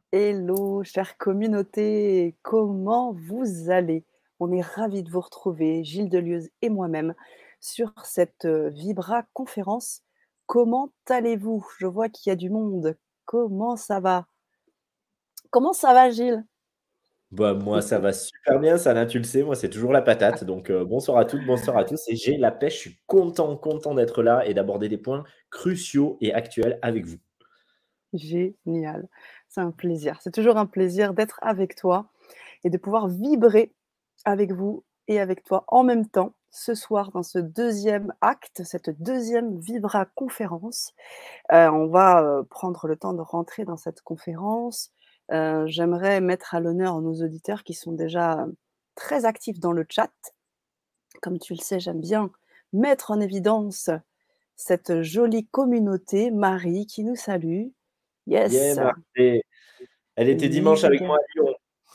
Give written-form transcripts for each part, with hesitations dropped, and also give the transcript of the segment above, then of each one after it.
Hello, chère communauté, comment vous allez? On est ravis de vous retrouver, Gilles Delieuse et moi-même, sur cette Vibra conférence. Comment allez-vous? Je vois qu'il y a du monde. Comment ça va? Comment ça va, Gilles? Bah, moi, ça va super bien, ça, là, tu le sais, moi, c'est toujours la patate. Donc, bonsoir à toutes, bonsoir à tous. Et j'ai la pêche, je suis content d'être là et d'aborder des points cruciaux et actuels avec vous. Génial. C'est un plaisir. C'est toujours un plaisir d'être avec toi et de pouvoir vibrer avec vous et avec toi en même temps ce soir dans ce deuxième acte, cette deuxième Vibra conférence. On va, prendre le temps de rentrer dans cette conférence. J'aimerais mettre à l'honneur nos auditeurs qui sont déjà, très actifs dans le chat. Comme tu le sais, j'aime bien mettre en évidence cette jolie communauté. Marie qui nous salue. Yeah, Yes, Marseille. Elle était dimanche Lise avec moi également. à Lyon.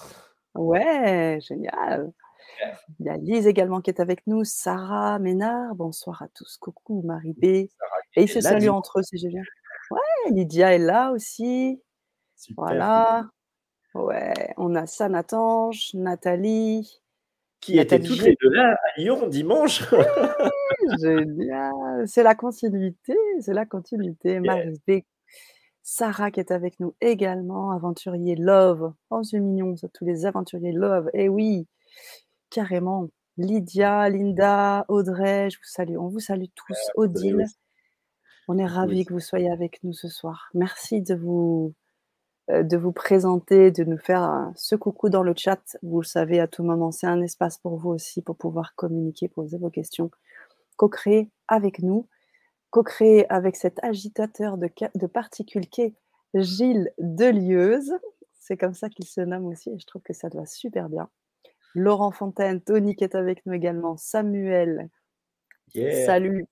Ouais, génial. Super. Il y a Lise également qui est avec nous, Sarah Ménard, bonsoir à tous, coucou Marie B. Et Sarah ils était se là saluent dimanche. entre eux, c'est génial. Ouais, Lydia est là aussi. Super cool. Voilà, ouais, on a Sanatange, Nathalie, Qui étaient Nathalie toutes G. les 2 là à Lyon dimanche. Génial, c'est la continuité. Yeah. Marie B, Sarah qui est avec nous également, aventurier Love. Oh, c'est mignon ça, tous les aventuriers Love. Eh oui, carrément. Lydia, Linda, Audrey, je vous salue. On vous salue tous. Audrey Odile, aussi. on est Coucou ravis Odile. que vous soyez avec nous ce soir. Merci de vous présenter, de nous faire, ce coucou dans le chat. Vous le savez, à tout moment, c'est un espace pour vous aussi, pour pouvoir communiquer, poser vos questions, co-créer avec nous, co-créer avec cet agitateur de particules qu'est Gilles Delieuse. C'est comme ça qu'il se nomme aussi et je trouve que ça te va super bien. Laurent Fontaine, Tony qui est avec nous également, Samuel, Yeah, salut.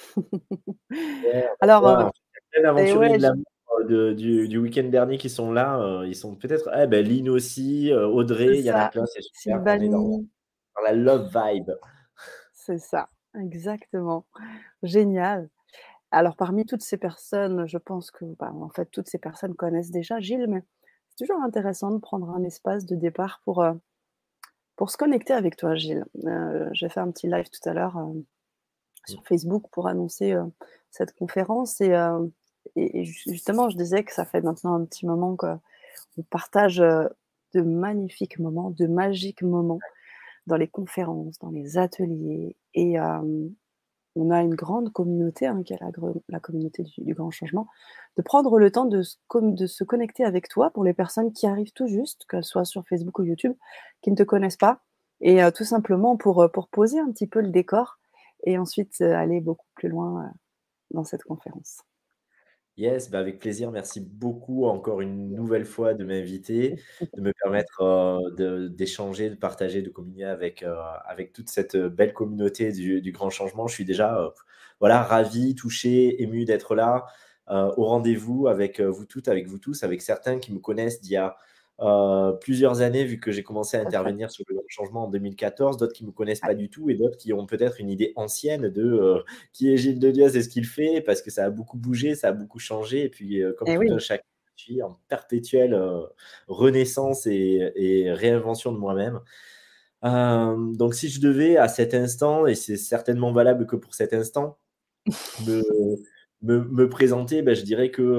yeah, on est Alors, là. En fait, il y a plein et d'aventuriers ouais, de l'amour, du week-end dernier qui sont là. Ils sont peut-être Lynn aussi, c'est Audrey, il y en a ça, plein, c'est super. On est Sylvanie, dans la love vibe. c'est ça, exactement. Génial. Alors parmi toutes ces personnes, je pense que, bah, en fait, toutes ces personnes connaissent déjà Gilles, mais c'est toujours intéressant de prendre un espace de départ pour se connecter avec toi, Gilles. J'ai fait un petit live tout à l'heure, Mmh. sur Facebook pour annoncer, cette conférence et justement, je disais que ça fait maintenant un petit moment qu'on partage, de magnifiques moments, de magiques moments dans les conférences, dans les ateliers et on a une grande communauté, hein, qui est la communauté du grand changement, de prendre le temps de se connecter avec toi pour les personnes qui arrivent tout juste, qu'elles soient sur Facebook ou YouTube, qui ne te connaissent pas et tout simplement pour poser un petit peu le décor et ensuite, aller beaucoup plus loin, dans cette conférence. Yes, bah, avec plaisir. Merci beaucoup encore une nouvelle fois de m'inviter, de me permettre, d'échanger, de partager, de communier avec toute cette, belle communauté du grand changement. Je suis déjà, voilà, ravi, touché, ému d'être là, au rendez-vous avec, vous toutes, avec vous tous, avec certains qui me connaissent d'il y a, plusieurs années, vu que j'ai commencé à Tout à fait. intervenir sur le grand changement en 2014, d'autres qui me connaissent pas du tout et d'autres qui ont peut-être une idée ancienne de, qui est Gilles Delioz et ce qu'il fait, parce que ça a beaucoup bougé, ça a beaucoup changé. Et puis, comme Et tout un oui. chacun, je suis en perpétuelle renaissance et réinvention de moi-même. Donc, si je devais, à cet instant, et c'est certainement valable que pour cet instant, me, me présenter, ben, je dirais que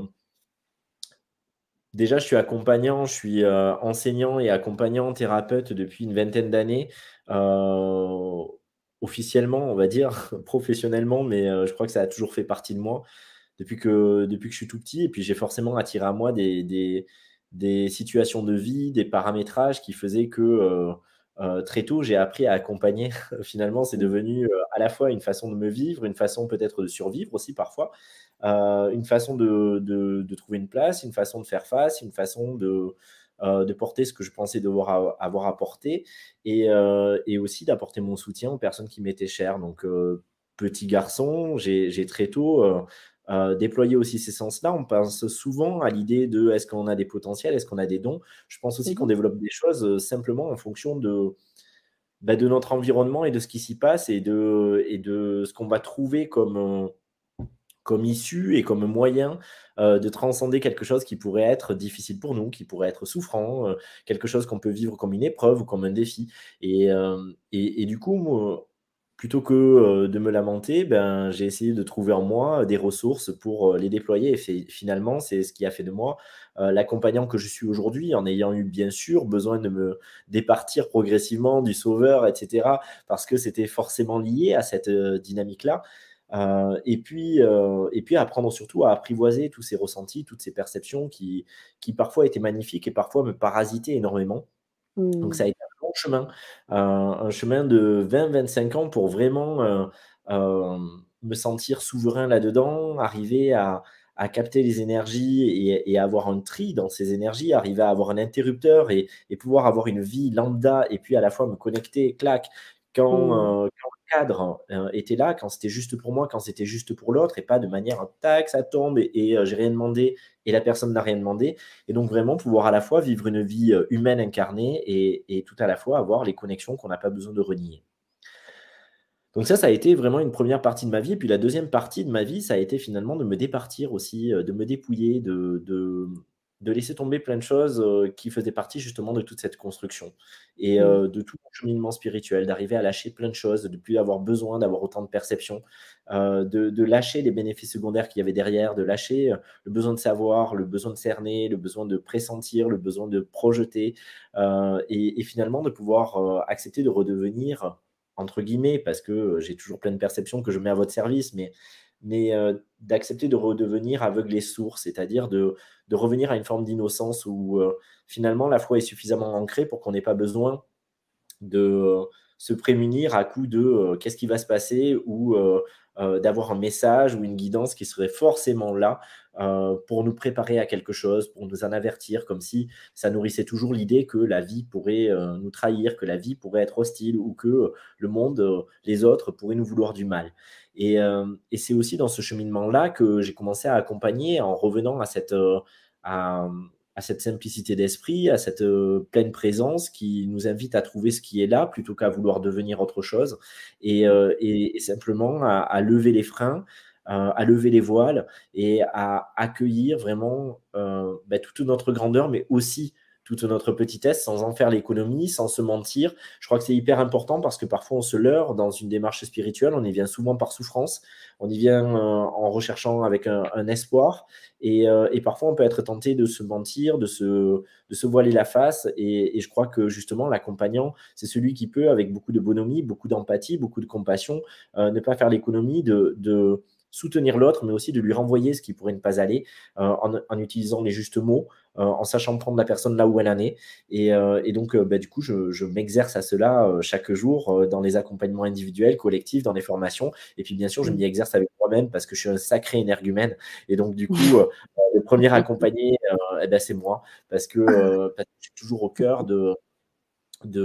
déjà, je suis accompagnant, je suis enseignant et accompagnant thérapeute depuis une vingtaine d'années. Euh, Officiellement, on va dire, professionnellement, mais je crois que ça a toujours fait partie de moi depuis que je suis tout petit. Et puis, j'ai forcément attiré à moi des situations de vie, des paramétrages qui faisaient que très tôt, j'ai appris à accompagner. Finalement, c'est Mmh. devenu à la fois une façon de me vivre, une façon peut-être de survivre aussi parfois, une façon de trouver une place, une façon de faire face, une façon de porter ce que je pensais devoir avoir à porter et aussi d'apporter mon soutien aux personnes qui m'étaient chères. Donc, petit garçon, j'ai très tôt déployé aussi ces sens-là. On pense souvent à l'idée de est-ce qu'on a des potentiels, est-ce qu'on a des dons. Je pense aussi Mmh qu'on mh. développe des choses simplement en fonction de notre environnement et de ce qui s'y passe et de ce qu'on va trouver comme issue et comme moyen de transcender quelque chose qui pourrait être difficile pour nous, qui pourrait être souffrant, quelque chose qu'on peut vivre comme une épreuve ou comme un défi. Et du coup, moi, plutôt que de me lamenter, ben, j'ai essayé de trouver en moi des ressources pour les déployer. Et finalement, c'est ce qui a fait de moi l'accompagnant que je suis aujourd'hui, en ayant eu bien sûr besoin de me départir progressivement du sauveur, etc., parce que c'était forcément lié à cette dynamique-là. Et puis apprendre surtout à apprivoiser tous ces ressentis, toutes ces perceptions qui parfois étaient magnifiques et parfois me parasitaient énormément. Donc Mmh. ça a été un long chemin, un chemin de 20-25 ans pour vraiment, me sentir souverain là-dedans, arriver à capter les énergies et avoir un tri dans ces énergies, arriver à avoir un interrupteur et pouvoir avoir une vie lambda et puis à la fois me connecter, clac, Mmh. quand le cadre, était là, quand c'était juste pour moi, quand c'était juste pour l'autre et pas de manière, tac, ça tombe et j'ai rien demandé et la personne n'a rien demandé. Et donc vraiment pouvoir à la fois vivre une vie humaine incarnée et tout à la fois avoir les connexions qu'on n'a pas besoin de renier. Donc ça a été vraiment une première partie de ma vie. Et puis la deuxième partie de ma vie, ça a été finalement de me départir aussi, de me dépouiller, de laisser tomber plein de choses, qui faisaient partie justement de toute cette construction et Mmh. de tout mon cheminement spirituel, d'arriver à lâcher plein de choses, de ne plus avoir besoin d'avoir autant de perceptions, de lâcher les bénéfices secondaires qu'il y avait derrière, de lâcher, le besoin de savoir, le besoin de cerner, le besoin de pressentir, le besoin de projeter, et finalement de pouvoir, accepter de redevenir entre guillemets, parce que, j'ai toujours plein de perceptions que je mets à votre service, mais d'accepter de redevenir aveugle et sourd, c'est-à-dire de revenir à une forme d'innocence où, finalement la foi est suffisamment ancrée pour qu'on n'ait pas besoin de se prémunir à coup de qu'est-ce qui va se passer ou d'avoir un message ou une guidance qui serait forcément là pour nous préparer à quelque chose, pour nous en avertir, comme si ça nourrissait toujours l'idée que la vie pourrait nous trahir, que la vie pourrait être hostile ou que le monde, les autres pourraient nous vouloir du mal. Et c'est aussi dans ce cheminement-là que j'ai commencé à accompagner en revenant à à, à cette simplicité d'esprit, à cette pleine présence qui nous invite à trouver ce qui est là plutôt qu'à vouloir devenir autre chose et simplement à lever les freins, à lever les voiles et à accueillir vraiment toute notre grandeur, mais aussi toute notre petitesse sans en faire l'économie, sans se mentir. Je crois que c'est hyper important parce que parfois on se leurre dans une démarche spirituelle, on y vient souvent par souffrance, on y vient en recherchant avec un espoir et parfois, on peut être tenté de se mentir, de se voiler la face. Et je crois que justement, l'accompagnant, c'est celui qui peut, avec beaucoup de bonhomie, beaucoup d'empathie, beaucoup de compassion, ne pas faire l'économie de soutenir l'autre, mais aussi de lui renvoyer ce qui pourrait ne pas aller en utilisant les justes mots, en sachant prendre la personne là où elle en est. Et donc, du coup, je m'exerce à cela chaque jour dans les accompagnements individuels, collectifs, dans les formations. Et puis, bien sûr, je Mmh. m'y exerce avec moi-même parce que je suis un sacré énergumène. Et donc, du coup, le premier accompagné, c'est moi, parce que je suis toujours au cœur de,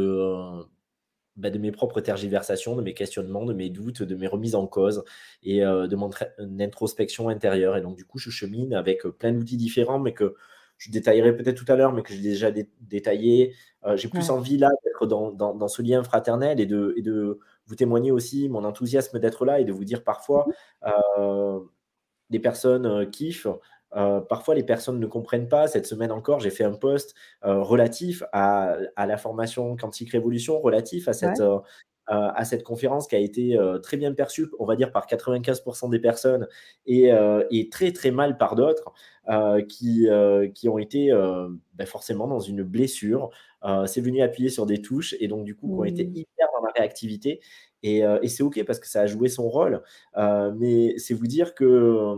de mes propres tergiversations, de mes questionnements, de mes doutes, de mes remises en cause et de mon introspection intérieure. Et donc, du coup, je chemine avec plein d'outils différents, mais que je détaillerai peut-être tout à l'heure, mais que j'ai déjà détaillé. J'ai plus Ouais. envie là d'être dans ce lien fraternel et de vous témoigner aussi mon enthousiasme d'être là et de vous dire parfois, Mmh. euh, les personnes kiffent. Parfois, les personnes ne comprennent pas. Cette semaine encore, j'ai fait un post relatif à la formation Quantique Révolution, relatif Ouais. à cette conférence qui a été très bien perçue, on va dire, par 95% des personnes et très, très mal par d'autres qui ont été forcément dans une blessure. C'est venu appuyer sur des touches et donc, du coup, qui ont été Mmh. hyper dans la réactivité. Et c'est OK parce que ça a joué son rôle. Mais c'est vous dire que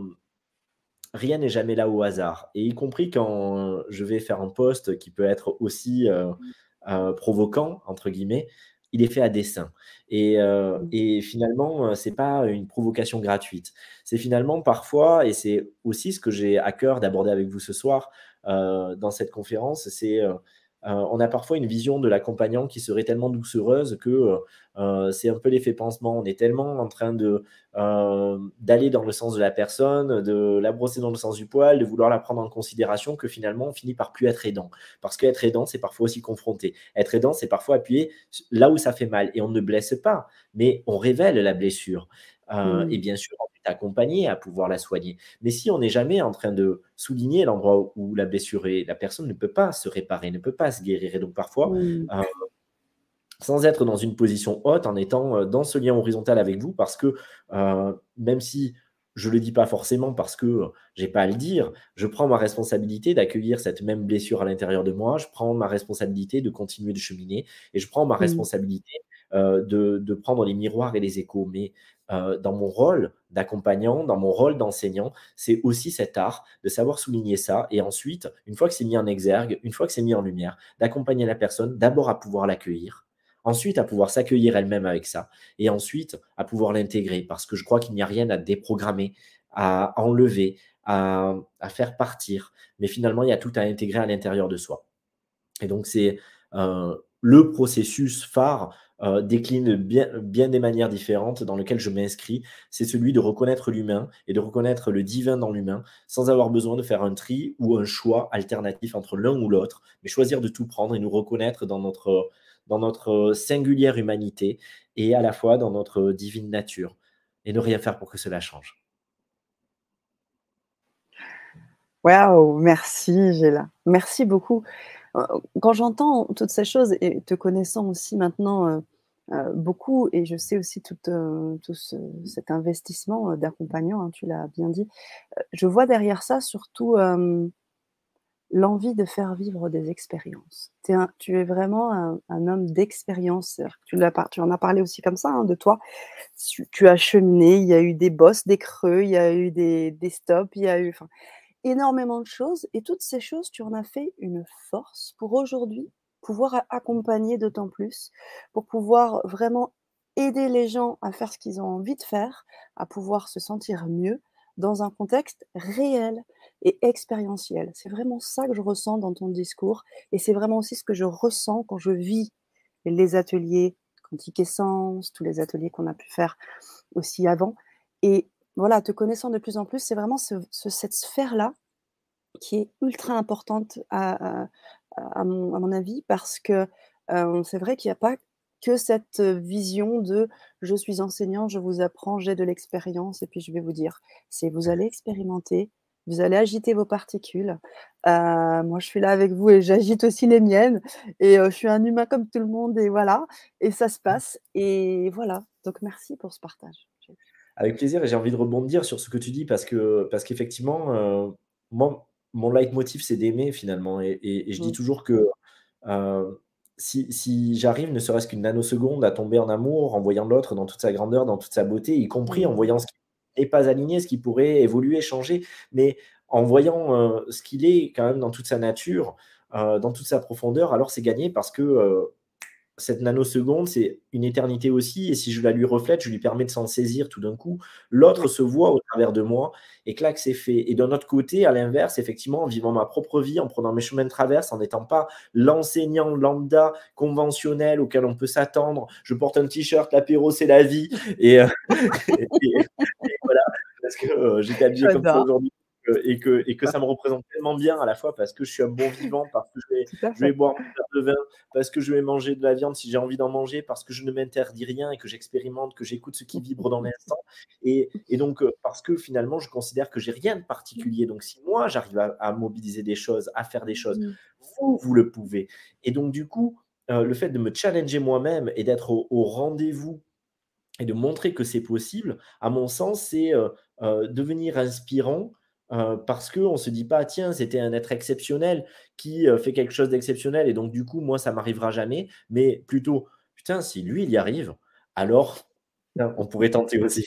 rien n'est jamais là au hasard. Et y compris quand je vais faire un post qui peut être aussi «provoquant» entre guillemets, il est fait à dessein. Mmh. Et finalement, c'est pas une provocation gratuite. C'est finalement parfois, et c'est aussi ce que j'ai à cœur d'aborder avec vous ce soir, dans cette conférence, on a parfois une vision de l'accompagnant qui serait tellement doucereuse que, c'est un peu l'effet pansement. On est tellement en train d'aller dans le sens de la personne, de la brosser dans le sens du poil, de vouloir la prendre en considération, que finalement on finit par plus être aidant. Parce qu'être aidant, c'est parfois aussi confronter. Être aidant, c'est parfois appuyer là où ça fait mal. Et on ne blesse pas, mais on révèle la blessure. Et Mmh. bien sûr, t'accompagner à pouvoir la soigner. Mais si on n'est jamais en train de souligner l'endroit où la blessure est, la personne ne peut pas se réparer, ne peut pas se guérir. Et donc parfois, Mmh. heu, sans être dans une position haute, en étant, dans ce lien horizontal avec vous parce que, même si je le dis pas forcément parce que, j'ai pas à le dire, je prends ma responsabilité d'accueillir cette même blessure à l'intérieur de moi. Je prends ma responsabilité de continuer de cheminer et je prends ma Mmh. responsabilité, de prendre les miroirs et les échos. Mais, dans mon rôle d'accompagnant, dans mon rôle d'enseignant, c'est aussi cet art de savoir souligner ça et ensuite, une fois que c'est mis en exergue, une fois que c'est mis en lumière, d'accompagner la personne d'abord à pouvoir l'accueillir, ensuite à pouvoir s'accueillir elle-même avec ça et ensuite à pouvoir l'intégrer parce que je crois qu'il n'y a rien à déprogrammer, à enlever, à faire partir, mais finalement il y a tout à intégrer à l'intérieur de soi. Et donc c'est, le processus phare, décline bien des manières différentes dans lequel je m'inscris. C'est celui de reconnaître l'humain et de reconnaître le divin dans l'humain, sans avoir besoin de faire un tri ou un choix alternatif entre l'un ou l'autre, mais choisir de tout prendre et nous reconnaître dans notre singulière humanité et à la fois dans notre divine nature et ne rien faire pour que cela change. Waouh, merci Géla. Merci beaucoup. Heu, Quand j'entends toutes ces choses et te connaissant aussi maintenant, beaucoup et je sais aussi tout cet investissement, d'accompagnant, hein, tu l'as bien dit. Je vois derrière ça surtout, l'envie de faire vivre des expériences. Tu es vraiment un homme d'expérience. C'est-à-dire que tu en as parlé aussi comme ça, hein, de toi. Tu as cheminé, il y a eu des bosses, des creux, il y a eu des stops, il y a eu enfin énormément de choses et toutes ces choses, tu en as fait une force pour aujourd'hui pouvoir accompagner d'autant plus, pour pouvoir vraiment aider les gens à faire ce qu'ils ont envie de faire, à pouvoir se sentir mieux dans un contexte réel et expérientiel. C'est vraiment ça que je ressens dans ton discours et c'est vraiment aussi ce que je ressens quand je vis les ateliers Quantique Essence, tous les ateliers qu'on a pu faire aussi avant et voilà, te connaissant de plus en plus, c'est vraiment cette sphère-là qui est ultra importante à mon avis parce que, c'est vrai qu'il y a pas que cette, vision de: «Je suis enseignant, je vous apprends, j'ai de l'expérience et puis je vais vous dire». C'est vous allez expérimenter, vous allez agiter vos particules. Moi je suis là avec vous et j'agite aussi les miennes et je suis un humain comme tout le monde et voilà et ça se passe et voilà. Donc merci pour ce partage. Avec plaisir et j'ai envie de rebondir sur ce que tu dis parce qu'effectivement, moi, mon leitmotiv, c'est d'aimer finalement et je dis Mmh. toujours que, si j'arrive ne serait-ce qu'une nanoseconde à tomber en amour en voyant l'autre dans toute sa grandeur, dans toute sa beauté, y compris en Mmh. voyant ce qui n'est pas aligné, ce qui pourrait évoluer, changer, mais en voyant, ce qu'il est quand même dans toute sa nature, dans toute sa profondeur, alors c'est gagné parce que, cette nanoseconde, c'est une éternité aussi et si je la lui reflète, je lui permets de s'en saisir tout d'un coup. L'autre Ouais. se voit au travers de moi et clac, c'est fait et d'un autre côté, à l'inverse, effectivement, en vivant ma propre vie, en prenant mes chemins de traverse, en n'étant pas l'enseignant lambda conventionnel auquel on peut s'attendre. Je porte un t-shirt, l'apéro, c'est la vie et voilà, parce que, j'étais habillé comme ça J'adore, aujourd'hui, et que ça me représente tellement bien à la fois parce que je suis un bon vivant, parce que tout à je vais fait. boire mon verre de vin, parce que je vais manger de la viande si j'ai envie d'en manger, parce que je ne m'interdis rien et que j'expérimente, que j'écoute ce qui vibre dans l'instant et donc parce que finalement je considère que j'ai rien de particulier. Donc si moi j'arrive à mobiliser des choses, à faire des choses, Mmh. vous le pouvez et donc du coup, le fait de me challenger moi-même et d'être au rendez-vous et de montrer que c'est possible, à mon sens, c'est, devenir inspirant, parce qu'on ne se dit pas: «Tiens, c'était un être exceptionnel qui, fait quelque chose d'exceptionnel et donc du coup, moi, ça m'arrivera jamais», mais plutôt: «Putain, si lui, il y arrive, alors tiens, on pourrait tenter aussi».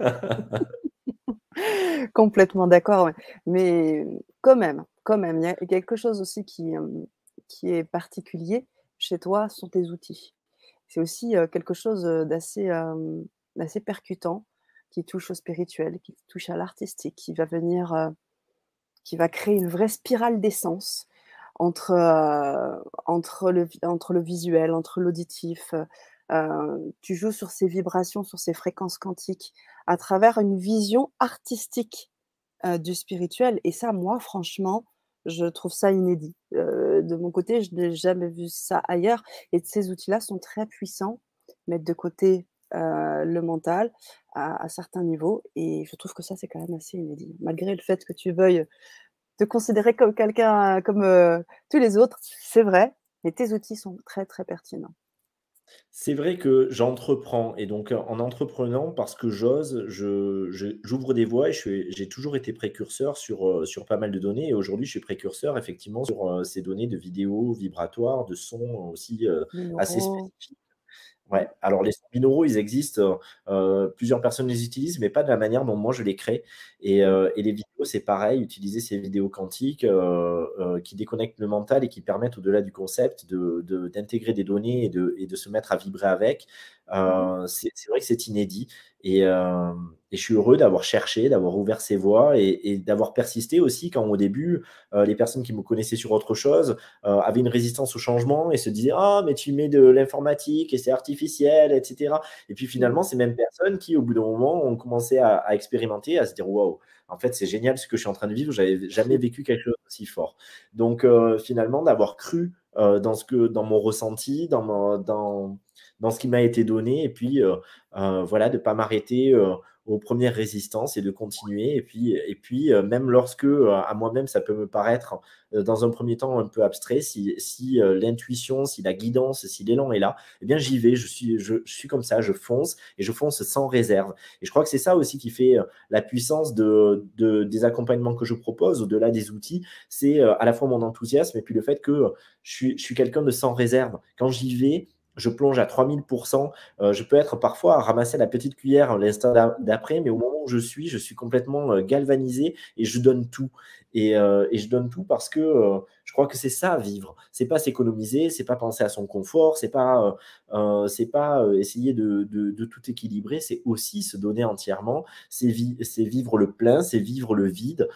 Complètement d'accord, ouais. Mais quand même, il y a quelque chose aussi qui est particulier chez toi, sont tes outils. C'est aussi, quelque chose, d'assez percutant, qui touche au spirituel, qui touche à l'artistique, qui va créer une vraie spirale d'essence entre le visuel, entre l'auditif, tu joues sur ces vibrations, sur ces fréquences quantiques à travers une vision artistique, du spirituel et ça, moi, franchement, je trouve ça inédit. De mon côté, je n'ai jamais vu ça ailleurs et ces outils-là sont très puissants. Mettre de côté le mental à certains niveaux et je trouve que ça, c'est quand même assez inédit. Malgré le fait que tu veuilles te considérer comme quelqu'un, comme, tous les autres, c'est vrai, mais tes outils sont très, très pertinents. C'est vrai que j'entreprends et donc en entreprenant parce que j'ose, j'ouvre des voies et j'ai toujours été précurseur sur pas mal de données et aujourd'hui je suis précurseur effectivement sur, ces données de vidéos vibratoires, de sons aussi, assez Binaural, spécifiques. mmh, Ouais, alors les sons binauraux, ils existent, plusieurs personnes les utilisent, mais pas de la manière dont moi je les crée mmh, et les vidéos, c'est pareil, utiliser ces vidéos quantiques, qui déconnectent le mental et qui permettent au-delà du concept d'intégrer des données et de se mettre à vibrer avec. mmh C'est vrai que c'est inédit et je suis heureux d'avoir cherché, d'avoir ouvert ces voies et d'avoir persisté aussi quand au début, les personnes qui me connaissaient sur autre chose, avaient une résistance au changement et se disaient: «Ah mais tu mets de l'informatique et c'est artificiel et cetera» et puis mmh, finalement, ces mêmes personnes qui, au bout d'un moment, ont commencé à expérimenter, à se dire: «Waouh, en fait, c'est génial ce que je suis en train de vivre, j'avais jamais vécu quelque chose d'aussi fort». Donc finalement, d'avoir cru, dans mon ressenti, dans ce qui m'a été donné et puis, voilà, de pas m'arrêter, aux premières résistances et de continuer et puis, même lorsque, à moi-même, ça peut me paraître, dans un premier temps un peu abstrait, si l'intuition, si la guidance, si l'élan est là, eh bien j'y vais, je suis comme ça, je fonce et je fonce sans réserve. Et je crois que c'est ça aussi qui fait, la puissance des accompagnements que je propose, au-delà des outils, c'est, à la fois mon enthousiasme et puis le fait que, je suis quelqu'un de sans réserve. Quand j'y vais, je plonge à 3000. Je peux être parfois à ramasser la petite cuillère l'instant d'après, mais au moment où je suis complètement, galvanisé et je donne tout et je donne tout parce que, je crois que c'est ça vivre. C'est pas s'économiser, c'est pas penser à son confort, c'est pas, essayer de tout équilibrer, c'est aussi se donner entièrement, c'est vivre le plein, c'est vivre le vide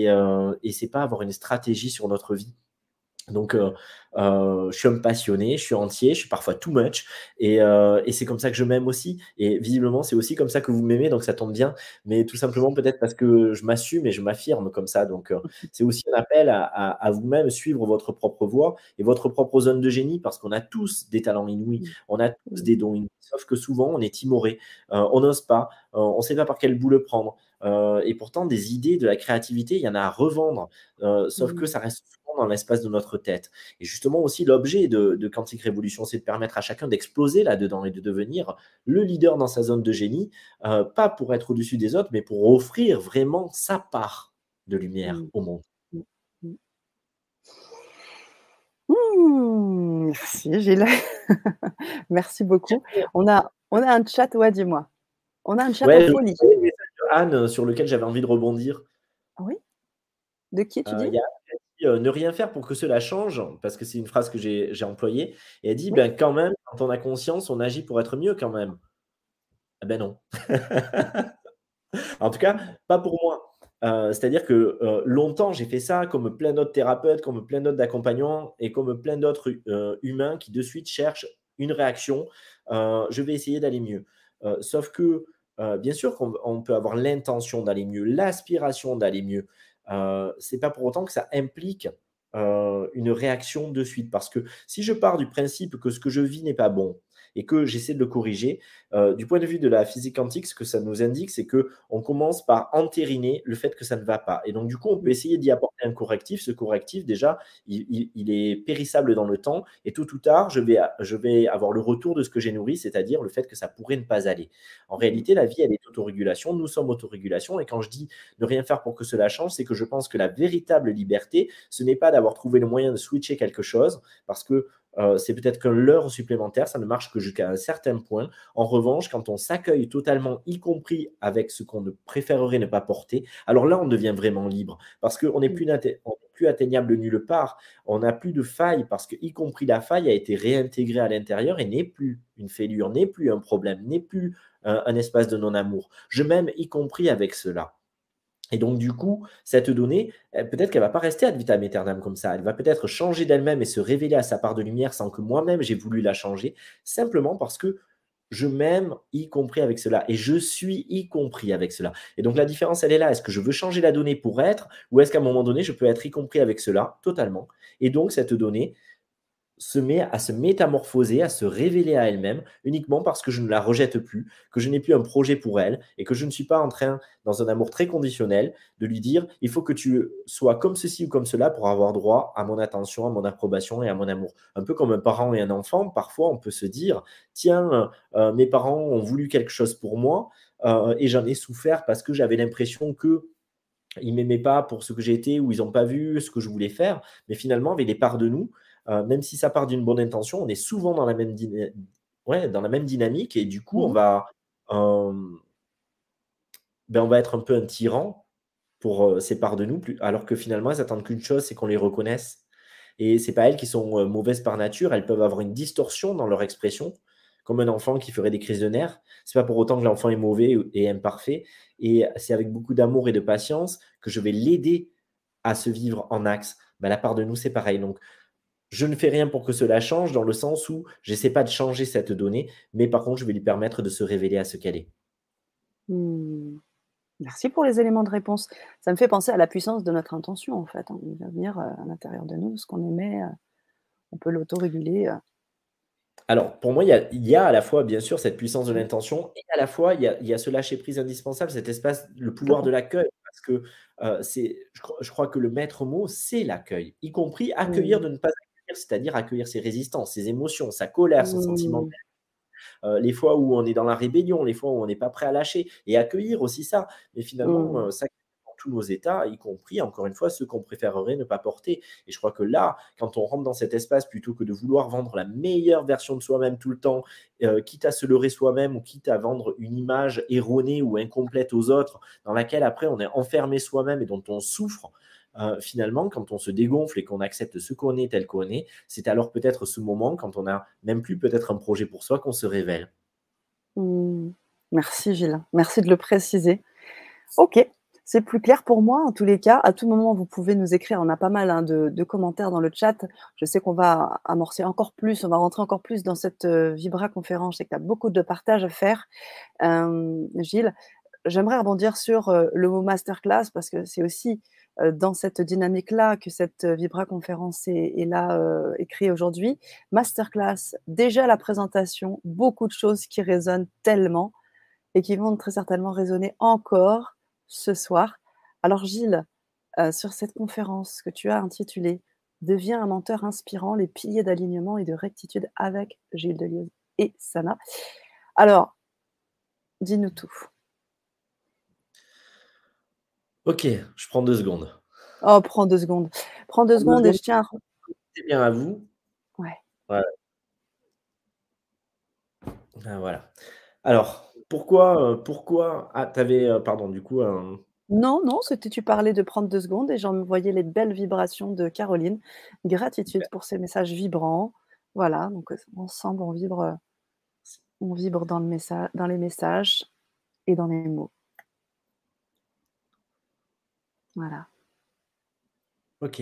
et c'est pas avoir une stratégie sur notre vie. Donc, je suis un passionné, je suis entier, je suis parfois too much et c'est comme ça que je m'aime aussi et visiblement, c'est aussi comme ça que vous m'aimez, donc ça tombe bien. Mais tout simplement peut-être parce que je m'assume et je m'affirme comme ça, donc c'est aussi un appel à vous-même, suivre votre propre voie et votre propre zone de génie parce qu'on a tous des talents inouïs, mmh, on a tous mmh, des dons inouïs, sauf que souvent on est timoré, on n'ose pas, on ne sait pas par quel bout le prendre, et pourtant des idées, de la créativité, il y en a à revendre, sauf que mmh, ça reste souvent dans l'espace de notre tête. Et justement aussi l'objet de Quantique Révolution, c'est de permettre à chacun d'exploser là-dedans et de devenir le leader dans sa zone de génie, pas pour être au-dessus des autres, mais pour offrir vraiment sa part de lumière mmh, au monde. mmh, mmh. Mmh, merci Gilles. Merci beaucoup. On a un chat, ouais, dis-moi. On a un chat en Ouais, je folie. voyais le message de Anne, sur lequel j'avais envie de rebondir. Ah oui? De qui tu dis? Il y a Anne qui a dit, «Ne rien faire pour que cela change», parce que c'est une phrase que j'ai employée et elle dit: Oui? «Ben, quand même, quand on a conscience, on agit pour être mieux quand même». Ah ben non. En tout cas, pas pour moi. C'est-à-dire que, longtemps, j'ai fait ça comme plein d'autres thérapeutes, comme plein d'autres accompagnants et comme plein d'autres humains qui de suite cherchent une réaction. Je vais essayer d'aller mieux. Sauf que, bien sûr qu'on peut avoir l'intention d'aller mieux, l'aspiration d'aller mieux. C'est pas pour autant que ça implique, une réaction de suite. Parce que si je pars du principe que ce que je vis n'est pas bon et que j'essaie de le corriger, du point de vue de la physique quantique, ce que ça nous indique, c'est qu'on commence par entériner le fait que ça ne va pas. Et donc, du coup, on peut Mmh, essayer d'y apporter un correctif. Ce correctif, déjà, il est périssable dans le temps. Et tôt ou tard, je vais avoir le retour de ce que j'ai nourri, c'est-à-dire le fait que ça pourrait ne pas aller. En mmh, réalité, la vie, elle est autorégulation. Nous sommes autorégulation. Et quand je dis ne rien faire pour que cela change, c'est que je pense que la véritable liberté, ce n'est pas d'avoir trouvé le moyen de switcher quelque chose, parce que c'est peut-être qu'un leurre supplémentaire, ça ne marche que jusqu'à un certain point. En revanche, quand on s'accueille totalement, y compris avec ce qu'on ne préférerait ne pas porter, alors là, on devient vraiment libre. Parce qu'on n'est mmh, plus atteignable nulle part. On n'a plus de faille parce que, y compris la faille, a été réintégrée à l'intérieur et n'est plus une fêlure, n'est plus un problème, n'est plus un espace de non-amour. Je m'aime y compris avec cela. Et donc, du coup, cette donnée, peut-être qu'elle ne va pas rester ad vitam aeternam comme ça. Elle va peut-être changer d'elle-même et se révéler à sa part de lumière sans que moi-même j'ai voulu la changer, simplement parce que je m'aime y compris avec cela et je suis y compris avec cela. Et donc la différence, elle est là. Est-ce que je veux changer la donnée pour être ou est-ce qu'à un moment donné, je peux être y compris avec cela totalement et donc cette donnée, se met à se métamorphoser, à se révéler à elle-même, uniquement parce que je ne la rejette plus, que je n'ai plus un projet pour elle et que je ne suis pas en train, dans un amour très conditionnel, de lui dire il faut que tu sois comme ceci ou comme cela pour avoir droit à mon attention, à mon approbation et à mon amour. Un peu comme un parent et un enfant, parfois on peut se dire tiens, mes parents ont voulu quelque chose pour moi et j'en ai souffert parce que j'avais l'impression que ils m'aimaient pas pour ce que j'étais ou ils n'ont pas vu ce que je voulais faire. Mais finalement, avec les parts de nous, même si ça part d'une bonne intention, on est souvent dans la même, ouais, dans la même dynamique et du coup, Mmh. euh, on va être un peu un tyran pour ces parts de nous, alors que finalement, elles attendent qu'une chose, c'est qu'on les reconnaisse. Et c'est pas elles qui sont mauvaises par nature, elles peuvent avoir une distorsion dans leur expression, comme un enfant qui ferait des crises de nerfs. C'est pas pour autant que l'enfant est mauvais et imparfait. Et c'est avec beaucoup d'amour et de patience que je vais l'aider à se vivre en axe. La part de nous, c'est pareil. Donc, je ne fais rien pour que cela change, dans le sens où je n'essaie pas de changer cette donnée, mais par contre, je vais lui permettre de se révéler à ce qu'elle est. Mmh. Merci pour les éléments de réponse. Ça me fait penser à la puissance de notre intention, en fait, hein. Il va venir, à l'intérieur de nous, ce qu'on émet, on peut l'autoréguler, Alors, pour moi, il y a à la fois, bien sûr, cette puissance de l'intention et à la fois, il y a ce lâcher-prise indispensable, cet espace, le pouvoir de complètement. l'accueil. Parce que je crois que le maître mot, c'est l'accueil, y compris accueillir Mmh. de ne pas accueillir, c'est-à-dire accueillir ses résistances, ses émotions, sa colère, son sentiment, Mmh. les fois où on est dans la rébellion, les fois où on n'est pas prêt à lâcher et accueillir aussi ça. Mais finalement, Mmh. ça dans tous nos états, y compris, encore une fois, ceux qu'on préférerait ne pas porter. Et je crois que là, quand on rentre dans cet espace, plutôt que de vouloir vendre la meilleure version de soi-même tout le temps, quitte à se leurrer soi-même ou quitte à vendre une image erronée ou incomplète aux autres, dans laquelle après on est enfermé soi-même et dont on souffre, finalement, quand on se dégonfle et qu'on accepte ce qu'on est tel qu'on est, c'est alors peut-être ce moment, quand on n'a même plus peut-être un projet pour soi, qu'on se révèle. Mmh. Merci Gilles, merci de le préciser. OK, c'est plus clair pour moi en tous les cas. À tout moment, vous pouvez nous écrire. On a pas mal, hein, de commentaires dans le chat. Je sais qu'on va amorcer encore plus, on va rentrer encore plus dans cette, Vibra conférence. Je sais que tu as beaucoup de partage à faire, Gilles. J'aimerais rebondir sur, le mot masterclass parce que c'est aussi, dans cette dynamique-là que cette, Vibra conférence est là, est créée aujourd'hui. Masterclass, déjà la présentation, beaucoup de choses qui résonnent tellement et qui vont très certainement résonner encore ce soir. Alors Gilles, sur cette conférence que tu as intitulée «Deviens un menteur inspirant, les piliers d'alignement et de rectitude avec Gilles Delioze et Sana». Alors, dis-nous tout. Ok, je prends 2 secondes. Oh, prends 2 secondes. Prends 2 Prends deux secondes et secondes, je tiens à c'est bien à vous. ouais. Ouais, ah, voilà. Alors, pourquoi ah, t'avais, pardon, du coup, Non, non, c'était tu parlais de prendre 2 secondes et j'envoyais les belles vibrations de Caroline. Gratitude pour ces messages vibrants. Voilà, donc ensemble on vibre dans les messages et dans les mots. Voilà. ok.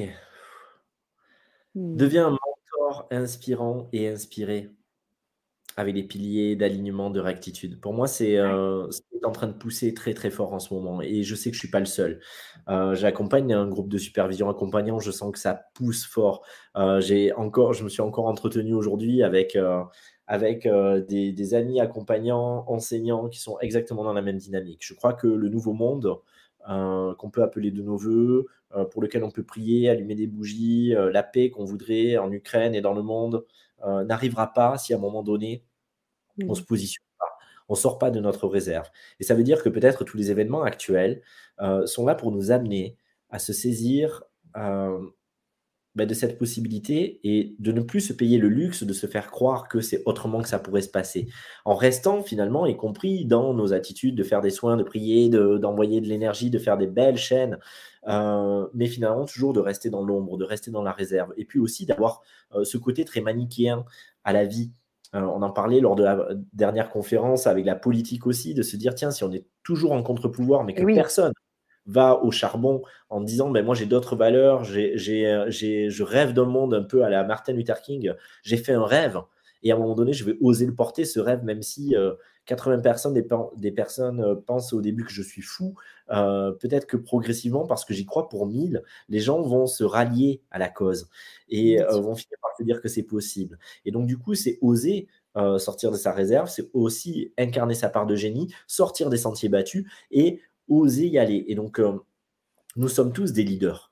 Mmh. Deviens un mentor inspirant et inspiré avec des piliers d'alignement, de rectitude. Pour moi, c'est Ouais. ce qui est en train de pousser très, très fort en ce moment et je sais que je suis pas le seul. J'accompagne un groupe de supervision accompagnant, je sens que ça pousse fort. Je me suis encore entretenu aujourd'hui avec des amis accompagnants, enseignants qui sont exactement dans la même dynamique. Je crois que le nouveau monde, qu'on peut appeler de nos vœux, pour lequel on peut prier, allumer des bougies, la paix qu'on voudrait en Ukraine et dans le monde, n'arrivera pas si à un moment donné, on Mmh. se positionne pas, on sort pas de notre réserve. Et ça veut dire que peut-être tous les événements actuels sont là pour nous amener à se saisir de cette possibilité et de ne plus se payer le luxe de se faire croire que c'est autrement que ça pourrait se passer. En restant finalement, y compris dans nos attitudes de faire des soins, de prier, d'envoyer de l'énergie, de faire des belles chaînes, mais finalement toujours de rester dans l'ombre, de rester dans la réserve. Et puis aussi d'avoir ce côté très manichéen à la vie. On en parlait lors de la dernière conférence avec la politique aussi, de se dire, tiens, si on est toujours en contre-pouvoir, mais que Et oui. personne va au charbon en disant ben moi j'ai d'autres valeurs, je rêve d'un monde un peu à la Martin Luther King, j'ai fait un rêve et à un moment donné je vais oser le porter ce rêve même si 80 personnes, des personnes pensent au début que je suis fou, peut-être que progressivement, parce que j'y crois pour 1000, les gens vont se rallier à la cause et Bien sûr. vont finir par se dire que c'est possible. Et donc, du coup, c'est oser sortir de sa réserve, c'est aussi incarner sa part de génie, sortir des sentiers battus et oser y aller. Et donc, nous sommes tous des leaders.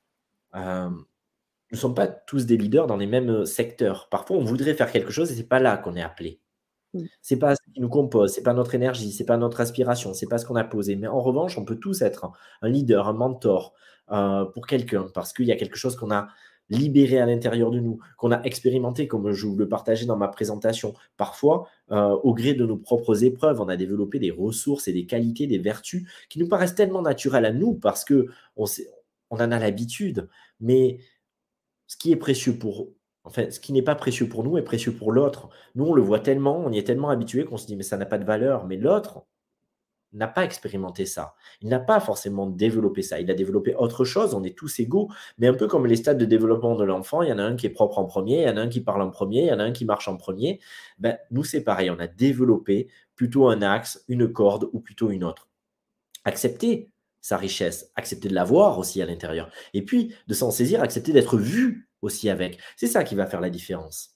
Nous ne sommes pas tous des leaders dans les mêmes secteurs. Parfois, on voudrait faire quelque chose et c'est pas là qu'on est appelé. Mmh. C'est pas ce qui nous compose, c'est pas notre énergie, c'est pas notre aspiration, c'est pas ce qu'on a posé. Mais en revanche, on peut tous être un leader, un mentor pour quelqu'un, parce qu'il y a quelque chose qu'on a libéré à l'intérieur de nous, qu'on a expérimenté, comme je vous le partageais dans ma présentation. Parfois, au gré de nos propres épreuves, on a développé des ressources et des qualités, des vertus qui nous paraissent tellement naturelles à nous parce que on en a l'habitude. Mais ce qui est précieux pour enfin, ce qui n'est pas précieux pour nous est précieux pour l'autre. Nous, on le voit tellement, on y est tellement habitué qu'on se dit: «Mais ça n'a pas de valeur», mais l'autre n'a pas expérimenté ça. Il n'a pas forcément développé ça. Il a développé autre chose, on est tous égaux, mais un peu comme les stades de développement de l'enfant, il y en a un qui est propre en premier, il y en a un qui parle en premier, il y en a un qui marche en premier. Ben, nous, c'est pareil, on a développé plutôt un axe, une corde ou plutôt une autre. Accepter sa richesse, accepter de l'avoir aussi à l'intérieur et puis de s'en saisir, accepter d'être vu aussi avec. C'est ça qui va faire la différence.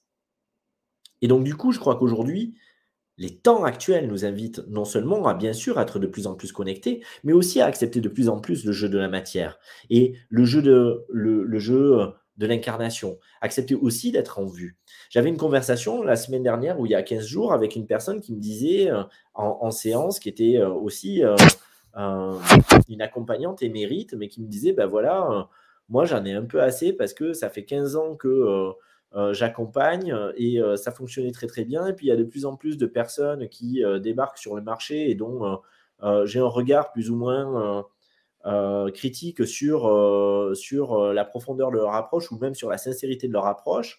Et donc du coup, je crois qu'aujourd'hui, les temps actuels nous invitent non seulement à bien sûr être de plus en plus connectés, mais aussi à accepter de plus en plus le jeu de la matière et le jeu de l'incarnation. Accepter aussi d'être en vue. J'avais une conversation la semaine dernière ou il y a 15 jours avec une personne qui me disait en séance, qui était aussi euh, une accompagnante émérite, mais qui me disait, ben voilà, moi j'en ai un peu assez parce que ça fait 15 ans que j'accompagne et ça fonctionnait très très bien. Et puis il y a de plus en plus de personnes qui débarquent sur le marché et dont j'ai un regard plus ou moins critique sur la profondeur de leur approche ou même sur la sincérité de leur approche.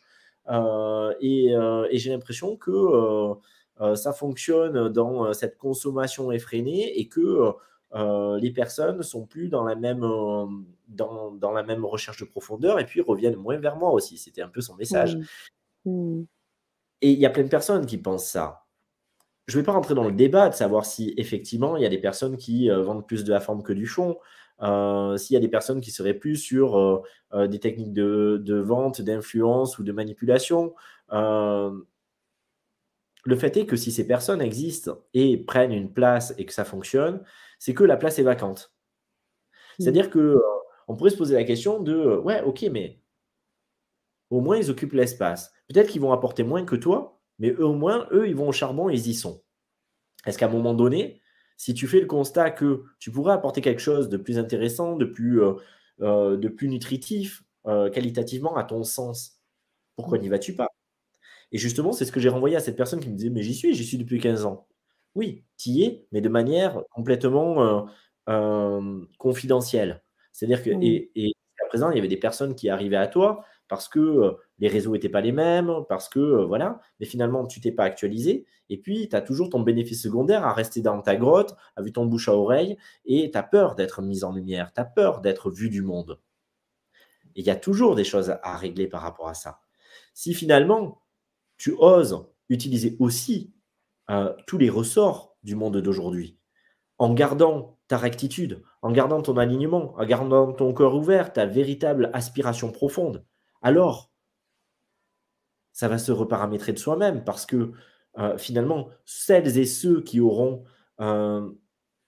Et j'ai l'impression que ça fonctionne dans cette consommation effrénée et que les personnes ne sont plus dans la même recherche de profondeur et puis reviennent moins vers moi aussi. C'était un peu son message. Mmh. Mmh. Et il y a plein de personnes qui pensent ça. Je ne vais pas rentrer dans le débat de savoir si effectivement il y a des personnes qui vendent plus de la forme que du fond, s'il y a des personnes qui seraient plus sur des techniques de vente, d'influence ou de manipulation. Euh, le fait est que si ces personnes existent et prennent une place et que ça fonctionne, c'est que la place est vacante. Mmh. C'est-à-dire que on pourrait se poser la question de ouais, ok, mais au moins ils occupent l'espace. Peut-être qu'ils vont apporter moins que toi, mais eux, au moins, eux, ils vont au charbon et ils y sont. Est-ce qu'à un moment donné, si tu fais le constat que tu pourrais apporter quelque chose de plus intéressant, de plus nutritif, qualitativement à ton sens, pourquoi Mmh. n'y vas-tu pas? Et justement, c'est ce que j'ai renvoyé à cette personne qui me disait: «Mais j'y suis depuis 15 ans». Oui, tu y es, mais de manière complètement, confidentielle. C'est-à-dire que Mmh. et jusqu'à présent, il y avait des personnes qui arrivaient à toi parce que, les réseaux étaient pas les mêmes, parce que, voilà, mais finalement tu t'es pas actualisé et puis tu as toujours ton bénéfice secondaire à rester dans ta grotte, avec ton bouche à oreille et tu as peur d'être mis en lumière, tu as peur d'être vu du monde et il y a toujours des choses à régler par rapport à ça. Si finalement tu oses utiliser aussi tous les ressorts du monde d'aujourd'hui, en gardant ta rectitude, en gardant ton alignement, en gardant ton cœur ouvert, ta véritable aspiration profonde, alors ça va se reparamétrer de soi-même parce que finalement, celles et ceux qui auront euh,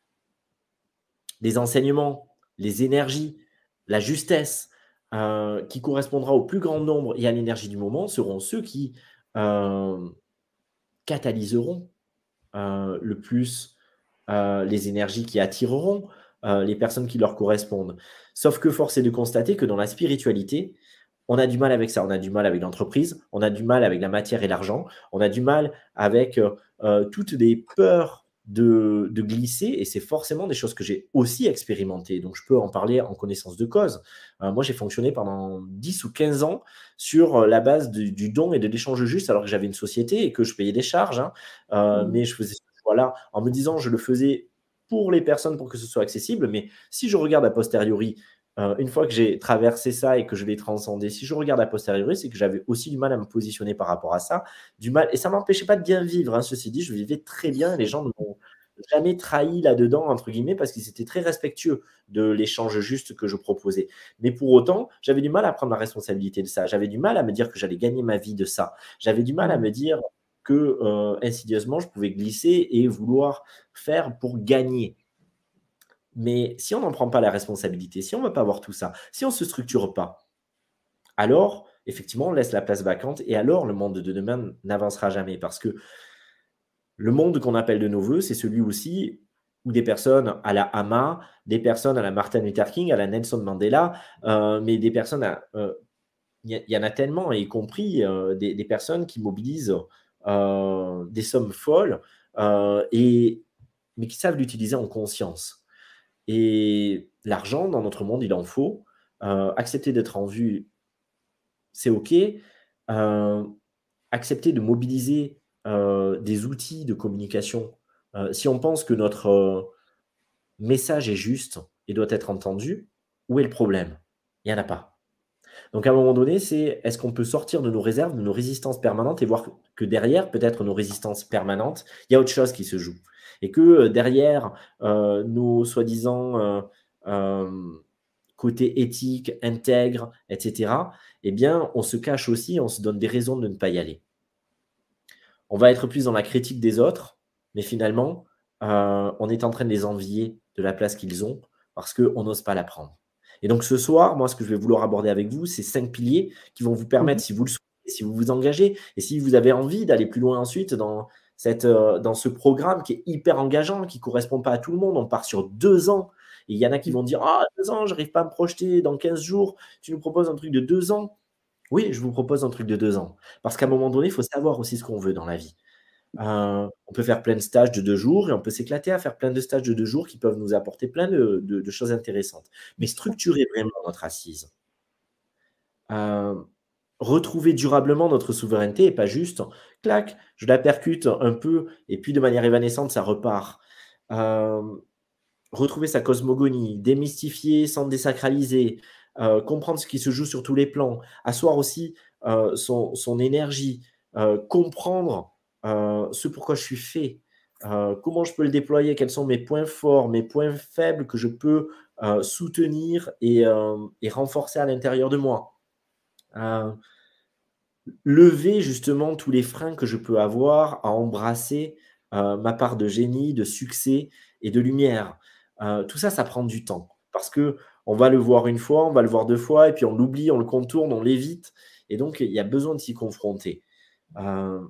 les enseignements, les énergies, la justesse qui correspondra au plus grand nombre et à l'énergie du moment seront ceux qui euh, catalyseront le plus les énergies qui attireront les personnes qui leur correspondent. Sauf que force est de constater que dans la spiritualité, on a du mal avec ça. On a du mal avec l'entreprise, on a du mal avec la matière et l'argent, on a du mal avec toutes des peurs de glisser, et c'est forcément des choses que j'ai aussi expérimentées, donc je peux en parler en connaissance de cause. Moi, j'ai fonctionné pendant 10 ou 15 ans sur la base du don et de l'échange juste, alors que j'avais une société et que je payais des charges, hein. Mmh. Mais je faisais ce choix-là en me disant je le faisais pour les personnes pour que ce soit accessible. Mais si je regarde a posteriori, une fois que j'ai traversé ça et que je l'ai transcendé, si je regarde a posteriori, c'est que j'avais aussi du mal à me positionner par rapport à ça, du mal et ça m'empêchait pas de bien vivre, hein. Ceci dit, je vivais très bien et les gens ne m'ont jamais «trahi» là-dedans, entre guillemets, parce qu'ils étaient très respectueux de l'échange juste que je proposais. Mais pour autant, j'avais du mal à prendre la responsabilité de ça. J'avais du mal à me dire que j'allais gagner ma vie de ça. J'avais du mal à Mmh. me dire que, insidieusement, je pouvais glisser et vouloir faire pour gagner. Mais si on n'en prend pas la responsabilité, si on ne veut pas voir tout ça, si on ne se structure pas, alors effectivement, on laisse la place vacante et alors le monde de demain n'avancera jamais. Parce que le monde qu'on appelle de nos voeux, c'est celui aussi où des personnes à la Hama, des personnes à la Martin Luther King, à la Nelson Mandela, mais des personnes il y en a tellement, y compris des personnes qui mobilisent des sommes folles, mais qui savent l'utiliser en conscience. Et l'argent, dans notre monde, il en faut. Accepter d'être en vue, c'est OK. Accepter de mobiliser des outils de communication. Si on pense que notre message est juste et doit être entendu, où est le problème? Il n'y en a pas. Donc à un moment donné, c'est est-ce qu'on peut sortir de nos réserves, de nos résistances permanentes et voir que derrière, peut-être nos résistances permanentes, il y a autre chose qui se joue. Et que derrière nos soi-disant côté éthique, intègre, etc., eh bien, on se cache aussi, on se donne des raisons de ne pas y aller. On va être plus dans la critique des autres, mais finalement, on est en train de les envier de la place qu'ils ont parce qu'on n'ose pas la prendre. Et donc ce soir, moi, ce que je vais vouloir aborder avec vous, c'est 5 piliers qui vont vous Mmh. permettre, si vous le souhaitez, si vous vous engagez et si vous avez envie d'aller plus loin ensuite dans ce programme qui est hyper engageant, qui ne correspond pas à tout le monde. On part sur 2 ans. Et il y en a qui vont dire: «Ah, 2 ans, j'arrive pas à me projeter. Dans 15 jours, tu nous proposes un truc de 2 ans». Oui, je vous propose un truc de 2 ans. Parce qu'à un moment donné, il faut savoir aussi ce qu'on veut dans la vie. On peut faire plein de stages de 2 jours et on peut s'éclater à faire plein de stages de 2 jours qui peuvent nous apporter plein de choses intéressantes. Mais Bien sûr. structurer vraiment notre assise, heu, retrouver durablement notre souveraineté et pas juste, clac, je la percute un peu et puis de manière évanescente, ça repart. Hem, retrouver sa cosmogonie, démystifier sans désacraliser, comprendre ce qui se joue sur tous les plans, asseoir aussi, son énergie, comprendre, ce pourquoi je suis fait, comment je peux le déployer, quels sont mes points forts, mes points faibles que je peux, soutenir et renforcer à l'intérieur de moi. Heu, lever justement tous les freins que je peux avoir à embrasser, ma part de génie, de succès et de lumière. Tout ça, ça prend du temps parce que on va le voir une fois, on va le voir 2 fois et puis on l'oublie, on le contourne, on l'évite et donc il y a besoin de s'y confronter. Heu,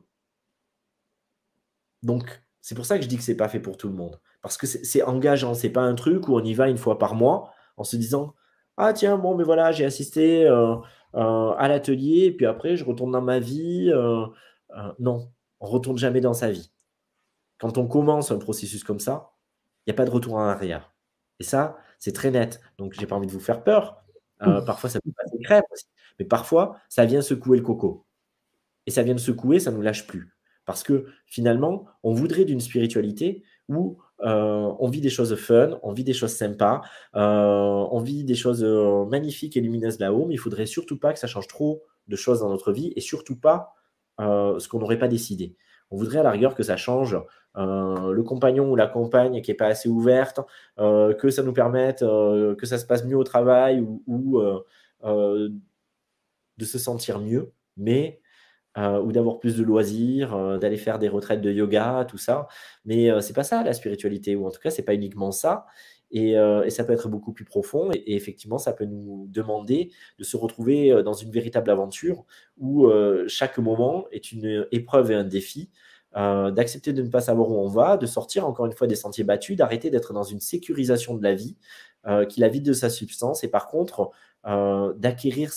donc c'est pour ça que je dis que c'est pas fait pour tout le monde parce que c'est engageant, c'est pas un truc où on y va une fois par mois en se disant: «Ah tiens, bon, mais voilà, j'ai assisté, à l'atelier et puis après je retourne dans ma vie», non, on retourne jamais dans sa vie. Quand on commence un processus comme ça, il y a pas de retour en arrière et ça, c'est très net. Donc j'ai pas envie de vous faire peur, parfois ça peut passer crème aussi, mais parfois ça vient secouer le coco et ça vient de secouer, ça nous lâche plus. Parce que finalement, on voudrait d'une spiritualité où, on vit des choses fun, on vit des choses sympas, on vit des choses, magnifiques et lumineuses là-haut, mais il faudrait surtout pas que ça change trop de choses dans notre vie et surtout pas, ce qu'on n'aurait pas décidé. On voudrait à la rigueur que ça change, le compagnon ou la compagne qui est pas assez ouverte, que ça nous permette, que ça se passe mieux au travail ou de se sentir mieux, mais ou d'avoir plus de loisirs, d'aller faire des retraites de yoga, tout ça. Mais, c'est pas ça la spiritualité ou en tout cas, c'est pas uniquement ça et ça peut être beaucoup plus profond et effectivement, ça peut nous demander de se retrouver, dans une véritable aventure où, chaque moment est une épreuve et un défi, d'accepter de ne pas savoir où on va, de sortir encore une fois des sentiers battus, d'arrêter d'être dans une sécurisation de la vie, qui la vide de sa substance et par contre, d'acquérir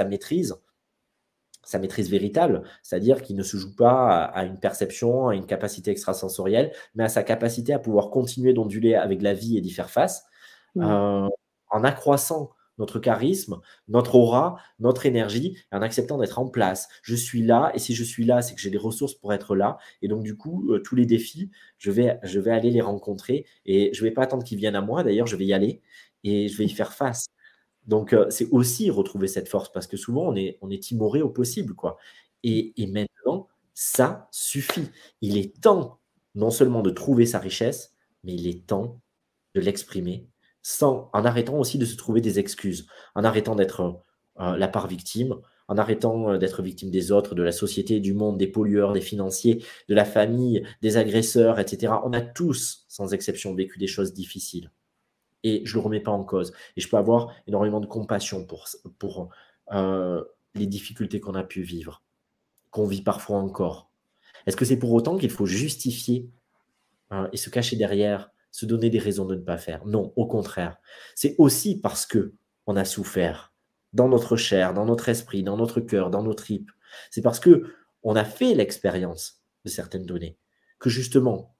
sa maîtrise véritable, c'est-à-dire qu'il ne se joue pas à une perception, à une capacité extrasensorielle, mais à sa capacité à pouvoir continuer d'onduler avec la vie et d'y faire face, Mmh. heu, en accroissant notre charisme, notre aura, notre énergie, en acceptant d'être en place. Je suis là et si je suis là, c'est que j'ai les ressources pour être là et donc du coup, tous les défis, je vais aller les rencontrer et je vais pas attendre qu'ils viennent à moi. D'ailleurs, je vais y aller et je vais y faire face. Donc, c'est aussi retrouver cette force parce que souvent, on est timoré au possible, quoi. Et maintenant, ça suffit. Il est temps non seulement de trouver sa richesse, mais il est temps de l'exprimer en arrêtant aussi de se trouver des excuses, en arrêtant d'être la part victime, en arrêtant d'être victime des autres, de la société, du monde, des pollueurs, des financiers, de la famille, des agresseurs, etc. On a tous, sans exception, vécu des choses difficiles. Et je ne le remets pas en cause. Et je peux avoir énormément de compassion pour les difficultés qu'on a pu vivre, qu'on vit parfois encore. Est-ce que c'est pour autant qu'il faut justifier et se cacher derrière, se donner des raisons de ne pas faire? Non, au contraire. C'est aussi parce que on a souffert dans notre chair, dans notre esprit, dans notre cœur, dans nos tripes. C'est parce que on a fait l'expérience de certaines données que justement,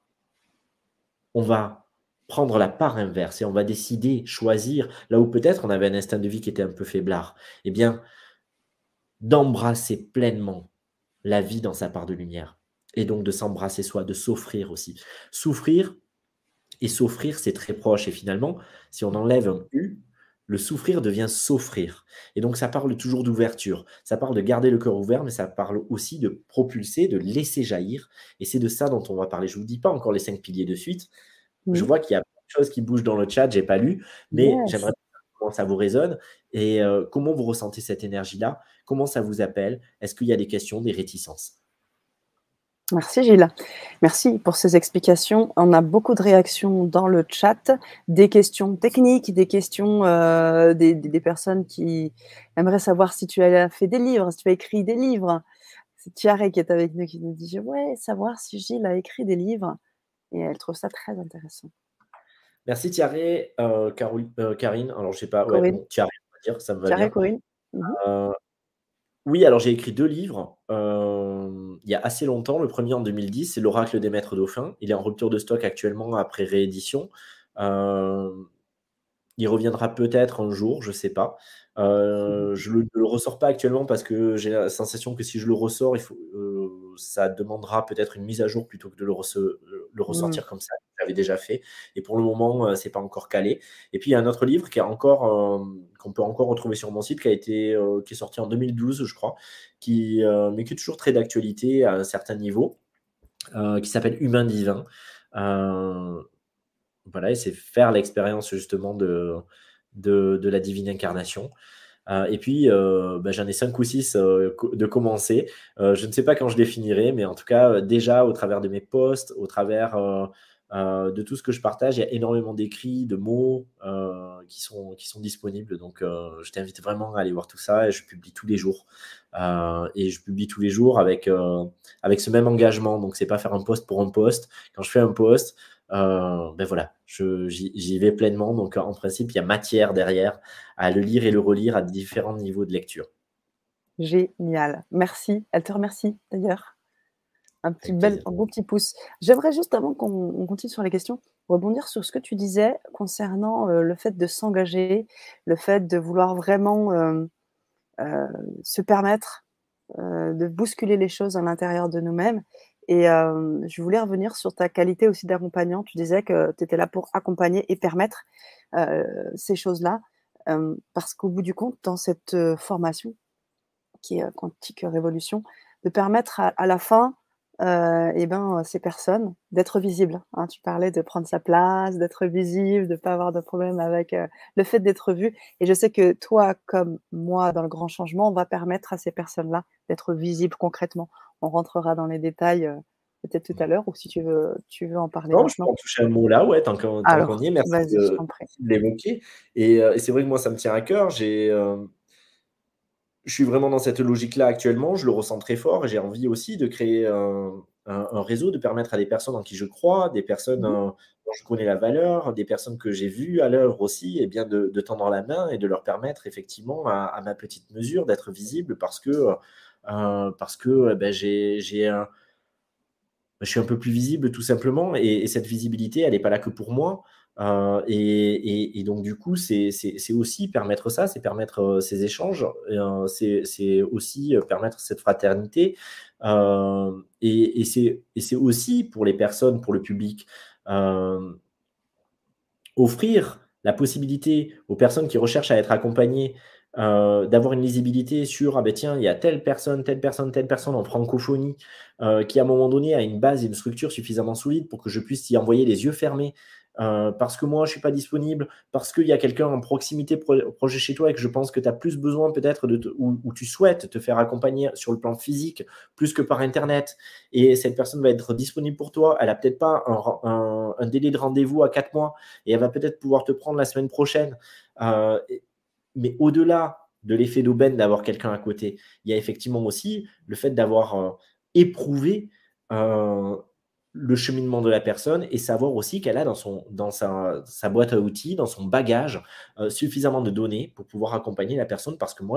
on va prendre la part inverse et on va décider, choisir, là où peut-être on avait un instinct de vie qui était un peu faiblard, eh bien, d'embrasser pleinement la vie dans sa part de lumière. Et donc de s'embrasser soi, de s'offrir aussi. Souffrir et s'offrir, c'est très proche. Et finalement, si on enlève un U, le souffrir devient s'offrir. Et donc ça parle toujours d'ouverture. Ça parle de garder le cœur ouvert, mais ça parle aussi de propulser, de laisser jaillir. Et c'est de ça dont on va parler. Je ne vous dis pas encore les 5 piliers de suite. Je Mmh. vois qu'il y a plein de choses qui bougent dans le chat, j'ai pas lu, mais Yes. j'aimerais savoir comment ça vous résonne et comment vous ressentez cette énergie-là? Comment ça vous appelle? Est-ce qu'il y a des questions, des réticences? Merci Gilles. Merci pour ces explications. On a beaucoup de réactions dans le chat, des questions techniques, des questions, des personnes qui aimeraient savoir si tu as fait des livres, si tu as écrit des livres. C'est Tiare qui est avec nous qui nous dit: «Ouais, savoir si Gilles a écrit des livres» et elle trouve ça très intéressant. Merci Thierry, Karine, alors je sais pas, ouais, Corinne, bon, Thierry, on va dire, ça me va Tiare, bien. Corinne? Mmh. Heu, oui, alors j'ai écrit 2 livres, il y a assez longtemps. Le premier en 2010, c'est «L'oracle des maîtres dauphins». Il est en rupture de stock actuellement après réédition. Hem Il reviendra peut-être un jour, je sais pas. Je ne le ressors pas actuellement parce que j'ai la sensation que si je le ressors, ça demandera peut-être une mise à jour plutôt que de le Mmh. ressortir comme ça. J'avais déjà fait et pour le moment, c'est pas encore calé. Et puis il y a un autre livre qui est encore, qu'on peut encore retrouver sur mon site, qui est sorti en 2012, je crois, mais qui est toujours très d'actualité à un certain niveau, qui s'appelle Humain divin. Heu voilà, et c'est faire l'expérience justement de la divine incarnation. Et puis, bah, j'en ai 5 ou 6 de commencer. Je ne sais pas quand je les finirai, mais en tout cas, déjà au travers de mes posts, au travers de tout ce que je partage, il y a énormément d'écrits, de mots qui sont disponibles. Donc, je t'invite vraiment à aller voir tout ça. Et je publie tous les jours. Et je publie tous les jours avec ce même engagement. Donc, c'est pas faire un post pour un post. Quand je fais un post, ben voilà, j'y vais pleinement. Donc, en principe, il y a matière derrière à le lire et le relire à différents niveaux de lecture. Génial. Merci. Elle te remercie d'ailleurs. Avec plaisir. Un beau petit pouce. J'aimerais juste avant qu'on continue sur les questions, rebondir sur ce que tu disais concernant, le fait de s'engager, le fait de vouloir vraiment, heu, se permettre, de bousculer les choses à l'intérieur de nous-mêmes et je voulais revenir sur ta qualité aussi d'accompagnant. Tu disais que tu étais là pour accompagner et permettre, ces choses-là, parce qu'au bout du compte, dans cette, formation qui est, Quantique Révolution, de permettre à la fin, et ben, ces personnes d'être visibles, hein. Tu parlais de prendre sa place, d'être visible, de pas avoir de problème avec, le fait d'être vu et je sais que toi, comme moi, dans le grand changement, on va permettre à ces personnes-là d'être visibles concrètement. On rentrera dans les détails, peut-être tout à l'heure ou si tu veux en parler Non, je peux maintenant. en toucher un mot là, ouais, tant qu'on Alors, y est. Merci vas-y, je t'en prie. de l'évoquer. Et c'est vrai que moi, ça me tient à cœur. Je suis vraiment dans cette logique-là actuellement, je le ressens très fort et j'ai envie aussi de créer un réseau, de permettre à des personnes en qui je crois, des personnes Mmh. dont je connais la valeur, des personnes que j'ai vues à l'œuvre aussi, et bien de tendre la main et de leur permettre effectivement à ma petite mesure d'être visible parce que ben, je suis un peu plus visible tout simplement et cette visibilité, elle n'est pas là que pour moi. Et donc du coup, c'est aussi permettre ça, c'est permettre ces échanges, c'est aussi permettre cette fraternité. Et c'est aussi pour les personnes, pour le public, offrir la possibilité aux personnes qui recherchent à être accompagnées, d'avoir une lisibilité sur: «Ah ben tiens, il y a telle personne, telle personne, telle personne en francophonie, qui à un moment donné a une base et une structure suffisamment solide pour que je puisse y envoyer les yeux fermés, parce que moi je suis pas disponible, parce qu'il y a quelqu'un en proximité proche de chez toi et que je pense que tu as plus besoin peut-être ou tu souhaites te faire accompagner sur le plan physique plus que par internet et cette personne va être disponible pour toi. Elle a peut-être pas un délai de rendez-vous à 4 mois et elle va peut-être pouvoir te prendre la semaine prochaine». Et mais au-delà de l'effet d'aubaine d'avoir quelqu'un à côté, il y a effectivement aussi le fait d'avoir, éprouvé, heu, le cheminement de la personne et savoir aussi qu'elle a dans sa boîte à outils, dans son bagage, suffisamment de données pour pouvoir accompagner la personne. Parce que moi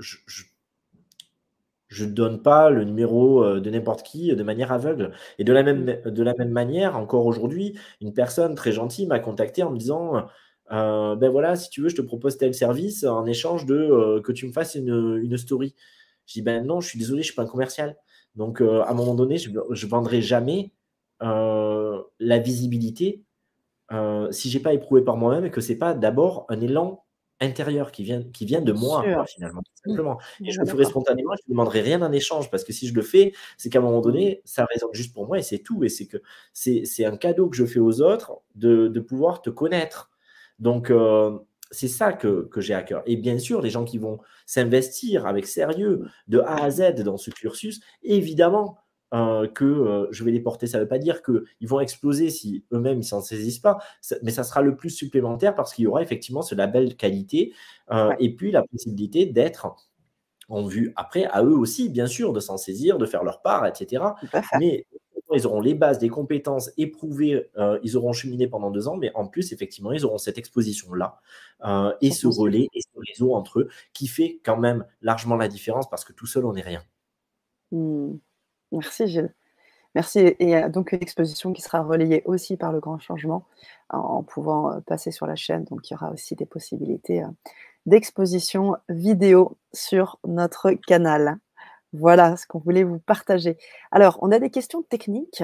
je donne pas le numéro, de n'importe qui, de manière aveugle et Mmh. de la même manière, encore aujourd'hui, une personne très gentille m'a contacté en me disant, «Ben voilà, si tu veux, je te propose tel service en échange de, que tu me fasses une story». Je dis: «Ben non, je suis désolé, je suis pas un commercial». Donc, à un moment donné, je vendrai jamais, la visibilité si j'ai pas éprouvé par moi-même et que c'est pas d'abord un élan intérieur qui vient de Bien moi, quoi, sûr. finalement, tout Mmh. simplement. Et On je est le ferai d'accord. spontanément, je ne demanderai rien en échange parce que si je le fais, c'est qu'à un moment Mmh. donné, ça résonne juste pour moi et c'est tout et c'est que c'est un cadeau que je fais aux autres de pouvoir te connaître. Donc c'est ça que j'ai à cœur et bien sûr, les gens qui vont s'investir avec sérieux Mmh. de A à Z dans ce cursus, évidemment, que, je vais les porter. Ça ne veut pas dire qu'ils vont exploser si eux-mêmes ils s'en saisissent pas, mais ça sera le plus supplémentaire parce qu'il y aura effectivement ce label qualité, Ouais, et puis la possibilité d'être en vue après à eux aussi, bien sûr, de s'en saisir, de faire leur part, et cetera. tout à fait. Mais ils auront les bases, des compétences éprouvées, ils auront cheminé pendant 2 ans, mais en plus, effectivement, ils auront cette exposition-là, et Sans ce poursuite. relais et ce réseau entre eux qui fait quand même largement la différence parce que tout seul, on n'est rien. Mmh. Merci Gilles. Merci et il y a donc une exposition qui sera relayée aussi par Le Grand Changement en pouvant, passer sur la chaîne. Donc il y aura aussi des possibilités, d'exposition vidéo sur notre canal. Voilà ce qu'on voulait vous partager. Alors, on a des questions techniques.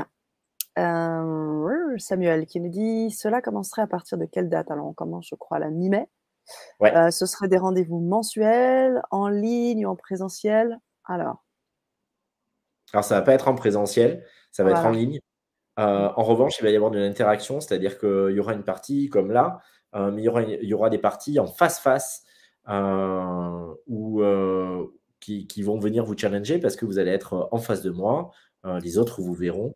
Samuel qui nous dit: «Cela commencerait à partir de quelle date?» Alors on commence je crois à la mi-mai. Ouais. Ce serait des rendez-vous mensuels, en ligne ou en présentiel? Alors, Alors ça va pas être en présentiel, ça va être en voilà. ligne. Mmh. En revanche, il va y avoir de l'interaction, c'est-à-dire qu'il y aura une partie comme là, mais il y aura des parties en face-face, où, qui vont venir vous challenger parce que vous allez être, en face de moi, les autres vous verront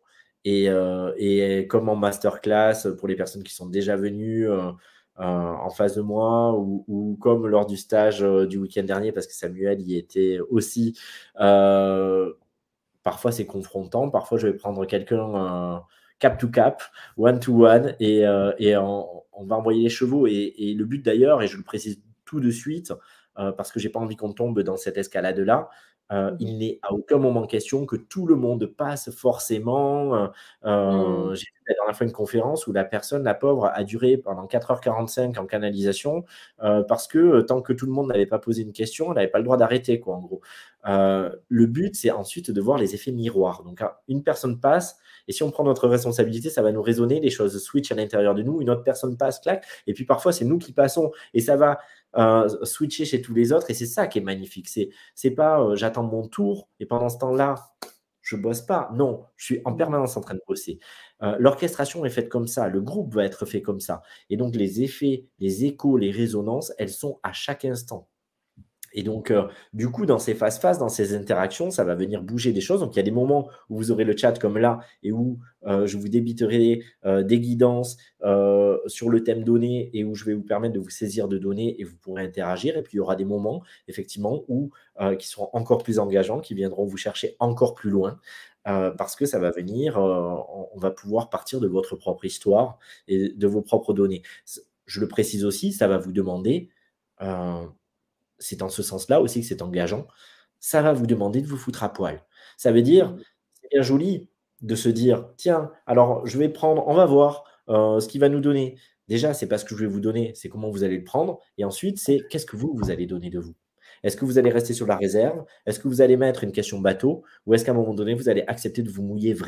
et comme en masterclass, pour les personnes qui sont déjà venues, en face de moi ou comme lors du stage, du week-end dernier parce que Samuel y était aussi, heu parfois, c'est confrontant. Parfois, je vais prendre quelqu'un, cap to cap, one to one et on va envoyer les chevaux et le but d'ailleurs et je le précise tout de suite, parce que j'ai pas envie qu'on tombe dans cette escalade-là, Mmh mh. il n'est à aucun moment question que tout le monde passe forcément, Mmh. j'ai vu la dernière fois une conférence où la personne, la pauvre, a duré pendant 4h45 en canalisation, parce que, tant que tout le monde n'avait pas posé une question, elle n'avait pas le droit d'arrêter quoi, en gros. Le but, c'est ensuite de voir les effets miroirs. Donc, une personne passe, et si on prend notre responsabilité, ça va nous résonner, les choses switch à l'intérieur de nous. Une autre personne passe, clac, et puis parfois, c'est nous qui passons, et ça va switcher chez tous les autres, et c'est ça qui est magnifique. C'est pas j'attends mon tour, et pendant ce temps-là, je bosse pas. Non, je suis en Mmh. permanence en train de bosser. L'orchestration est faite comme ça, le groupe va être fait comme ça. Et donc, les effets, les échos, les résonances, elles sont à chaque instant. Et donc, du coup, dans ces face-face, dans ces interactions, ça va venir bouger des choses. Donc, il y a des moments où vous aurez le chat comme là et où, je vous débiterai, des guidances, sur le thème donné et où je vais vous permettre de vous saisir de données et vous pourrez interagir. Et puis, il y aura des moments, effectivement, où, qui seront encore plus engageants, qui viendront vous chercher encore plus loin, parce que ça va venir, on va pouvoir partir de votre propre histoire et de vos propres données. Je le précise aussi, ça va vous demander, heu c'est dans ce sens-là aussi que c'est engageant. Ça va vous demander de vous foutre à poil. Ça veut dire, Mmh. c'est bien joli de se dire: «Tiens, alors je vais prendre on va voir, ce qu'il va nous donner». Déjà, c'est pas ce que je vais vous donner, c'est comment vous allez le prendre et ensuite, c'est qu'est-ce que vous allez donner de vous? Est-ce que vous allez rester sur la réserve? Est-ce que vous allez mettre une question bateau? Ou est-ce qu'à un moment donné, vous allez accepter de vous mouiller vraiment?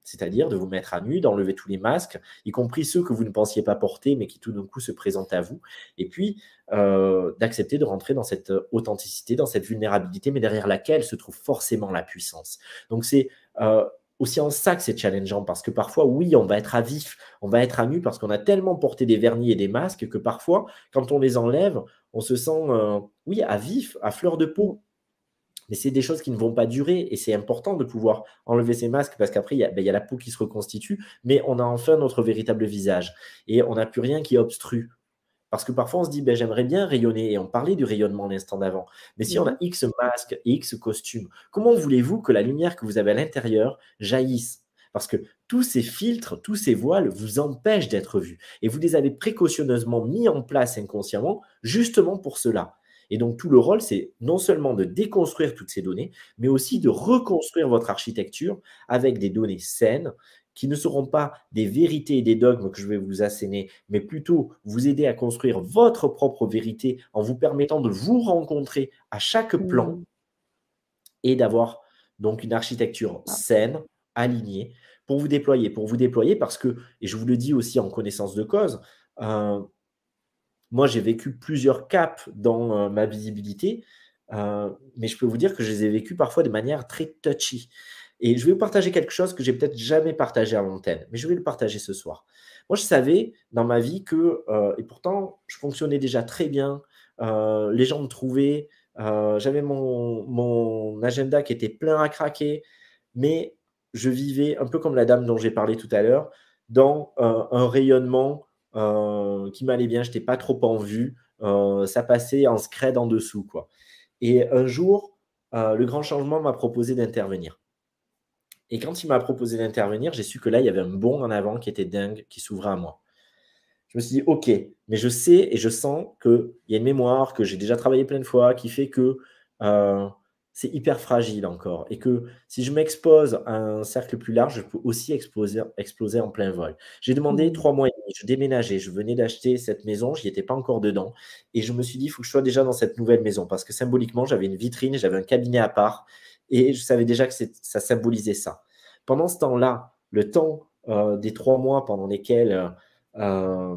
c'est-à-dire de vous mettre à nu, d'enlever tous les masques, y compris ceux que vous ne pensiez pas porter, mais qui tout d'un coup se présentent à vous, et puis d'accepter de rentrer dans cette authenticité, dans cette vulnérabilité, mais derrière laquelle se trouve forcément la puissance. Donc c'est aussi en ça que c'est challengeant, parce que parfois, oui, on va être à vif, on va être à nu, parce qu'on a tellement porté des vernis et des masques que parfois, quand on les enlève, on se sent, oui, à vif, à fleur de Mmh. peau. Mais c'est des choses qui ne vont pas durer et c'est important de pouvoir enlever ces masques parce qu'après, il y a la peau qui se reconstitue, mais on a enfin notre véritable visage et on n'a plus rien qui obstrue. Parce que parfois, on se dit, ben, j'aimerais bien rayonner et on parlait du rayonnement l'instant d'avant. Mais si on a Mmh. X masques et X costumes, comment voulez-vous que la lumière que vous avez à l'intérieur jaillisse? Parce que tous ces filtres, tous ces voiles vous empêchent d'être vus. Et vous les avez précautionneusement mis en place inconsciemment, justement pour cela. Et donc, tout le rôle, c'est non seulement de déconstruire toutes ces données, mais aussi de Mmh. reconstruire votre architecture avec des données saines qui ne seront pas des vérités et des dogmes que je vais vous asséner, mais plutôt vous aider à construire votre propre vérité en vous permettant de vous rencontrer à chaque plan Mmh. et d'avoir donc une architecture Ah. saine, alignée, pour vous déployer parce que, et je vous le dis aussi en connaissance de cause, euh, moi j'ai vécu plusieurs caps dans ma visibilité, mais je peux vous dire que je les ai vécus parfois de manière très touchy. Et je vais vous partager quelque chose que j'ai peut-être jamais partagé à l'antenne, mais je vais le partager ce soir. Moi, je savais dans ma vie que, et pourtant, je fonctionnais déjà très bien, les gens me trouvaient, j'avais mon agenda qui était plein à craquer, mais je vivais un peu comme la dame dont j'ai parlé tout à l'heure, dans un rayonnement qui m'allait bien, je n'étais pas trop en vue, ça passait en scred en dessous, quoi. Et un jour, le grand changement m'a proposé d'intervenir. Et quand il m'a proposé d'intervenir, j'ai su que là, il y avait un bond en avant qui était dingue, qui s'ouvrait à moi. Je me suis dit, OK, mais je sais et je sens qu'il y a une mémoire, que j'ai déjà travaillé plein de fois, qui fait que euh, c'est hyper fragile encore. Et que si je m'expose à un cercle plus large, je peux aussi exploser en plein vol. J'ai demandé Mmh. 3 mois et demi, je déménageais, je venais d'acheter cette maison, je n'y étais pas encore dedans. Et je me suis dit, il faut que je sois déjà dans cette nouvelle maison, parce que symboliquement, j'avais une vitrine, j'avais un cabinet à part, et je savais déjà que ça symbolisait ça. Pendant ce temps-là, le temps des 3 mois pendant lesquels euh,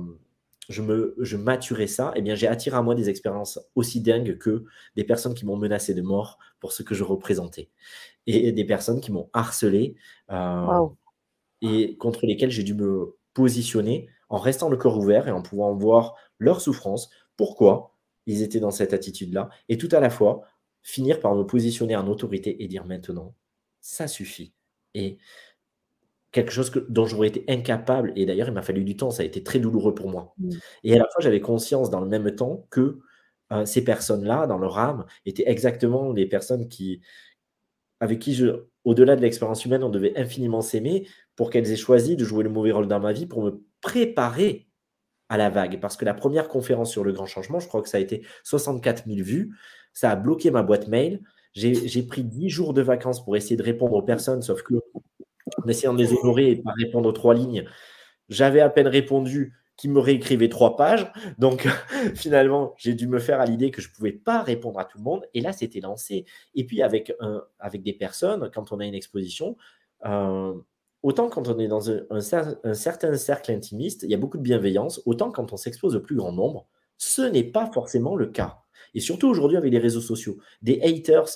je maturais ça, eh bien, j'ai attiré à moi des expériences aussi dingues que des personnes qui m'ont menacé de mort pour ce que je représentais. Et des personnes qui m'ont harcelé euh, Waouh! et contre lesquelles j'ai dû me positionner en restant le cœur ouvert et en pouvant voir leur souffrance, pourquoi ils étaient dans cette attitude-là, et tout à la fois finir par me positionner en autorité et dire maintenant, ça suffit. Et quelque chose dont j'aurais été incapable, et d'ailleurs il m'a fallu du temps, ça a été très douloureux pour moi. Mmh. Et à la fois j'avais conscience dans le même temps que ces personnes-là, dans leur âme, étaient exactement les personnes avec qui au-delà de l'expérience humaine, on devait infiniment s'aimer pour qu'elles aient choisi de jouer le mauvais rôle dans ma vie pour me préparer à la vague. Parce que la première conférence sur le grand changement, je crois que ça a été 64 000 vues, ça a bloqué ma boîte mail. J'ai pris 10 jours de vacances pour essayer de répondre aux personnes, sauf que en essayant de les honorer et de pas répondre aux 3 lignes, j'avais à peine répondu qu'ils me réécrivaient 3 pages. Donc, finalement, j'ai dû me faire à l'idée que je ne pouvais pas répondre à tout le monde. Et là, c'était lancé. Et puis, avec des personnes, quand on a une exposition, euh, autant quand on est dans un certain cercle intimiste, il y a beaucoup de bienveillance, autant quand on s'expose au plus grand nombre, ce n'est pas forcément le cas. Et surtout aujourd'hui avec les réseaux sociaux, des haters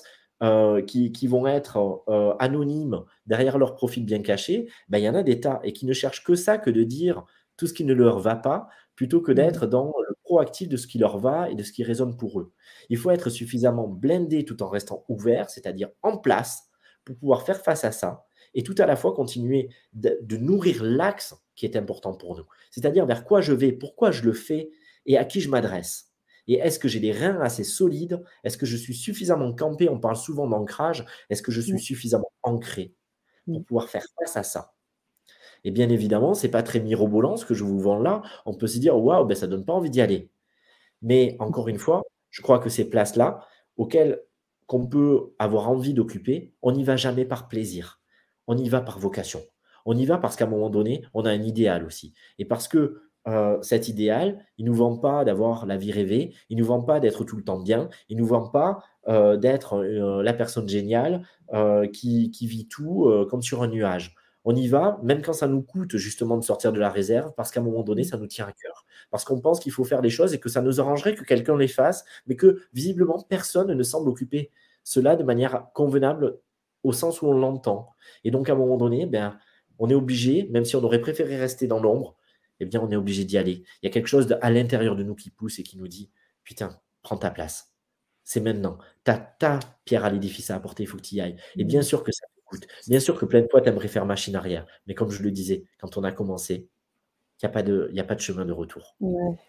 qui vont être anonymes derrière leur profil bien caché, ben, il y en a des tas et qui ne cherchent que ça, que de dire tout ce qui ne leur va pas, plutôt que Mmh. d'être dans le proactif de ce qui leur va et de ce qui résonne pour eux. Il faut être suffisamment blindé tout en restant ouvert, c'est-à-dire en place, pour pouvoir faire face à ça et tout à la fois continuer de nourrir l'axe qui est important pour nous. C'est-à-dire vers quoi je vais, pourquoi je le fais et à qui je m'adresse. Et est-ce que j'ai des reins assez solides? Est-ce que je suis suffisamment campé? On parle souvent d'ancrage. Est-ce que je suis Mmh. suffisamment ancré Mmh. pour pouvoir faire face à ça? Et bien évidemment, c'est pas très mirobolant ce que je vous vends là. On peut se dire, waouh, ben ça donne pas envie d'y aller. Mais encore une fois, je crois que ces places-là, auxquelles qu'on peut avoir envie d'occuper, on n'y va jamais par plaisir. On y va par vocation. On y va parce qu'à un moment donné, on a un idéal aussi. Et parce que cet idéal, il ne nous vend pas d'avoir la vie rêvée, il ne nous vend pas d'être tout le temps bien, il ne nous vend pas d'être la personne géniale qui vit tout comme sur un nuage. On y va, même quand ça nous coûte justement de sortir de la réserve, parce qu'à un moment donné, Mmh. ça nous tient à cœur. Parce qu'on pense qu'il faut faire les choses et que ça nous arrangerait que quelqu'un les fasse, mais que visiblement personne ne semble occuper cela de manière convenable au sens où on l'entend. Et donc à un moment donné, ben, on est obligé, même si on aurait préféré rester dans l'ombre, eh bien on est obligé d'y aller. Il y a quelque chose à l'intérieur de nous qui pousse et qui nous dit, putain, prends ta place. C'est maintenant. Tu as ta pierre à l'édifice à apporter, il faut que tu y ailles. Et bien Mmh. sûr que ça te coûte. Bien sûr que plein de fois, tu aimerais faire machine arrière. Mais comme je le disais, quand on a commencé, il y a pas de chemin de retour. Ouais.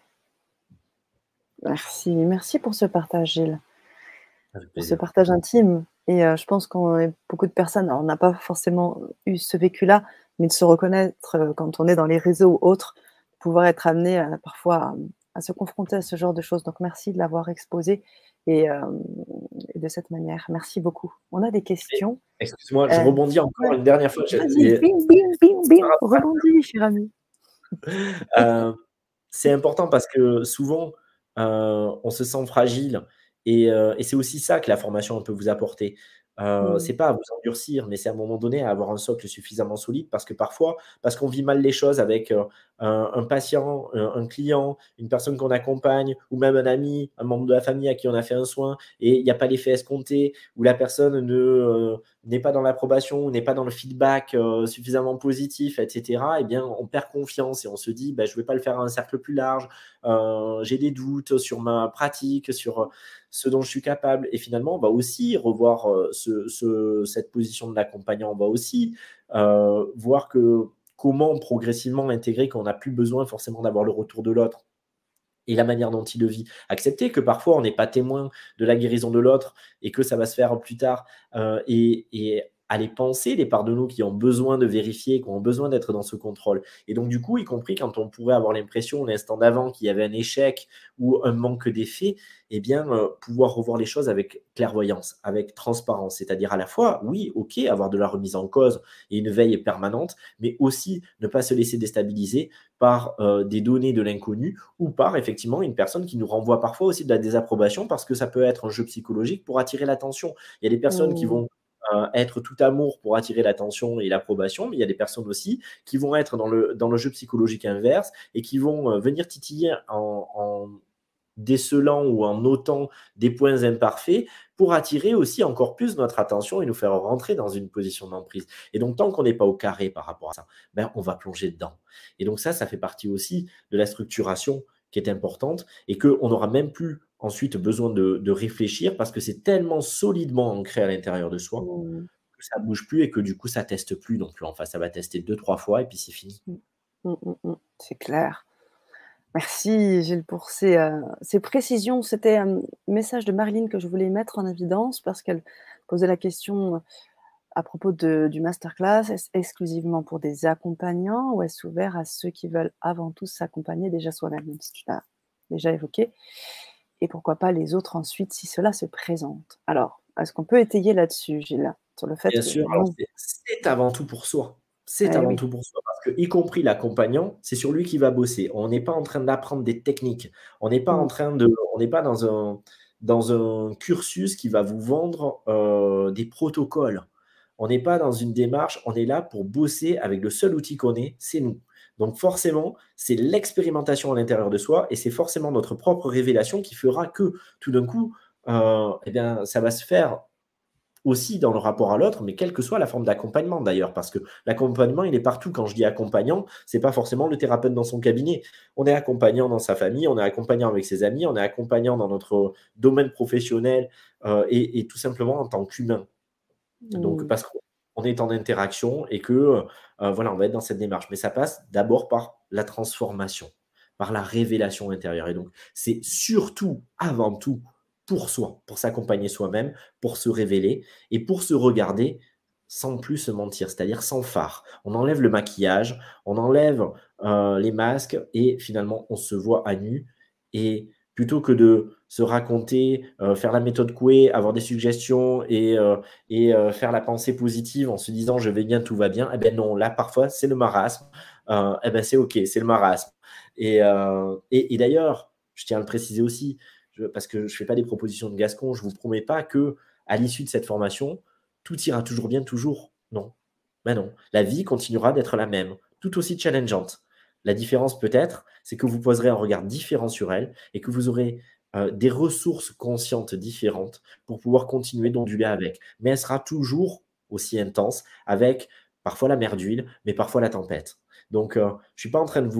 Merci. Merci pour ce partage, Gilles, Avec pour ce plaisir. partage intime et je pense qu'on est beaucoup de personnes, alors on n'a pas forcément eu ce vécu-là, mais de se reconnaître, quand on est dans les réseaux ou autres, pouvoir être amené parfois à se confronter à ce genre de choses. Donc merci de l'avoir exposé et de cette manière. Merci beaucoup. On a des Et questions. excuse-moi, je Heu, rebondis encore ouais, une dernière fois. vas-y, bing, bing, bing, bing, rebondis, cher ami. Heu, c'est important parce que souvent, on se sent fragile et c'est aussi ça que la formation peut vous apporter. Mmh. C'est pas à vous endurcir, mais c'est à un moment donné à avoir un socle suffisamment solide parce que parfois, parce qu'on vit mal les choses avec, un patient, un client, une personne qu'on accompagne ou même un ami, un membre de la famille à qui on a fait un soin et il y a pas l'effet escompté ou la personne n'est pas dans l'approbation ou n'est pas dans le feedback, suffisamment positif et cetera, eh bien, on perd confiance et on se dit: «Bah, je vais pas le faire à un cercle plus large, j'ai des doutes sur ma pratique, sur, ce dont je suis capable» et finalement, on va aussi revoir, cette position de l'accompagnant. On va aussi, voir que comment progressivement intégrer qu'on n'a plus besoin forcément d'avoir le retour de l'autre et la manière dont il le vit. Accepter que parfois on n'est pas témoin de la guérison de l'autre et que ça va se faire plus tard, et aller penser les parts de nous qui ont besoin de vérifier, qui ont besoin d'être dans ce contrôle. Et donc du coup, y compris quand on pourrait avoir l'impression l'instant d'avant qu'il y avait un échec ou un manque d'effet, eh bien, pouvoir revoir les choses avec clairvoyance, avec transparence. C'est-à-dire à la fois, oui, OK, avoir de la remise en cause et une veille permanente, mais aussi ne pas se laisser déstabiliser par, des données de l'inconnu ou par effectivement une personne qui nous renvoie parfois aussi de la désapprobation parce que ça peut être un jeu psychologique pour attirer l'attention. Il y a des personnes qui Mmh. vont être tout amour pour attirer l'attention et l'approbation, mais il y a des personnes aussi qui vont être dans le jeu psychologique inverse et qui vont venir titiller en décelant ou en notant des points imparfaits pour attirer aussi encore plus notre attention et nous faire rentrer dans une position d'emprise. Et donc, tant qu'on n'est pas au carré par rapport à ça, ben, on va plonger dedans. Et donc ça fait partie aussi de la structuration qui est importante et qu'on n'aura même plus ensuite besoin de réfléchir parce que c'est tellement solidement ancré à l'intérieur de soi Mmh. que ça bouge plus et que du coup, ça teste plus non plus. Enfin, ça va tester deux, trois fois et puis c'est fini. Mmh. Mmh, mmh, mmh. C'est clair. Merci Gilles pour ces précisions. C'était un message de Marilyn que je voulais mettre en évidence parce qu'elle posait la question, à propos du masterclass. Est-ce exclusivement pour des accompagnants ou est-ce ouvert à ceux qui veulent avant tout s'accompagner déjà soi-même? Même si tu l'as déjà évoqué et pourquoi pas les autres ensuite si cela se présente? Alors, est-ce qu'on peut étayer là-dessus Gilles? Sur le fait Bien que sûr, alors vraiment c'est avant tout pour soi. C'est eh avant oui. tout pour soi parce que, y compris l'accompagnant, c'est sur lui qui va bosser. On n'est pas en train d'apprendre des techniques. Mmh. On n'est pas dans un cursus qui va vous vendre, des protocoles. On n'est pas dans une démarche, on est là pour bosser avec le seul outil qu'on ait, c'est nous. Donc forcément, c'est l'expérimentation à l'intérieur de soi et c'est forcément notre propre révélation qui fera que, tout d'un coup, et bien, ça va se faire aussi dans le rapport à l'autre, mais quelle que soit la forme d'accompagnement d'ailleurs, parce que l'accompagnement, il est partout. Quand je dis accompagnant, c'est pas forcément le thérapeute dans son cabinet. On est accompagnant dans sa famille, on est accompagnant avec ses amis, on est accompagnant dans notre domaine professionnel et tout simplement en tant qu'humain. Donc Mmh. parce qu'on est en interaction et que voilà, on va être dans cette démarche. Mais ça passe d'abord par la transformation, par la révélation intérieure. Et donc, c'est surtout, avant tout, pour soi, pour s'accompagner soi-même, pour se révéler et pour se regarder sans plus se mentir, c'est-à-dire sans fard. On enlève le maquillage, on enlève les masques et finalement on se voit à nu. Et plutôt que de se raconter, faire la méthode Coué, avoir des suggestions faire la pensée positive en se disant: «Je vais bien, tout va bien», eh ben non, là, parfois, c'est le marasme. Et ben, c'est OK, c'est le marasme. Et d'ailleurs, je tiens à le préciser aussi, parce que je fais pas des propositions de gascon, je vous promets pas que à l'issue de cette formation, tout ira toujours bien, toujours. Non. Ben non, la vie continuera d'être la même, tout aussi challengeante. La différence peut-être, c'est que vous poserez un regard différent sur elle et que vous aurez des ressources conscientes différentes pour pouvoir continuer d'onduler avec. Mais elle sera toujours aussi intense avec parfois la mer d'huile, mais parfois la tempête. Donc, je ne suis pas en train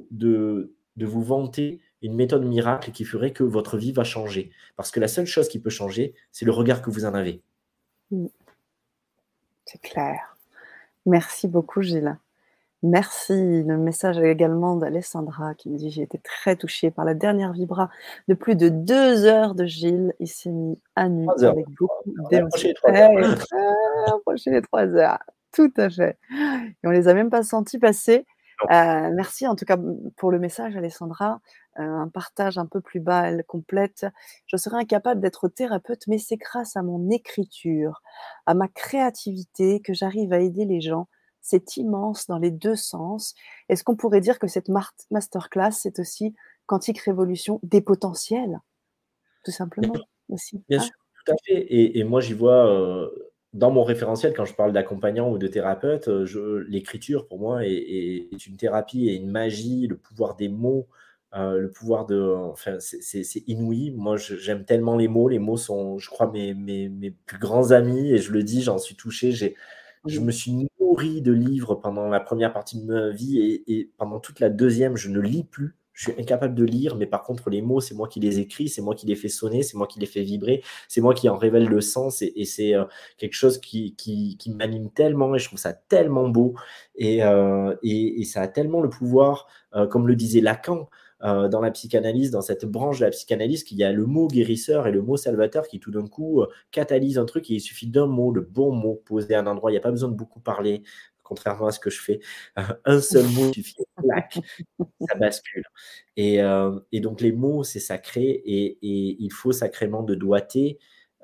de vous vanter une méthode miracle qui ferait que votre vie va changer. Parce que la seule chose qui peut changer, c'est le regard que vous en avez. Mmh, c'est clair. Merci beaucoup Gilles. Merci. Le message également d'Alessandra qui me dit: «J'ai été très touchée par la dernière vibra de plus de 2 heures de Gilles. Il s'est mis à nu 3 heures. avec beaucoup On a approché d'émotion». les 3 Eh, heures. approché les 3 heures. Tout à fait et on les a même pas sentis passer. Merci en tout cas, pour le message Alessandra, un partage un peu plus bas, elle complète: «Je serais incapable d'être thérapeute, mais c'est grâce à mon écriture, à ma créativité que j'arrive à aider les gens. C'est immense dans les 2 sens». Est-ce qu'on pourrait dire que cette masterclass, c'est aussi Quantique Révolution des potentiels? Tout Bien simplement, aussi, Bien hein? sûr, tout à fait et moi j'y vois, dans mon référentiel quand je parle d'accompagnant ou de thérapeute, je l'écriture pour moi est une thérapie et une magie, le pouvoir des mots, le pouvoir de enfin c'est inouï. Moi j'aime tellement les mots sont je crois mes plus grands amis et je le dis, j'en suis touché. Je Mmh. me suis nourri de livres pendant la première partie de ma vie et pendant toute la deuxième, je ne lis plus. Je suis incapable de lire, mais par contre, les mots, c'est moi qui les écris, c'est moi qui les fais sonner, c'est moi qui les fais vibrer, c'est moi qui en révèle le sens et c'est quelque chose qui m'anime tellement et je trouve ça tellement beau et ça a tellement le pouvoir, comme le disait Lacan, dans la psychanalyse, dans cette branche de la psychanalyse, qu'il y a le mot guérisseur et le mot salvateur qui tout d'un coup catalyse un truc et il suffit d'un mot, le bon mot posé à un endroit. Il n'y a pas besoin de beaucoup parler, contrairement à ce que je fais. Un seul mot suffit, clac, ça bascule. Et donc les mots, c'est sacré et il faut sacrément de doigté,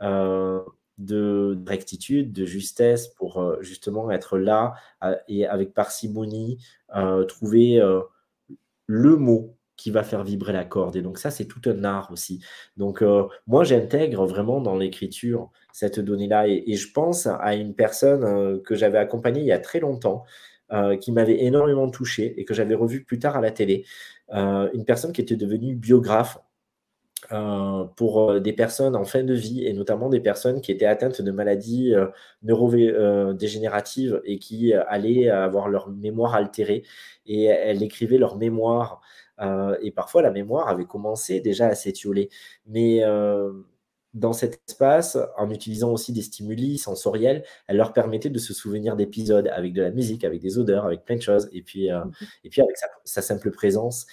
de rectitude, de justesse pour justement être là et avec parcimonie, trouver le mot qui va faire vibrer la corde et donc ça, c'est tout un art aussi. Donc moi, j'intègre vraiment dans l'écriture cette donnée-là et je pense à une personne, que j'avais accompagnée il y a très longtemps, qui m'avait énormément touché et que j'avais revu plus tard à la télé. Une personne qui était devenue biographe, pour, des personnes en fin de vie et notamment des personnes qui étaient atteintes de maladies, dégénératives et qui, allaient avoir leur mémoire altérée et elle écrivait leur mémoire, et parfois la mémoire avait commencé déjà à s'étioler. Mais, dans cet espace, en utilisant aussi des stimuli sensoriels, elle leur permettait de se souvenir d'épisodes avec de la musique, avec des odeurs, avec plein de choses Mmh. et puis avec sa simple présence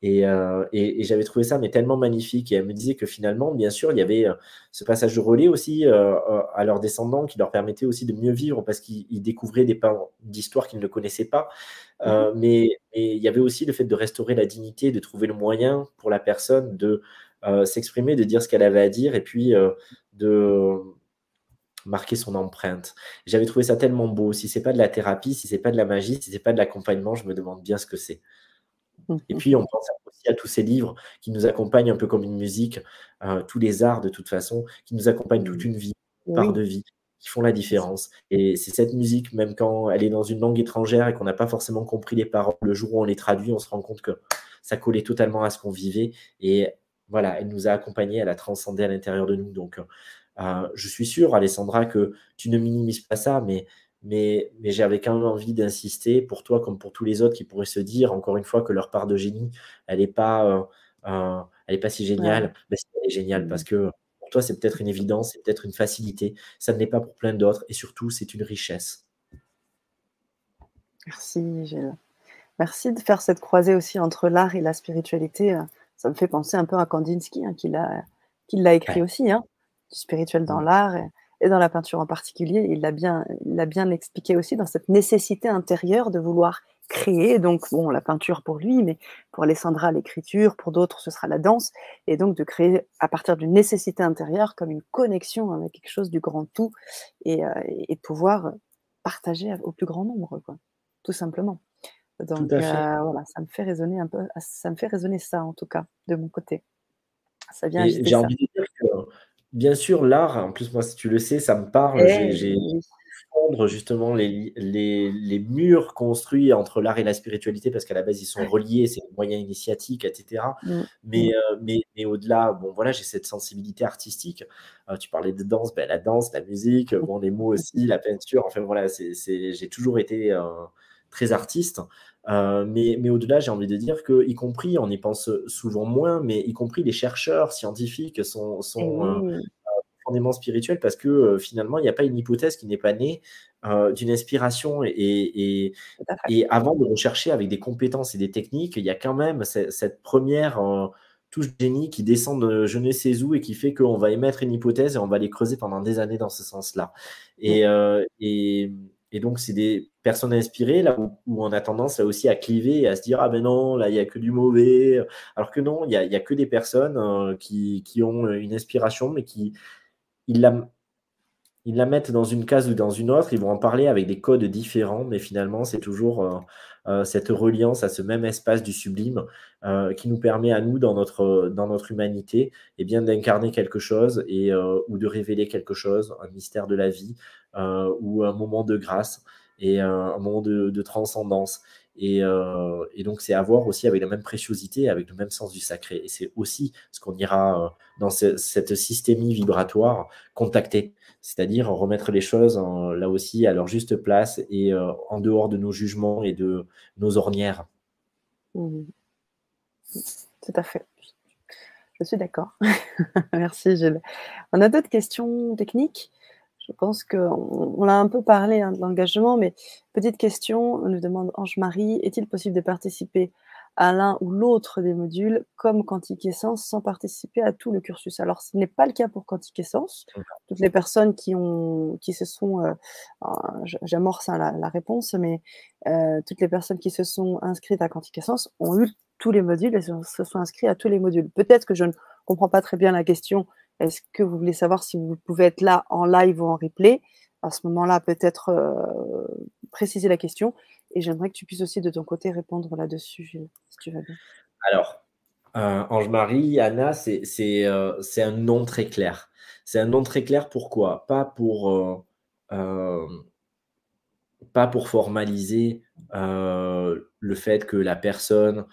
et j'avais trouvé ça mais tellement magnifique et elle me disait que finalement, bien sûr, il y avait, ce passage de relais aussi, à leurs descendants qui leur permettait aussi de mieux vivre parce qu'ils découvraient des pans d'histoire qu'ils ne connaissaient pas. Mmh mh. Mais il y avait aussi le fait de restaurer la dignité, de trouver le moyen pour la personne de, s'exprimer, de dire ce qu'elle avait à dire et puis, de marquer son empreinte. J'avais trouvé ça tellement beau. Si c'est pas de la thérapie, si c'est pas de la magie, si c'est pas de l'accompagnement, je me demande bien ce que c'est. Et puis, on pense aussi à tous ces livres qui nous accompagnent un peu comme une musique, tous les arts de toute façon, qui nous accompagnent toute Mmh. une vie, une part Oui, de vie, qui font la bien sûr. différence. Et c'est cette musique, même quand elle est dans une langue étrangère et qu'on n'a pas forcément compris les paroles, le jour où on les traduit, on se rend compte que ça collait totalement à ce qu'on vivait. Et voilà, elle nous a accompagnés, elle a transcendé à l'intérieur de nous. Donc, je suis sûr, Alessandra, que tu ne minimises pas ça, mais j'avais quand même envie d'insister pour toi comme pour tous les autres qui pourraient se dire, encore une fois, que leur part de génie, elle n'est pas, elle est pas si Ouais. géniale. Mais si, elle est géniale Mmh. parce que pour toi, c'est peut-être une évidence, c'est peut-être une facilité. Ça ne l'est pas pour plein d'autres et surtout, c'est une richesse. Merci Gilles. Merci de faire cette croisée aussi entre l'art et la spiritualité, ça me fait penser un peu à Kandinsky, hein, qui l'a écrit Ouais, aussi, hein. Du spirituel dans mmh, l'art et dans la peinture en particulier. Il l'a bien expliqué aussi dans cette nécessité intérieure de vouloir créer, donc bon, la peinture pour lui, mais pour Alessandra, l'écriture, pour d'autres, ce sera la danse et donc de créer à partir d'une nécessité intérieure comme une connexion avec quelque chose du grand tout et de pouvoir, partager au plus grand nombre, quoi, tout simplement. tout Donc à fait. voilà, ça me fait résonner un peu ça me fait résonner ça en tout cas, de mon côté. Ça vient Et agiter j'ai ça. envie de dire que, bien sûr, l'art, en plus, moi, si tu le sais, ça me parle. Eh oui, fondre justement les murs construits entre l'art et la spiritualité, parce qu'à la base, ils sont reliés, c'est des moyens initiatiques, etc. Mmh. Mais au-delà, bon, voilà, j'ai cette sensibilité artistique. Tu parlais de danse, ben, la danse, la musique, bon, les mots aussi, la peinture, enfin voilà, j'ai toujours été très artiste. Mais au-delà, j'ai envie de dire que, y compris, on y pense souvent moins, mais y compris les chercheurs scientifiques Et sont oui, profondément spirituels, parce que finalement, il n'y a pas une hypothèse qui n'est pas née d'une inspiration. tout à fait. Et avant de rechercher avec des compétences et des techniques, il y a quand même cette première touche de génie qui descend de je ne sais où et qui fait qu'on va émettre une hypothèse et on va les creuser pendant des années dans ce sens-là. Mmh. Et donc, c'est des personnes inspirées, là où on a tendance là aussi à cliver et à se dire, ah ben non, là, il n'y a que du mauvais. Alors que non, il y a que des personnes qui ont une inspiration, mais ils la, ils la mettent dans une case ou dans une autre, ils vont en parler avec des codes différents, mais finalement, c'est toujours cette reliance à ce même espace du sublime qui nous permet à nous, dans notre humanité, eh bien, d'incarner quelque chose ou de révéler quelque chose, un mystère de la vie ou un moment de grâce et un moment de transcendance. Et donc, c'est à voir aussi avec la même préciosité, avec le même sens du sacré. Et c'est aussi ce qu'on ira dans cette systémie vibratoire contacter, c'est-à-dire remettre les choses là aussi à leur juste place et en dehors de nos jugements et de nos ornières. Mmh. Tout à fait. Je suis d'accord. Merci Gilles. On a d'autres questions techniques? Je pense qu'on a un peu parlé, hein, de l'engagement, mais petite question, nous demande Ange-Marie: «Est-il possible de participer à l'un ou l'autre des modules comme Quantique Essence sans participer à tout le cursus?» Alors ce n'est pas le cas pour Quantique Essence. Toutes les personnes qui se sont, j'amorce, hein, la réponse, mais toutes les personnes qui se sont inscrites à Quantique Essence ont eu tous les modules et se sont inscrits à tous les modules. Peut-être que je ne comprends pas très bien la question. Est-ce que vous voulez savoir si vous pouvez être là en live ou en replay? À ce moment-là, peut-être, préciser la question et j'aimerais que tu puisses aussi de ton côté répondre là-dessus, Gilles, si tu veux bien. Alors, Ange-Marie, Anna, c'est un nom très clair. C'est un nom très clair, pourquoi? Euh, pas pour formaliser le fait que la personne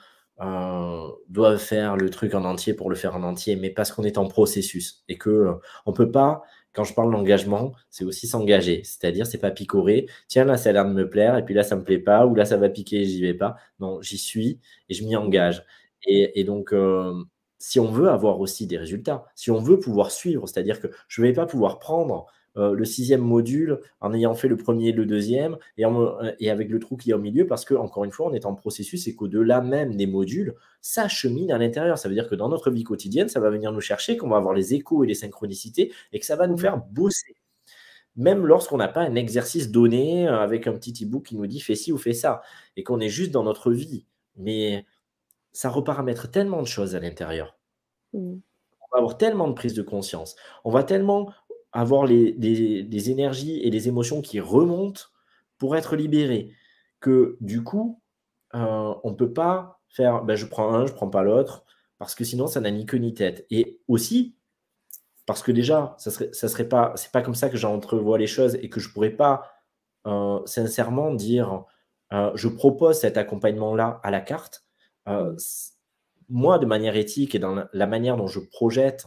doit faire le truc en entier pour le faire en entier, mais parce qu'on est en processus et que on peut pas, quand je parle d'engagement, c'est aussi s'engager. C'est-à-dire, c'est pas picorer. Tiens, là, ça a l'air de me plaire, et puis là, ça me plaît pas, ou là, ça va piquer et j'y vais pas. Non, j'y suis et je m'y Mmh. engage. Et donc, si on veut avoir aussi des résultats, si on veut pouvoir suivre, c'est-à-dire que je ne vais pas pouvoir prendre le 6e module en ayant fait le premier et le deuxième, et avec le trou qu'il y a au milieu, parce que, encore une fois, on est en processus et qu'au-delà même des modules, ça chemine à l'intérieur. Ça veut dire que dans notre vie quotidienne, ça va venir nous chercher, qu'on va avoir les échos et les synchronicités, et que ça va nous Mmh. faire bosser. Même lorsqu'on n'a pas un exercice donné avec un petit e-book qui nous dit fais ci ou fais ça, et qu'on est juste dans notre vie. Mais ça reparamètre tellement de choses à l'intérieur. Mmh. On va avoir tellement de prise de conscience. On va tellement avoir des énergies et des émotions qui remontent pour être libérés, que du coup, on ne peut pas faire ben, je prends un, je ne prends pas l'autre, parce que sinon, ça n'a ni queue ni tête. Et aussi, parce que déjà, ça serait pas, c'est pas comme ça que j'entrevois les choses et que je pourrais pas sincèrement dire je propose cet accompagnement-là à la carte. Euh, Mmh. Moi, de manière éthique et dans la manière dont je projette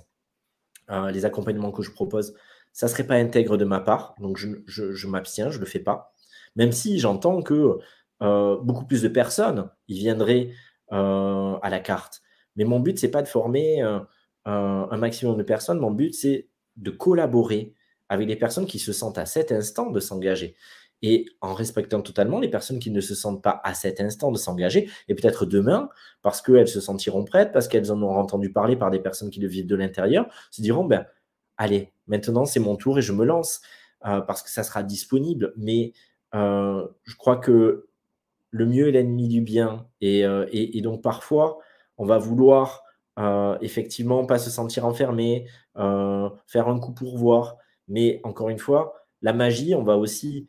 les accompagnements que je propose, ça ne serait pas intègre de ma part. Donc, je m'abstiens, je ne le fais pas. Même si j'entends que beaucoup plus de personnes y viendraient à la carte. Mais mon but, c'est pas de former un maximum de personnes. Mon but, c'est de collaborer avec les personnes qui se sentent à cet instant de s'engager. Et en respectant totalement les personnes qui ne se sentent pas à cet instant de s'engager, et peut-être demain, parce qu'elles se sentiront prêtes, parce qu'elles en auront entendu parler par des personnes qui le vivent de l'intérieur, se diront, ben, allez, maintenant c'est mon tour et je me lance, parce que ça sera disponible. Mais je crois que le mieux est l'ennemi du bien. Et donc parfois, on va vouloir effectivement pas se sentir enfermé, faire un coup pour voir. Mais encore une fois, la magie, on va aussi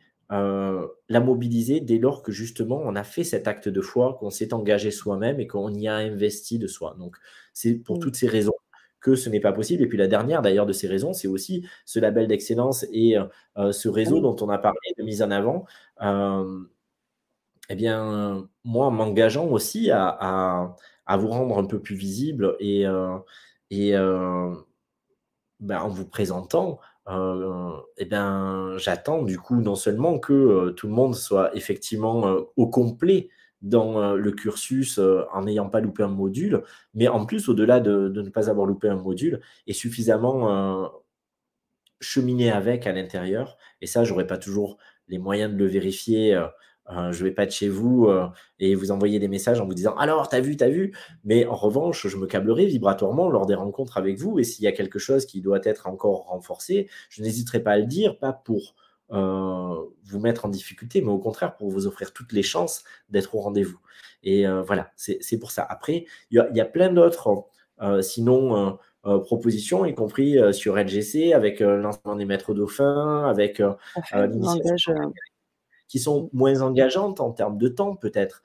la mobiliser dès lors que justement on a fait cet acte de foi, qu'on s'est engagé soi-même et qu'on y a investi de soi. Donc c'est pour Mmh. toutes ces raisons que ce n'est pas possible. Et puis la dernière d'ailleurs de ces raisons, c'est aussi ce label d'excellence et ce réseau Oui, dont on a parlé, de mise en avant. Eh bien, moi, en m'engageant aussi à vous rendre un peu plus visible et ben, en vous présentant, et ben, j'attends du coup non seulement que, tout le monde soit effectivement, au complet dans, le cursus, en n'ayant pas loupé un module, mais en plus au-delà de ne pas avoir loupé un module et suffisamment, cheminer avec à l'intérieur et ça, j'aurais pas toujours les moyens de le vérifier, je vais pas être chez vous, et vous envoyer des messages en vous disant: «Alors, tu as vu, tu as vu?» Mais en revanche, je me câblerai vibratoirement lors des rencontres avec vous et s'il y a quelque chose qui doit être encore renforcé, je n'hésiterai pas à le dire, pas pour, vous mettre en difficulté, mais au contraire pour vous offrir toutes les chances d'être au rendez-vous et voilà, c'est pour ça. Après, il y a plein d'autres, sinon, propositions, y compris sur LGC, avec le lancement des maîtres dauphins, avec tout à fait. On l'initiation engage, qui sont moins engageantes en termes de temps peut-être.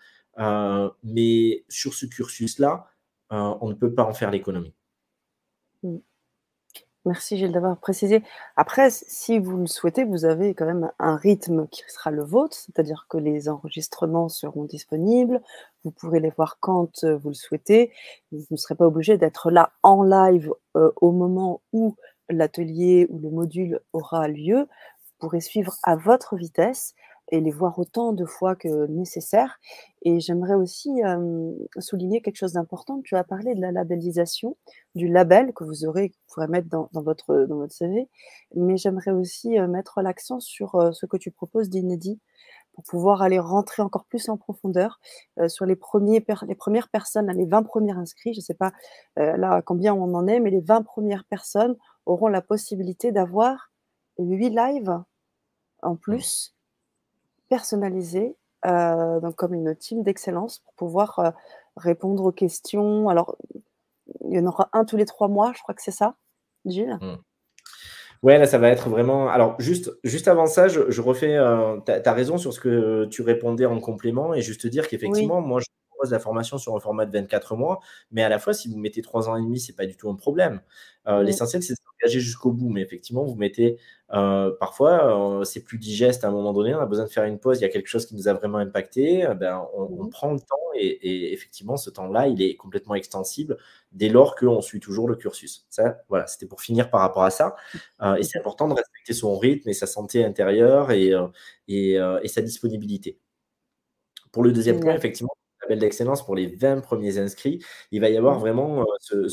Mais sur ce cursus-là, on ne peut pas en faire l'économie. mmh. Merci Gilles d'avoir précisé. Après, si vous le souhaitez, vous avez quand même un rythme qui sera le vôtre, c'est-à-dire que les enregistrements seront disponibles, vous pourrez les voir quand, vous le souhaitez. Vous ne serez pas obligé d'être là en live, au moment où l'atelier ou le module aura lieu. Vous pourrez suivre à votre vitesse et les voir autant de fois que nécessaire et j'aimerais aussi, souligner quelque chose d'important. Tu as parlé de la labellisation, du label que vous aurez, que vous pourrez mettre dans votre CV. Mais j'aimerais aussi, mettre l'accent sur, ce que tu proposes d'inédit pour pouvoir aller rentrer encore plus en profondeur, sur les premières personnes, là, les 20 premiers inscrits. Je ne sais pas, là, à combien on en est, mais les 20 premières personnes auront la possibilité d'avoir 8 lives en Mmh. plus, personnalisés, donc comme une team d'excellence pour pouvoir, répondre aux questions. Alors, il y en aura un tous les 3 mois, je crois que c'est ça, Gilles? Mmh. Ouais, là, ça va être vraiment alors juste avant ça, je refais, tu as raison sur ce que tu répondais en complément et juste dire Oui. qu'effectivement, moi, je propose la formation sur un format de 24 mois, mais à la fois, si vous mettez 3 ans et demi, c'est pas du tout un problème. Mmh. L'essentiel, c'est de s'engager jusqu'au bout, mais effectivement, vous mettez, parfois, c'est plus digeste à un moment donné, on a besoin de faire une pause, il y a quelque chose qui nous a vraiment impacté, ben, on Mmh. prend le temps et effectivement, ce temps-là, il est complètement extensible dès lors qu'on suit toujours le cursus. Ça, voilà, c'était pour finir par rapport à ça. Et c'est important de respecter son rythme et sa santé intérieure et sa disponibilité. Pour le deuxième point, Génial. effectivement, label d'excellence pour les 20 premiers inscrits, il va y avoir Mmh. vraiment,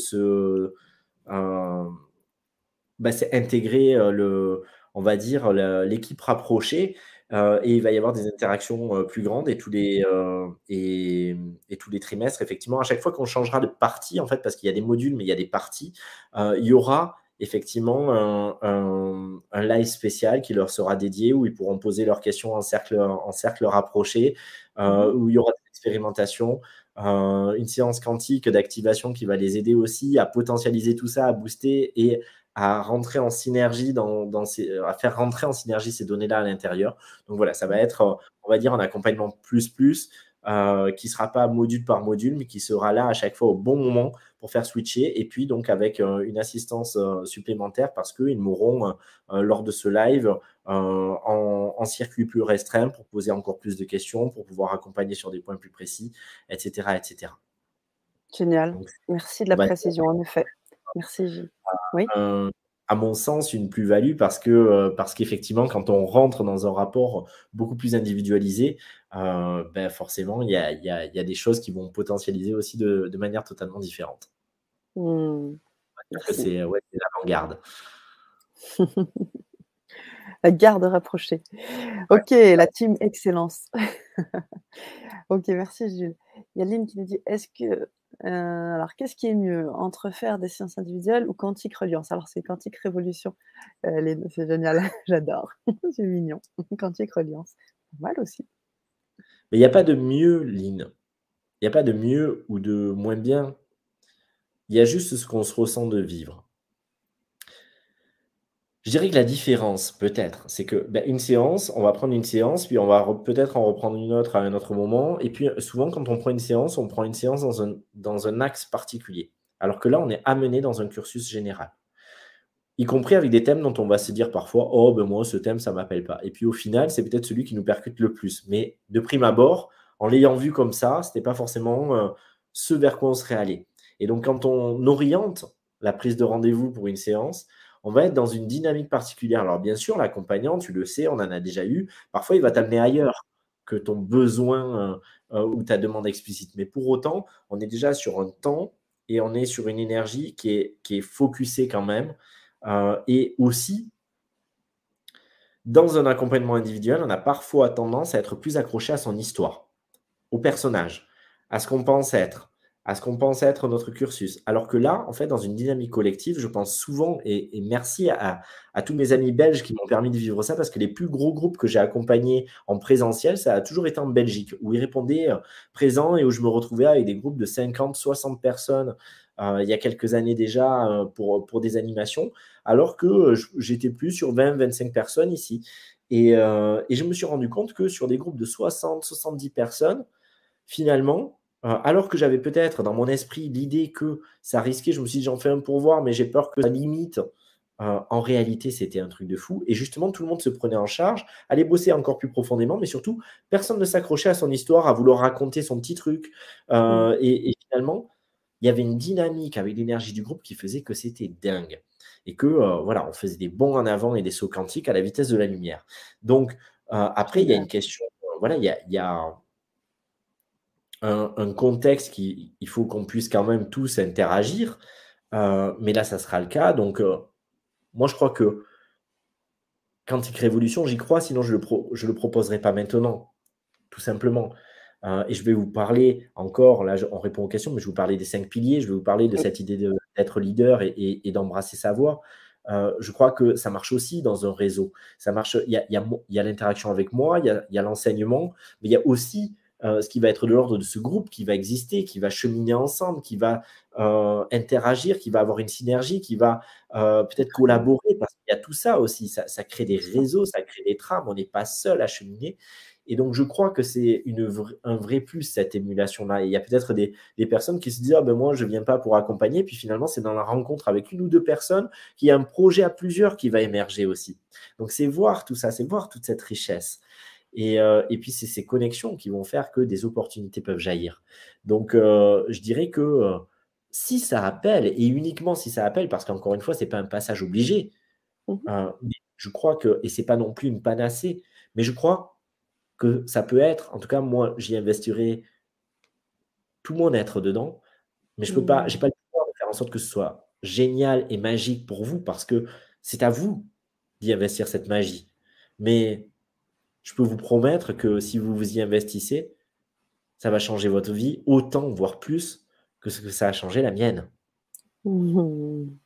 heu, bah, c'est intégrer, on va dire l'équipe rapprochée, et il va y avoir des interactions, plus grandes et tous les trimestres, effectivement, à chaque fois qu'on changera de partie, en fait, parce qu'il y a des modules, mais il y a des parties, il y aura effectivement un live spécial qui leur sera dédié, où ils pourront poser leurs questions en cercle rapproché, Mmh. où il y aura des expérimentations, une séance quantique d'activation qui va les aider aussi à potentialiser tout ça, à booster et à rentrer en synergie à faire rentrer en synergie ces données-là à l'intérieur. Donc voilà, ça va Mmh. être, on va dire un accompagnement plus, qui ne sera pas module par module, mais qui sera là à chaque fois au bon moment pour faire switcher et puis donc avec, une assistance, supplémentaire parce qu'ils m'auront, lors de ce live, en circuit plus restreint pour poser encore plus de questions, pour pouvoir accompagner sur des points plus précis et cetera et cetera. Génial. Donc Merci de on la va précision, en effet. Merci Gilles. Oui? un à mon sens, une plus-value parce qu'effectivement, quand on rentre dans un rapport beaucoup plus individualisé, ben, forcément, il y a des choses qui vont potentialiser aussi de manière totalement différente. Mmh. C'est-à-dire que Merci. c'est, ouais, c'est l'avant-garde. La garde rapprochée. Ouais. OK, la team excellence. OK, merci Jules. Il y a Lynn qui nous dit: «Est-ce que» alors qu'est-ce qui est mieux entre faire des séances individuelles ou Quantique Reliance? Alors c'est Quantique Révolution, Lynn, c'est génial, j'adore, c'est mignon. Quantique Reliance, pas mal aussi. Mais il y a pas de mieux, Lynn. Il y a pas de mieux ou de moins bien. Il y a juste ce qu'on se ressent de vivre. Je dirais que la différence, peut-être, c'est que, bah, une séance, on va prendre une séance, puis on va peut-être en reprendre une autre à un autre moment. Et puis, souvent, quand on prend une séance dans un axe particulier. Alors que là, on est amené dans un cursus général. Y compris avec des thèmes dont on va se dire parfois: «Oh ben moi ce thème ça m'appelle pas» et puis au final, c'est peut-être celui qui nous percute le plus. Mais de prime abord, en l'ayant vu comme ça, c'était pas forcément, ce vers quoi on serait allé et donc quand on oriente la prise de rendez-vous pour une séance, on va être dans une dynamique particulière. Alors bien sûr, l'accompagnant, tu le sais, on en a déjà eu, parfois il va Mmh. t'amener ailleurs que ton besoin, ou ta demande explicite. Mais pour autant, on est déjà sur un temps et on est sur une énergie qui est focusée quand même. Et aussi, dans un accompagnement individuel, on a parfois tendance à être plus accroché à son histoire, au personnage, à ce qu'on pense être, à ce qu'on pense être notre cursus. Alors que là, en fait, dans une dynamique collective, je pense souvent, et merci à tous mes amis belges qui m'ont permis de vivre ça, parce que les plus gros groupes que j'ai accompagnés en présentiel, ça a toujours été en Belgique, où ils répondaient présents et où je me retrouvais avec des groupes de 50, 60 personnes il y a quelques années déjà pour des animations, alors que j'étais plus sur 20, 25 personnes ici. Et je me suis rendu compte que sur des groupes de 60, 70 personnes, finalement, alors que j'avais peut-être dans mon esprit l'idée que ça risquait, je me suis dit: «J'en fais un pour voir, mais j'ai peur que ça limite». En réalité, c'était un truc de fou et justement, tout le monde se prenait en charge, allait bosser encore plus profondément, mais surtout, personne ne s'accrochait à son histoire, à vouloir raconter son petit truc, Mmh. et finalement, il y avait une dynamique avec l'énergie du groupe qui faisait que c'était dingue et que, voilà, on faisait des bonds en avant et des sauts quantiques à la vitesse de la lumière. Donc, après, il y a Génial. une question, voilà, il y a un contexte qui il faut qu'on puisse quand même tous interagir, mais là, ça sera le cas. Donc, moi, je crois que Quantique Révolution, j'y crois, sinon je le proposerai pas maintenant, tout simplement. Et je vais vous parler encore, là, on répond aux questions, mais je vais vous parler des 5 piliers, je vais vous parler de Oui. cette idée d'être leader et d'embrasser sa voix. Je crois que ça marche aussi dans un réseau. Ça marche, il y a l'interaction avec moi, il y a l'enseignement, mais il y a aussi ce qui va être de l'ordre de ce groupe qui va exister, qui va cheminer ensemble, qui va interagir, qui va avoir une synergie, qui va peut-être Totalement, collaborer, parce qu'il y a tout ça aussi. Ça crée des bien sûr. réseaux, ça crée des trames, on n'est pas seul à cheminer. Et donc, je crois que c'est un vrai plus, cette émulation-là. Et il y a peut-être des personnes qui se disent: «Ah ben moi, je ne viens pas pour accompagner». Puis finalement, c'est dans la rencontre avec une ou deux personnes qu'il y a un projet à plusieurs qui va émerger aussi. Donc, c'est voir tout ça, c'est voir toute cette richesse. Et puis, c'est ces connexions qui vont faire que des opportunités peuvent jaillir. Donc, je dirais que si ça appelle, et uniquement si ça appelle, parce qu'encore une fois, ce n'est pas un passage obligé, Mmh mh. mais je crois que, et ce n'est pas non plus une panacée, mais je crois que ça peut être, en tout cas, moi, j'y investirai tout mon être dedans, mais je peux pas, j'ai Mmh. pas le pouvoir de faire en sorte que ce soit génial et magique pour vous parce que c'est à vous d'y investir cette magie. Mais je peux vous promettre que si vous vous y investissez, ça va changer votre vie autant, voire plus, que ce que ça a changé la mienne. Mmh.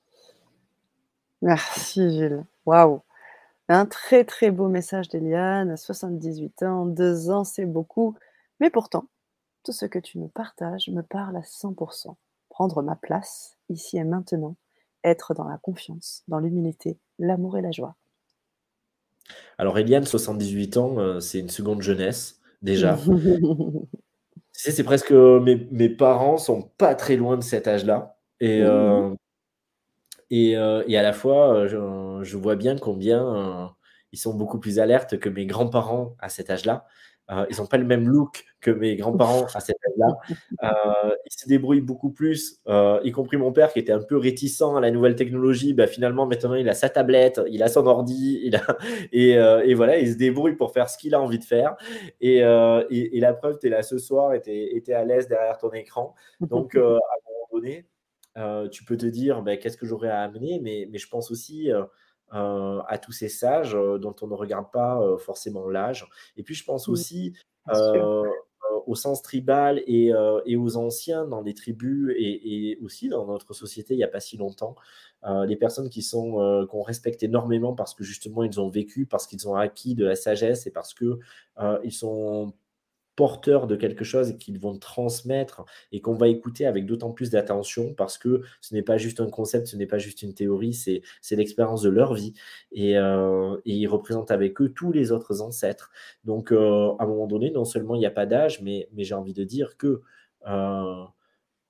Merci Gilles. Waouh! Un très, très beau message d'Eliane, 78 ans, 2 ans, c'est beaucoup, mais pourtant, tout ce que tu me partages me parle à 100. Prendre ma place, ici et maintenant, être dans la confiance, dans l'humilité, l'amour et la joie. Alors Eliane, 78 ans, c'est une seconde jeunesse, déjà. Tu sais, c'est presque, mes parents sont pas très loin de cet âge-là et Mmh mh. et à la fois, je vois bien combien, ils sont beaucoup plus alertes que mes grands-parents à cet âge-là. Ils ont pas le même look que mes grands-parents à cet âge-là. Ils se débrouillent beaucoup plus, y compris mon père qui était un peu réticent à la nouvelle technologie. Bah, finalement, maintenant, il a sa tablette, il a son ordi, il a et voilà, il se débrouille pour faire ce qu'il a envie de faire et la preuve, tu es là ce soir et tu es à l'aise derrière ton écran. Donc, à un moment donné, tu peux te dire: «Beh, qu'est-ce que j'aurais à amener?» Mais je pense aussi, à tous ces sages, dont on ne regarde pas, forcément l'âge. Et puis je pense Mmh, aussi, bien sûr. au sens tribal et aux anciens dans les tribus et aussi dans notre société il n'y a pas si longtemps. Les personnes qu'on respecte énormément parce que justement ils ont vécu, parce qu'ils ont acquis de la sagesse et parce que, ils sont porteurs de quelque chose et qu'ils vont transmettre et qu'on va écouter avec d'autant plus d'attention parce que ce n'est pas juste un concept, ce n'est pas juste une théorie, c'est l'expérience de leur vie et ils représentent avec eux tous les autres ancêtres. Donc, à un moment donné, non seulement il n'y a pas d'âge, mais j'ai envie de dire que, heu,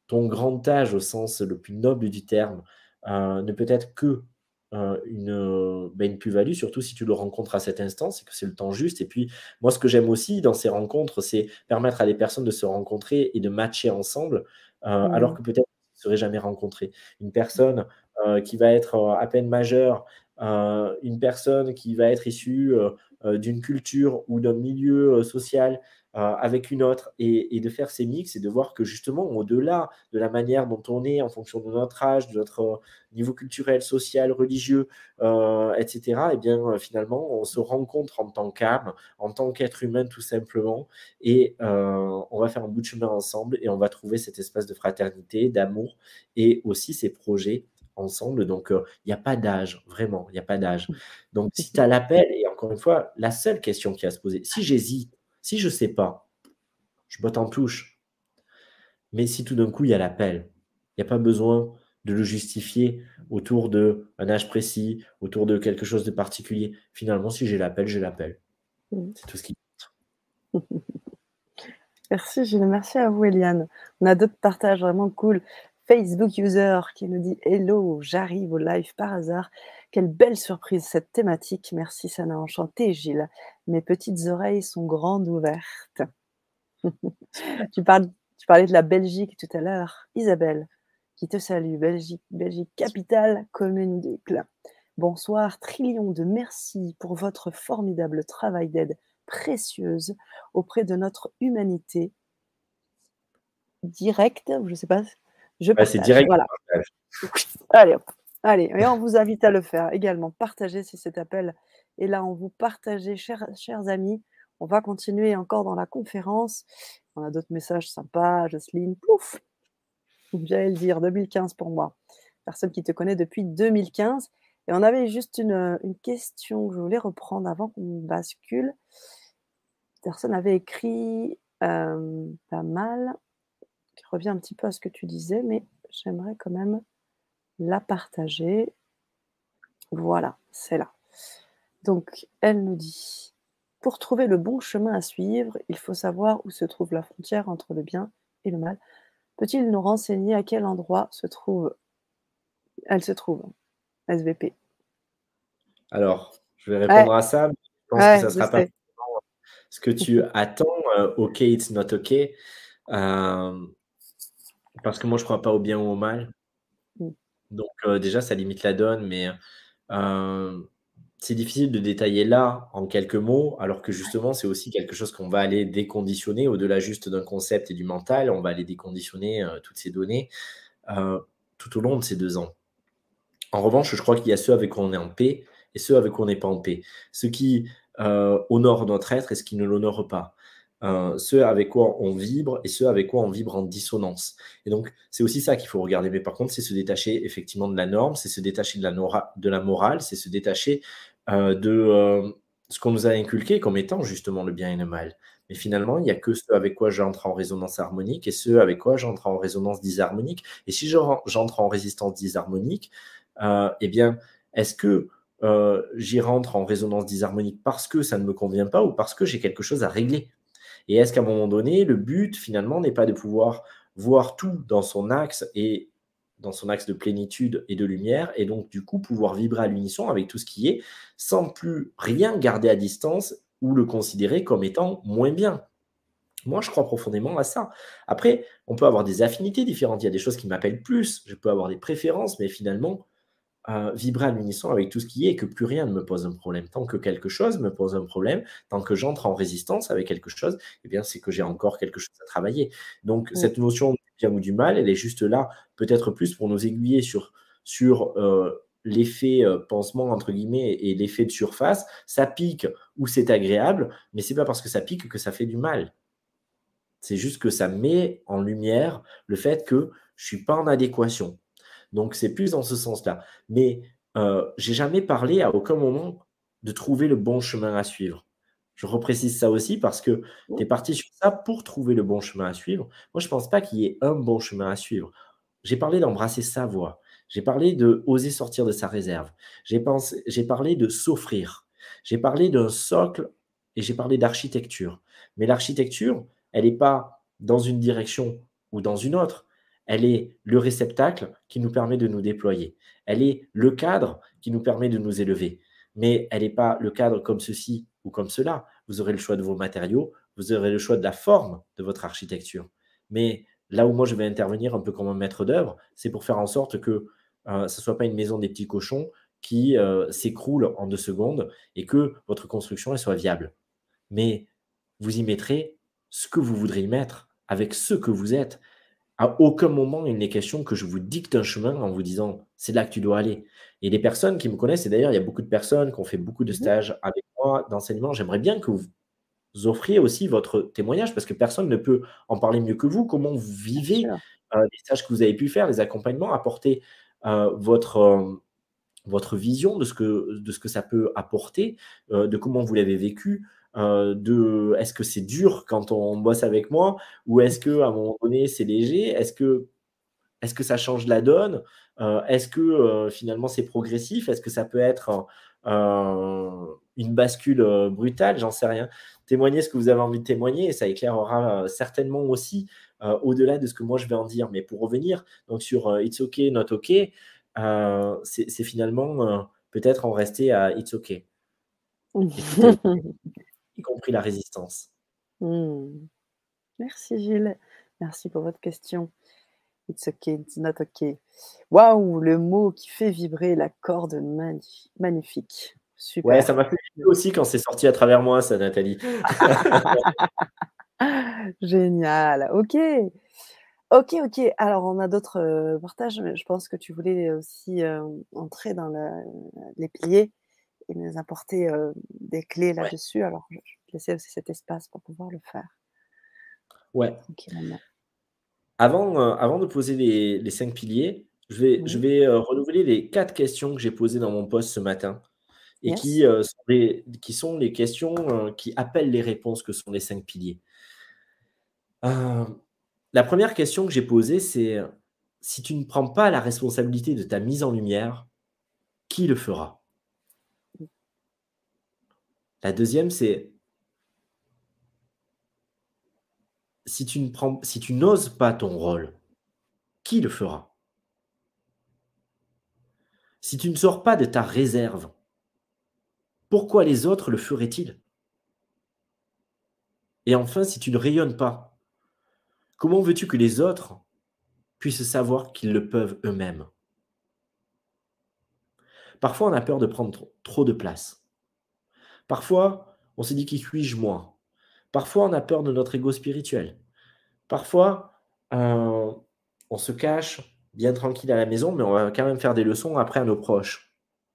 ton grand âge au sens le plus noble du terme ne peut être que une plus-value, surtout si tu le rencontres à cet instant, c'est que c'est le temps juste. Et puis, moi, ce que j'aime aussi dans ces rencontres, c'est permettre à des personnes de se rencontrer et de matcher ensemble, alors Mmh. que peut-être ils ne se seraient jamais rencontrés. Une personne qui va être à peine majeure, une personne qui va être issue d'une culture ou d'un milieu social avec une autre, et de faire ces mix et de voir que justement, au-delà de la manière dont on est en fonction de notre âge, de notre niveau culturel, social, religieux, etc., eh bien, finalement, on se rencontre en tant qu'âme, en tant qu'être humain tout simplement, et on va faire un bout de chemin ensemble et on va trouver cet espace de fraternité, d'amour et aussi ces projets ensemble. Donc, il n'y a pas d'âge, vraiment, il n'y a pas d'âge. Donc, si tu as l'appel, et encore une fois, la seule question qui a à se poser, si j'hésite, si je ne sais pas, je botte en touche. Mais si tout d'un coup, il y a l'appel, il n'y a pas besoin de le justifier autour d'un âge précis, autour de quelque chose de particulier. Finalement, si j'ai l'appel, j'ai l'appel. Mmh. C'est tout ce qui. Merci Gilles, merci à vous Eliane. On a d'autres partages vraiment cool. Facebook user qui nous dit: «Hello, j'arrive au live par hasard. Quelle belle surprise cette thématique. Merci, ça m'a enchanté Gilles. Mes petites oreilles sont grandes ouvertes.» Tu parles tu parlais de la Belgique tout à l'heure. Isabelle qui te salue. Belgique, Belgique capitale commune d'Éclat. Bonsoir, trillions de merci pour votre formidable travail d'aide précieuse auprès de notre humanité directe, je sais pas, je Ouais, c'est partage. direct. Voilà. Allez hop, allez, et on vous invite à le faire également. Partagez si cet appel est là en vous. Partagez, chers amis. On va continuer encore dans la conférence. On a d'autres messages sympas. Jocelyne, pouf, j'allais le dire, 2015 pour moi. Personne qui te connaît depuis 2015. Et on avait juste une question que je voulais reprendre avant qu'on bascule. Personne avait écrit pas mal, qui revient un petit peu à ce que tu disais, mais j'aimerais quand même la partager. Voilà, c'est là. Donc, elle nous dit: «Pour trouver le bon chemin à suivre, il faut savoir où se trouve la frontière entre le bien et le mal. Peut-il nous renseigner à quel endroit elle se trouve? SVP.» Alors, je vais Ouais, répondre à ça, mais je pense que ouais, ça ne je sera pas sais. ce que tu attends. OK, it's not OK. Parce que moi, je ne crois pas au bien ou au mal. Mmh. Donc, déjà, ça limite la donne, mais c'est difficile de détailler là, en quelques mots, alors que justement, c'est aussi quelque chose qu'on va aller déconditionner au-delà juste d'un concept et du mental. On va aller déconditionner toutes ces données euh, tout au long de ces 2 ans. En revanche, je crois qu'il y a ceux avec qui on est en paix et ceux avec qui on n'est pas en paix. Ceux qui honorent notre être et ceux qui ne l'honorent pas. Ceux avec quoi on vibre et ceux avec quoi on vibre en dissonance. Et donc, c'est aussi ça qu'il faut regarder. Mais par contre, c'est se détacher effectivement de la norme, c'est se détacher de la morale, c'est se détacher de ce qu'on nous a inculqué comme étant justement le bien et le mal. Mais finalement, il n'y a que ceux avec quoi j'entre en résonance harmonique et ceux avec quoi j'entre en résonance disharmonique. Et si j'entre en résistance disharmonique, eh bien, est-ce que j'y rentre en résonance disharmonique parce que ça ne me convient pas ou parce que j'ai quelque chose à régler? Et est-ce qu'à un moment donné, le but, finalement, n'est pas de pouvoir voir tout dans son axe et dans son axe de plénitude et de lumière, et donc du coup pouvoir vibrer à l'unisson avec tout ce qui est, sans plus rien garder à distance ou le considérer comme étant moins bien? Moi, je crois profondément à ça. Après, on peut avoir des affinités différentes. Il y a des choses qui m'appellent plus, je peux avoir des préférences, mais finalement, vibrer à l'unisson avec tout ce qui est et que plus rien ne me pose un problème. Tant que quelque chose me pose un problème, tant que j'entre en résistance avec quelque chose, eh bien, c'est que j'ai encore quelque chose à travailler. Donc, Mmh. cette notion du bien ou du mal, elle est juste là, peut-être plus pour nous aiguiller sur l'effet pansement, entre guillemets, et l'effet de surface. Ça pique ou c'est agréable, mais c'est pas parce que ça pique que ça fait du mal. C'est juste que ça met en lumière le fait que je suis pas en adéquation. Donc c'est plus dans ce sens-là. Mais j'ai jamais parlé à aucun moment de trouver le bon chemin à suivre. Je reprécise ça aussi parce que tu es parti sur ça pour trouver le bon chemin à suivre. Moi, je pense pas qu'il y ait un bon chemin à suivre. J'ai parlé d'embrasser sa voix. J'ai parlé de oser sortir de sa réserve. J'ai parlé de s'offrir. J'ai parlé d'un socle et j'ai parlé d'architecture. Mais l'architecture, elle n'est pas dans une direction ou dans une autre. Elle est le réceptacle qui nous permet de nous déployer. Elle est le cadre qui nous permet de nous élever. Mais elle n'est pas le cadre comme ceci ou comme cela. Vous aurez le choix de vos matériaux, vous aurez le choix de la forme de votre architecture. Mais là où moi je vais intervenir un peu comme un maître d'œuvre, c'est pour faire en sorte que ce ne soit pas une maison des petits cochons qui s'écroule en 2 secondes et que votre construction elle soit viable. Mais vous y mettrez ce que vous voudrez y mettre, avec ce que vous êtes. À aucun moment, il n'est question que je vous dicte un chemin en vous disant c'est là que tu dois aller. Et les personnes qui me connaissent, et d'ailleurs, il y a beaucoup de personnes qui ont fait beaucoup de Mmh. stages avec moi d'enseignement, j'aimerais bien que vous offriez aussi votre témoignage parce que personne ne peut en parler mieux que vous. Comment vous Bien vivez sûr. les stages que vous avez pu faire, les accompagnements, apporter votre vision de ce que ça peut apporter, de comment vous l'avez vécu, est-ce que c'est dur quand on bosse avec moi ou est-ce qu'à un moment donné, c'est léger? Est-ce que ça change la donne? Est-ce que, finalement, c'est progressif? Est-ce que ça peut être, une bascule, brutale? J'en sais rien. Témoignez ce que vous avez envie de témoigner et ça éclairera, certainement aussi, au-delà de ce que moi je vais en dire. Mais pour revenir donc sur, It's okay, not okay, c'est finalement, peut-être en rester à It's okay et tout est OK, y compris la résistance. Mmh. Merci Gilles. Merci pour votre question. It's okay, it's not okay. Waouh, le mot qui fait vibrer la corde magnifique. Ouais, Super. ça m'a fait vibrer aussi quand c'est sorti à travers moi ça, Nathalie. Génial. OK. OK, OK. Alors on a d'autres, partages, mais je pense que tu voulais aussi, entrer dans les piliers et nous apporter, des clés Ouais, là-dessus. Alors je vais te laisser aussi cet espace pour pouvoir le faire ouais. tranquillement. Avant de poser les 5 piliers, je Mmh. vais, renouveler les 4 questions que j'ai posées dans mon post ce matin et Yes. qui sont les questions, qui appellent les réponses que sont les 5 piliers. Heu, la première question que j'ai posée, c'est, «Si tu ne prends pas la responsabilité de ta mise en lumière, qui le fera?» La deuxième, c'est: Si tu n'oses pas ton rôle, qui le fera?» Si tu ne sors pas de ta réserve, pourquoi les autres le feraient-ils? Et enfin, si tu ne rayonnes pas, comment veux-tu que les autres puissent savoir qu'ils le peuvent eux-mêmes? Parfois, on a peur de prendre trop de place. Parfois, on se dit: «Qui suis-je moi?» Parfois, on a peur de notre ego spirituel. Parfois, on se cache bien tranquille à la maison, mais on va quand même faire des leçons après à nos proches.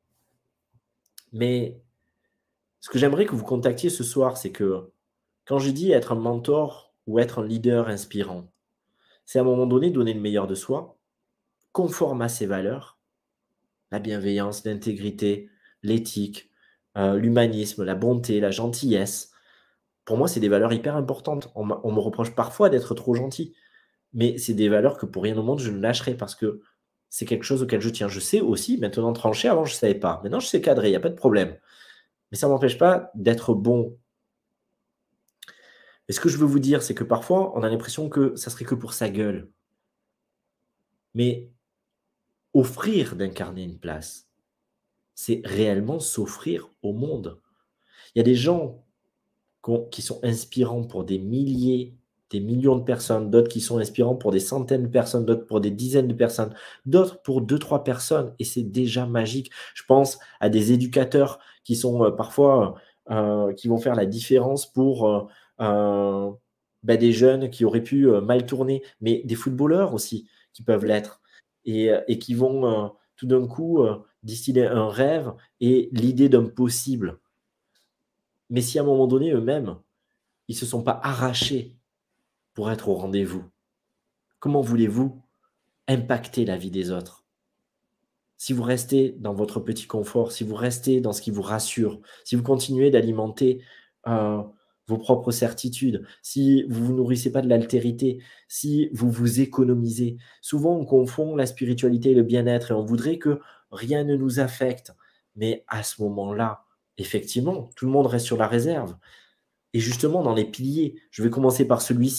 Mais ce que j'aimerais que vous contactiez ce soir, c'est que quand je dis être un mentor ou être un leader inspirant, c'est à un moment donné donner le meilleur de soi, conforme à ses valeurs, la bienveillance, l'intégrité, l'éthique, l'humanisme, la bonté, la gentillesse. Pour moi, c'est des valeurs hyper importantes. On me reproche parfois d'être trop gentil, mais c'est des valeurs que pour rien au monde je ne lâcherai parce que c'est quelque chose auquel je tiens. Je sais aussi maintenant trancher, avant je ne savais pas. Maintenant je sais cadrer, il y a pas de problème. Mais ça m'empêche pas d'être bon. Et ce que je veux vous dire, c'est que parfois, on a l'impression que ça serait que pour sa gueule. Mais offrir d'incarner une place, c'est réellement s'offrir au monde. Il y a des gens qui sont inspirants pour des milliers, des millions de personnes, d'autres qui sont inspirants pour des centaines de personnes, d'autres pour des dizaines de personnes, d'autres pour deux, trois personnes, et c'est déjà magique. Je pense à des éducateurs qui sont parfois, qui vont faire la différence pour des jeunes qui auraient pu mal tourner, mais des footballeurs aussi qui peuvent l'être, et qui vont tout d'un coup distiller un rêve et l'idée d'un possible. Mais si à un moment donné, eux-mêmes, ils se sont pas arrachés pour être au rendez-vous, comment voulez-vous impacter la vie des autres? Si vous restez dans votre petit confort, si vous restez dans ce qui vous rassure, si vous continuez d'alimenter, heu, vos propres certitudes, si vous vous nourrissez pas de l'altérité, si vous vous économisez. Souvent, on confond la spiritualité et le bien-être et on voudrait que rien ne nous affecte. Mais à ce moment-là, effectivement, tout le monde reste sur la réserve. Et justement, dans les piliers, je vais commencer par celui-ci.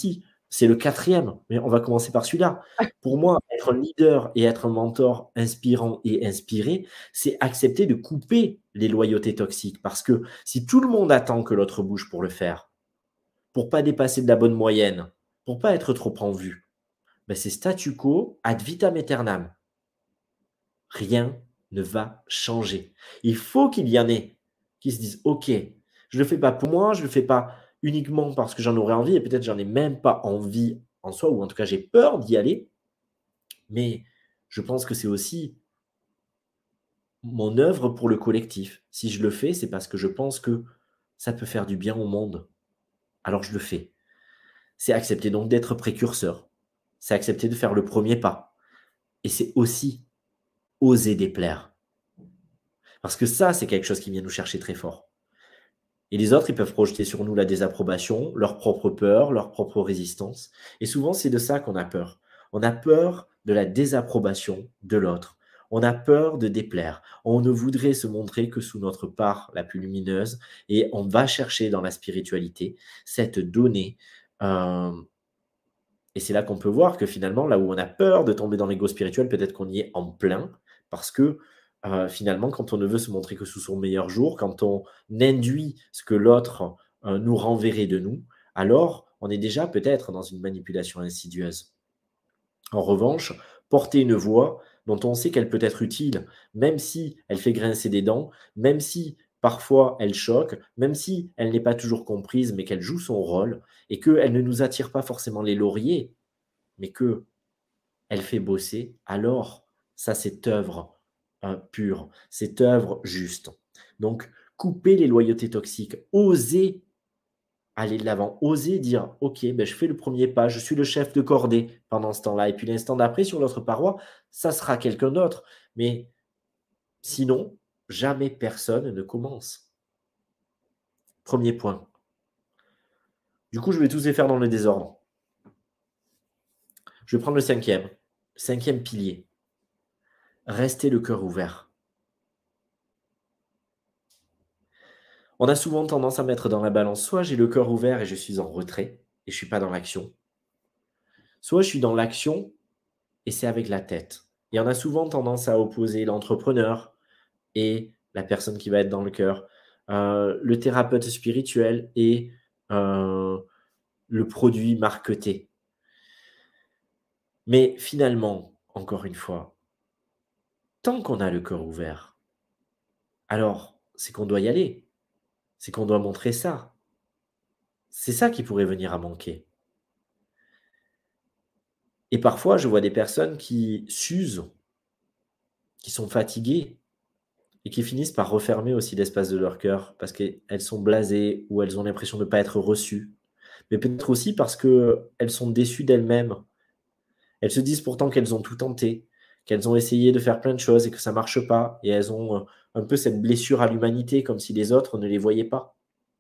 C'est le quatrième, mais on va commencer par celui-là. Pour moi, être un leader et être un mentor inspirant et inspiré, c'est accepter de couper les loyautés toxiques. Parce que si tout le monde attend que l'autre bouge pour le faire, pour pas dépasser de la bonne moyenne, pour pas être trop en vue, ben c'est statu quo ad vitam aeternam. Rien ne va changer. Il faut qu'il y en ait qui se disent: «OK, je le fais pas pour moi, je le fais pas uniquement parce que j'en aurais envie et peut-être j'en ai même pas envie en soi ou en tout cas j'ai peur d'y aller, mais je pense que c'est aussi mon œuvre pour le collectif. Si je le fais, c'est parce que je pense que ça peut faire du bien au monde, alors je le fais». C'est accepter donc d'être précurseur, c'est accepter de faire le premier pas et c'est aussi oser déplaire. Parce que ça, c'est quelque chose qui vient nous chercher très fort. Et les autres, ils peuvent projeter sur nous la désapprobation, leur propre peur, leur propre résistance. Et souvent, c'est de ça qu'on a peur. On a peur de la désapprobation de l'autre. On a peur de déplaire. On ne voudrait se montrer que sous notre part la plus lumineuse. Et on va chercher dans la spiritualité cette donnée. euh, et c'est là qu'on peut voir que finalement, là où on a peur de tomber dans l'ego spirituel, peut-être qu'on y est en plein, parce que finalement, quand on ne veut se montrer que sous son meilleur jour, quand on induit ce que l'autre nous renverrait de nous, alors on est déjà peut-être dans une manipulation insidieuse. En revanche, porter une voix dont on sait qu'elle peut être utile, même si elle fait grincer des dents, même si parfois elle choque, même si elle n'est pas toujours comprise, mais qu'elle joue son rôle, et qu'elle ne nous attire pas forcément les lauriers, mais que elle fait bosser, alors ça, c'est œuvre pure, c'est œuvre juste. Donc, couper les loyautés toxiques, oser aller de l'avant, oser dire, OK, ben, je fais le premier pas, je suis le chef de cordée pendant ce temps-là, et puis l'instant d'après, sur l'autre paroi, ça sera quelqu'un d'autre. Mais sinon, jamais personne ne commence. Premier point. Du coup, je vais tous les faire dans le désordre. Je vais prendre le cinquième pilier. Rester le cœur ouvert. On a souvent tendance à mettre dans la balance, soit j'ai le cœur ouvert et je suis en retrait et je suis pas dans l'action, soit je suis dans l'action et c'est avec la tête. Et on a souvent tendance à opposer l'entrepreneur et la personne qui va être dans le cœur, le thérapeute spirituel et le produit marketé. Mais finalement, encore une fois, tant qu'on a le cœur ouvert, alors c'est qu'on doit y aller, c'est qu'on doit montrer ça. C'est ça qui pourrait venir à manquer. Et parfois, je vois des personnes qui s'usent, qui sont fatiguées et qui finissent par refermer aussi l'espace de leur cœur parce qu'elles sont blasées ou elles ont l'impression de ne pas être reçues. Mais peut-être aussi parce qu'elles sont déçues d'elles-mêmes. Elles se disent pourtant qu'elles ont tout tenté, qu'elles ont essayé de faire plein de choses et que ça ne marche pas. Et elles ont un peu cette blessure à l'humanité, comme si les autres ne les voyaient pas.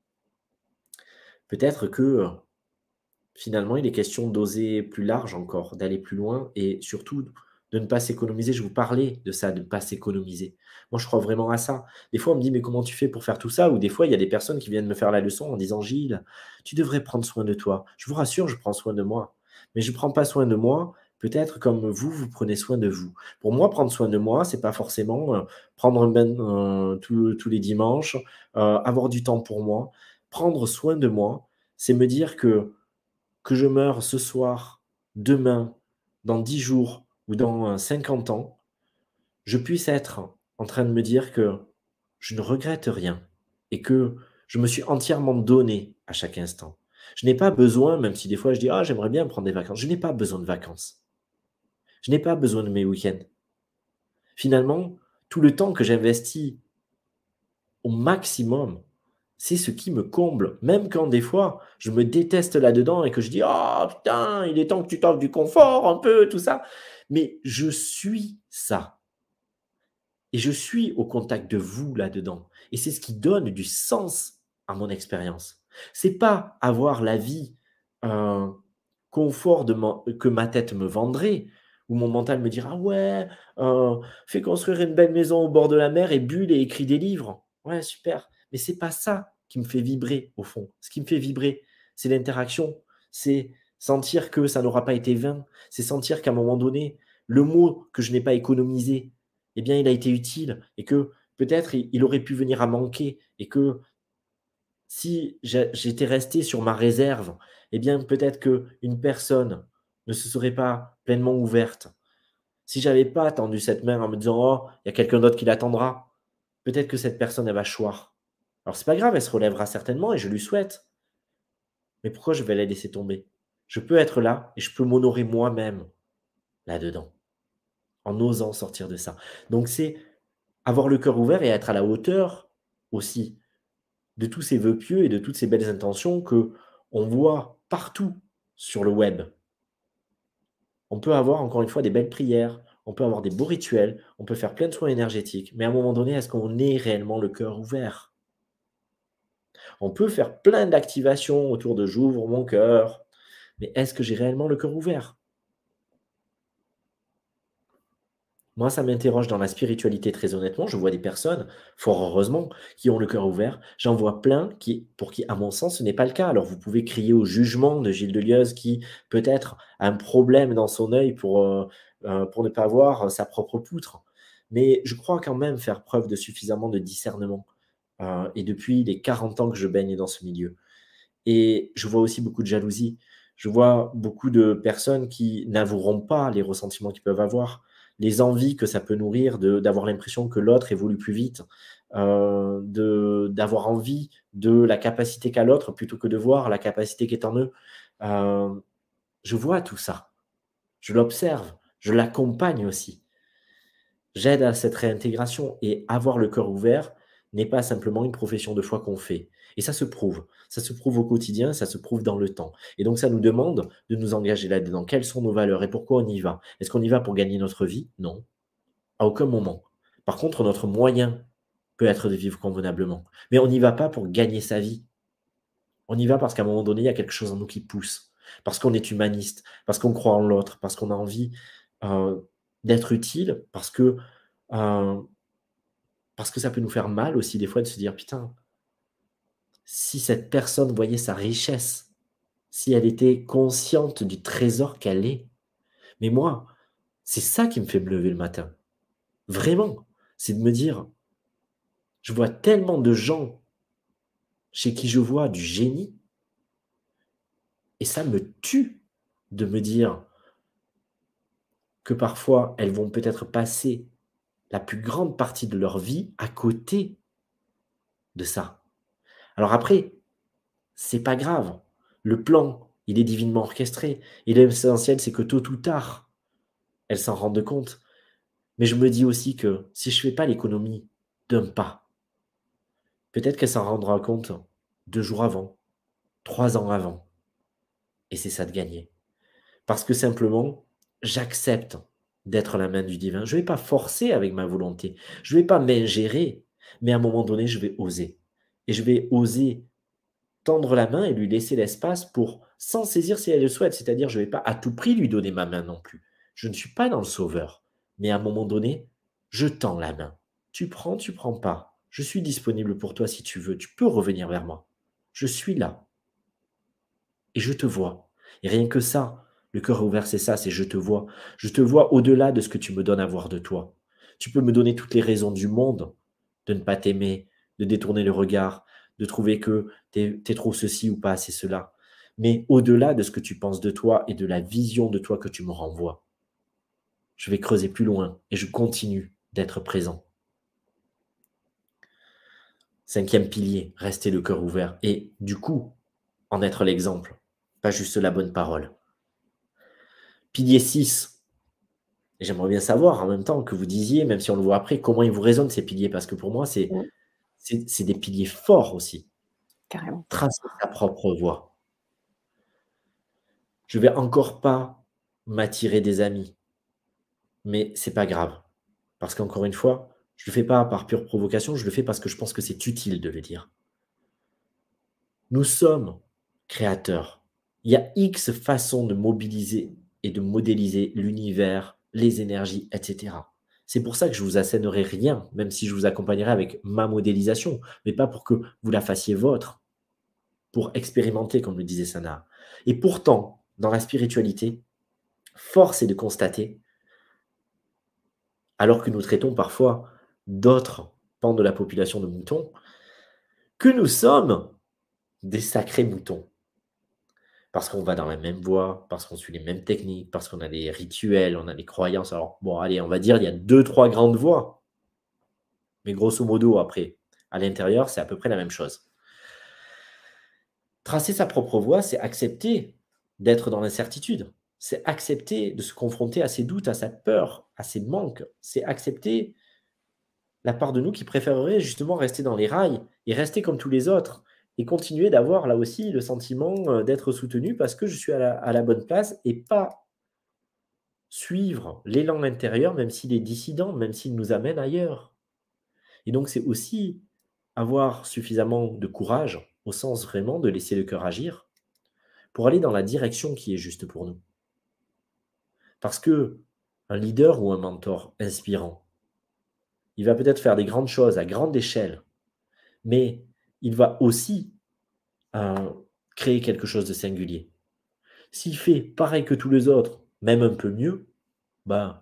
Peut-être que finalement, il est question d'oser plus large encore, d'aller plus loin et surtout de ne pas s'économiser. Je vous parlais de ça, de ne pas s'économiser. Moi, je crois vraiment à ça. Des fois, on me dit, mais comment tu fais pour faire tout ça? Ou des fois, il y a des personnes qui viennent me faire la leçon en disant, Gilles, tu devrais prendre soin de toi. Je vous rassure, je prends soin de moi. Mais je ne prends pas soin de moi, peut-être comme vous, vous prenez soin de vous. Pour moi, prendre soin de moi, c'est pas forcément prendre un bain tous les dimanches, avoir du temps pour moi. Prendre soin de moi, c'est me dire que je meure ce soir, demain, dans 10 jours ou dans 50 ans, je puisse être en train de me dire que je ne regrette rien et que je me suis entièrement donné à chaque instant. Je n'ai pas besoin, même si des fois je dis: «Ah, j'aimerais bien prendre des vacances», je n'ai pas besoin de vacances. Je n'ai pas besoin de mes week-ends. Finalement, tout le temps que j'investis au maximum, c'est ce qui me comble. Même quand des fois, je me déteste là-dedans et que je dis: «Oh putain, il est temps que tu t'offres du confort un peu, tout ça». Mais je suis ça et je suis au contact de vous là-dedans et c'est ce qui donne du sens à mon expérience. C'est pas avoir la vie, heu, confort que ma tête me vendrait, où mon mental me dira: «Ah ouais, fais construire une belle maison au bord de la mer et bulle et écris des livres. Ouais, super». Mais c'est pas ça qui me fait vibrer au fond. Ce qui me fait vibrer, c'est l'interaction, c'est sentir que ça n'aura pas été vain, c'est sentir qu'à un moment donné, le mot que je n'ai pas économisé, eh bien, il a été utile et que peut-être il aurait pu venir à manquer et que si j'étais resté sur ma réserve, eh bien, peut-être qu'une personne ne se serait pas pleinement ouverte. Si j'avais pas tendu cette main en me disant: «Oh, il y a quelqu'un d'autre qui l'attendra», peut-être que cette personne, elle va choir. Alors c'est pas grave, elle se relèvera certainement et je lui souhaite. Mais pourquoi je vais la laisser tomber? Je peux être là et je peux m'honorer moi-même là-dedans, en osant sortir de ça. Donc c'est avoir le cœur ouvert et être à la hauteur aussi de tous ces vœux pieux et de toutes ces belles intentions que on voit partout sur le web. On peut avoir encore une fois des belles prières, on peut avoir des beaux rituels, on peut faire plein de soins énergétiques, mais à un moment donné, est-ce qu'on est réellement le cœur ouvert? On peut faire plein d'activations autour de «j'ouvre mon cœur», mais est-ce que j'ai réellement le cœur ouvert? Moi, ça m'interroge dans la spiritualité très honnêtement. Je vois des personnes, fort heureusement, qui ont le cœur ouvert. J'en vois plein pour qui, à mon sens, ce n'est pas le cas. Alors, vous pouvez crier au jugement de Gilles Delieuse qui, peut-être, a un problème dans son œil pour ne pas voir sa propre poutre. Mais je crois quand même faire preuve de suffisamment de discernement. Et depuis les 40 ans que je baigne dans ce milieu. Et je vois aussi beaucoup de jalousie. Je vois beaucoup de personnes qui n'avoueront pas les ressentiments qu'ils peuvent avoir, les envies que ça peut nourrir d'avoir l'impression que l'autre évolue plus vite, d'avoir envie de la capacité qu'a l'autre plutôt que de voir la capacité qui est en eux. Heu, je vois tout ça, je l'observe, je l'accompagne aussi. J'aide à cette réintégration et avoir le cœur ouvert n'est pas simplement une profession de foi qu'on fait. Et ça se prouve. Ça se prouve au quotidien, ça se prouve dans le temps. Et donc ça nous demande de nous engager là-dedans. Quelles sont nos valeurs et pourquoi on y va? Est-ce qu'on y va pour gagner notre vie? Non, à aucun moment. Par contre, notre moyen peut être de vivre convenablement. Mais on n'y va pas pour gagner sa vie. On y va parce qu'à un moment donné, il y a quelque chose en nous qui pousse. Parce qu'on est humaniste, parce qu'on croit en l'autre, parce qu'on a envie d'être utile, euh, parce que ça peut nous faire mal aussi des fois de se dire: «Putain, si cette personne voyait sa richesse, si elle était consciente du trésor qu'elle est». Mais moi, c'est ça qui me fait me lever le matin. Vraiment, c'est de me dire: «Je vois tellement de gens chez qui je vois du génie» et ça me tue de me dire que parfois elles vont peut-être passer la plus grande partie de leur vie à côté de ça. Alors après, c'est pas grave. Le plan, il est divinement orchestré et l'essentiel, c'est que tôt ou tard, elles s'en rendent compte. Mais je me dis aussi que si je fais pas l'économie d'un pas, peut-être qu'elle s'en rendra compte 2 jours avant, 3 ans avant et c'est ça de gagner. Parce que simplement, j'accepte d'être la main du divin. Je vais pas forcer avec ma volonté, je vais pas m'ingérer, mais à un moment donné, je vais oser et je vais oser tendre la main et lui laisser l'espace pour s'en saisir si elle le souhaite. C'est-à-dire, je ne vais pas à tout prix lui donner ma main non plus. Je ne suis pas dans le sauveur. Mais à un moment donné, je tends la main. Tu prends pas. Je suis disponible pour toi si tu veux. Tu peux revenir vers moi. Je suis là et je te vois. Et rien que ça, le cœur ouvert, c'est ça, c'est je te vois. Je te vois au-delà de ce que tu me donnes à voir de toi. Tu peux me donner toutes les raisons du monde de ne pas t'aimer, de détourner le regard, de trouver que tu es trop ceci ou pas assez cela. Mais au-delà de ce que tu penses de toi et de la vision de toi que tu me renvoies, je vais creuser plus loin et je continue d'être présent. 5e pilier, rester le cœur ouvert et du coup, en être l'exemple, pas juste la bonne parole. Pilier 6. Et j'aimerais bien savoir en même temps que vous disiez, même si on le voit après, comment ils vous résonnent ces piliers, parce que pour moi, Mmh, c'est des piliers forts aussi. carrément. Tracer sa propre voie. Je vais encore pas m'attirer des amis, mais c'est pas grave. Parce qu'encore une fois, je le fais pas par pure provocation, je le fais parce que je pense que c'est utile de le dire. Nous sommes créateurs. Il y a X façons de mobiliser et de modéliser l'univers, les énergies, etc. C'est pour ça que je vous assènerai rien, même si je vous accompagnerai avec ma modélisation, mais pas pour que vous la fassiez vôtre, pour expérimenter, comme le disait Sana. Et pourtant, dans la spiritualité, force est de constater, alors que nous traitons parfois d'autres pans de la population de moutons, que nous sommes des sacrés moutons. Parce qu'on va dans la même voie, parce qu'on suit les mêmes techniques, parce qu'on a des rituels, on a des croyances. Alors, bon, allez, on va dire, il y a 2, 3 grandes voies. Mais grosso modo, après, à l'intérieur, c'est à peu près la même chose. Tracer sa propre voie, c'est accepter d'être dans l'incertitude. C'est accepter de se confronter à ses doutes, à sa peur, à ses manques. C'est accepter la part de nous qui préférerait justement rester dans les rails et rester comme tous les autres et continuer d'avoir là aussi le sentiment d'être soutenu parce que je suis à la bonne place et pas suivre l'élan intérieur, même s'il est dissident, même s'il nous amène ailleurs. Et donc, c'est aussi avoir suffisamment de courage, au sens vraiment de laisser le cœur agir, pour aller dans la direction qui est juste pour nous. Parce que un leader ou un mentor inspirant, il va peut-être faire des grandes choses à grande échelle, mais il va aussi créer quelque chose de singulier. S'il fait pareil que tous les autres, même un peu mieux, ben,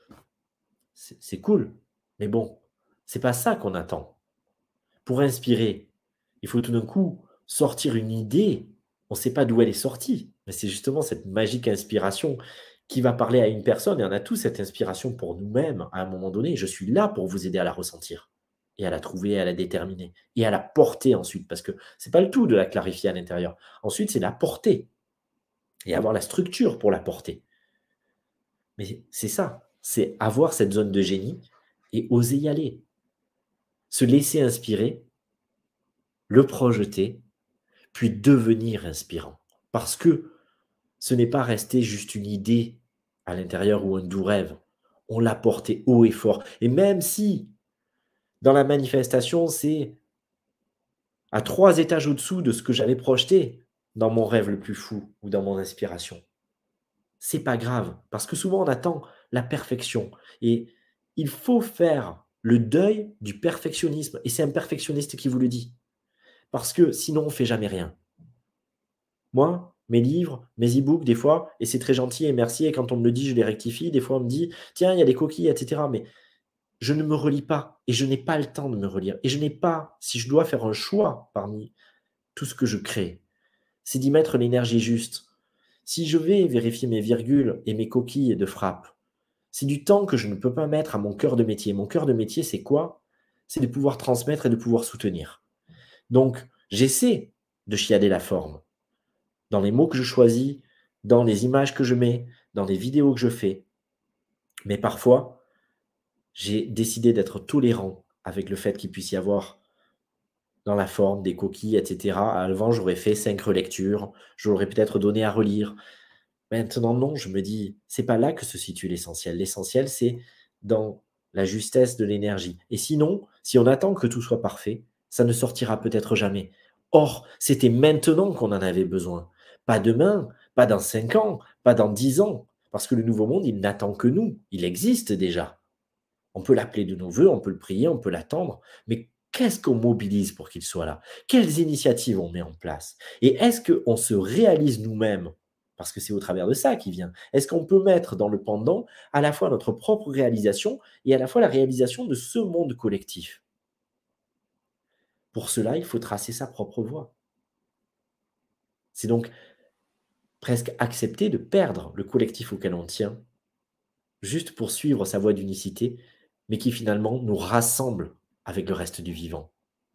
c'est cool. Mais bon, c'est pas ça qu'on attend. Pour inspirer, il faut tout d'un coup sortir une idée. On ne sait pas d'où elle est sortie, mais c'est justement cette magique inspiration qui va parler à une personne et on a tous cette inspiration pour nous-mêmes à un moment donné. Je suis là pour vous aider à la ressentir et à la trouver, à la déterminer et à la porter ensuite parce que c'est pas le tout de la clarifier à l'intérieur. Ensuite, c'est la porter et avoir la structure pour la porter. Mais c'est ça, c'est avoir cette zone de génie et oser y aller. Se laisser inspirer, le projeter, puis devenir inspirant. Parce que ce n'est pas rester juste une idée à l'intérieur ou un doux rêve. On l'a porté haut et fort. Et même si, dans la manifestation, c'est à 3 étages au-dessous de ce que j'avais projeté dans mon rêve le plus fou ou dans mon inspiration, c'est pas grave. Parce que souvent, on attend la perfection. Et il faut faire le deuil du perfectionnisme. Et c'est un perfectionniste qui vous le dit. Parce que sinon, on ne fait jamais rien. Moi, mes livres, mes e-books, des fois, et c'est très gentil et merci, et quand on me le dit, je les rectifie. Des fois, on me dit, tiens, il y a des coquilles, etc. Mais je ne me relis pas et je n'ai pas le temps de me relire. Et je n'ai pas, si je dois faire un choix parmi tout ce que je crée, c'est d'y mettre l'énergie juste. Si je vais vérifier mes virgules et mes coquilles de frappe, c'est du temps que je ne peux pas mettre à mon cœur de métier. Mon cœur de métier, c'est quoi? C'est de pouvoir transmettre et de pouvoir soutenir. Donc, j'essaie de chiader la forme dans les mots que je choisis, dans les images que je mets, dans les vidéos que je fais. Mais parfois, j'ai décidé d'être tolérant avec le fait qu'il puisse y avoir dans la forme des coquilles, etc. Avant, j'aurais fait 5 relectures, j'aurais peut-être donné à relire. Maintenant, non, je me dis, c'est pas là que se situe l'essentiel. L'essentiel, c'est dans la justesse de l'énergie. Et sinon, si on attend que tout soit parfait, ça ne sortira peut-être jamais. Or, c'était maintenant qu'on en avait besoin. Pas demain, pas dans 5 ans, pas dans 10 ans. Parce que le nouveau monde, il n'attend que nous. Il existe déjà. On peut l'appeler de nos voeux, on peut le prier, on peut l'attendre. Mais qu'est-ce qu'on mobilise pour qu'il soit là? Quelles initiatives on met en place? Et est-ce qu'on se réalise nous-mêmes? Parce que c'est au travers de ça qui vient. Est-ce qu'on peut mettre dans le pendant à la fois notre propre réalisation et à la fois la réalisation de ce monde collectif? Pour cela, il faut tracer sa propre voie. C'est donc presque accepter de perdre le collectif auquel on tient, juste pour suivre sa voie d'unicité, mais qui finalement nous rassemble avec le reste du vivant.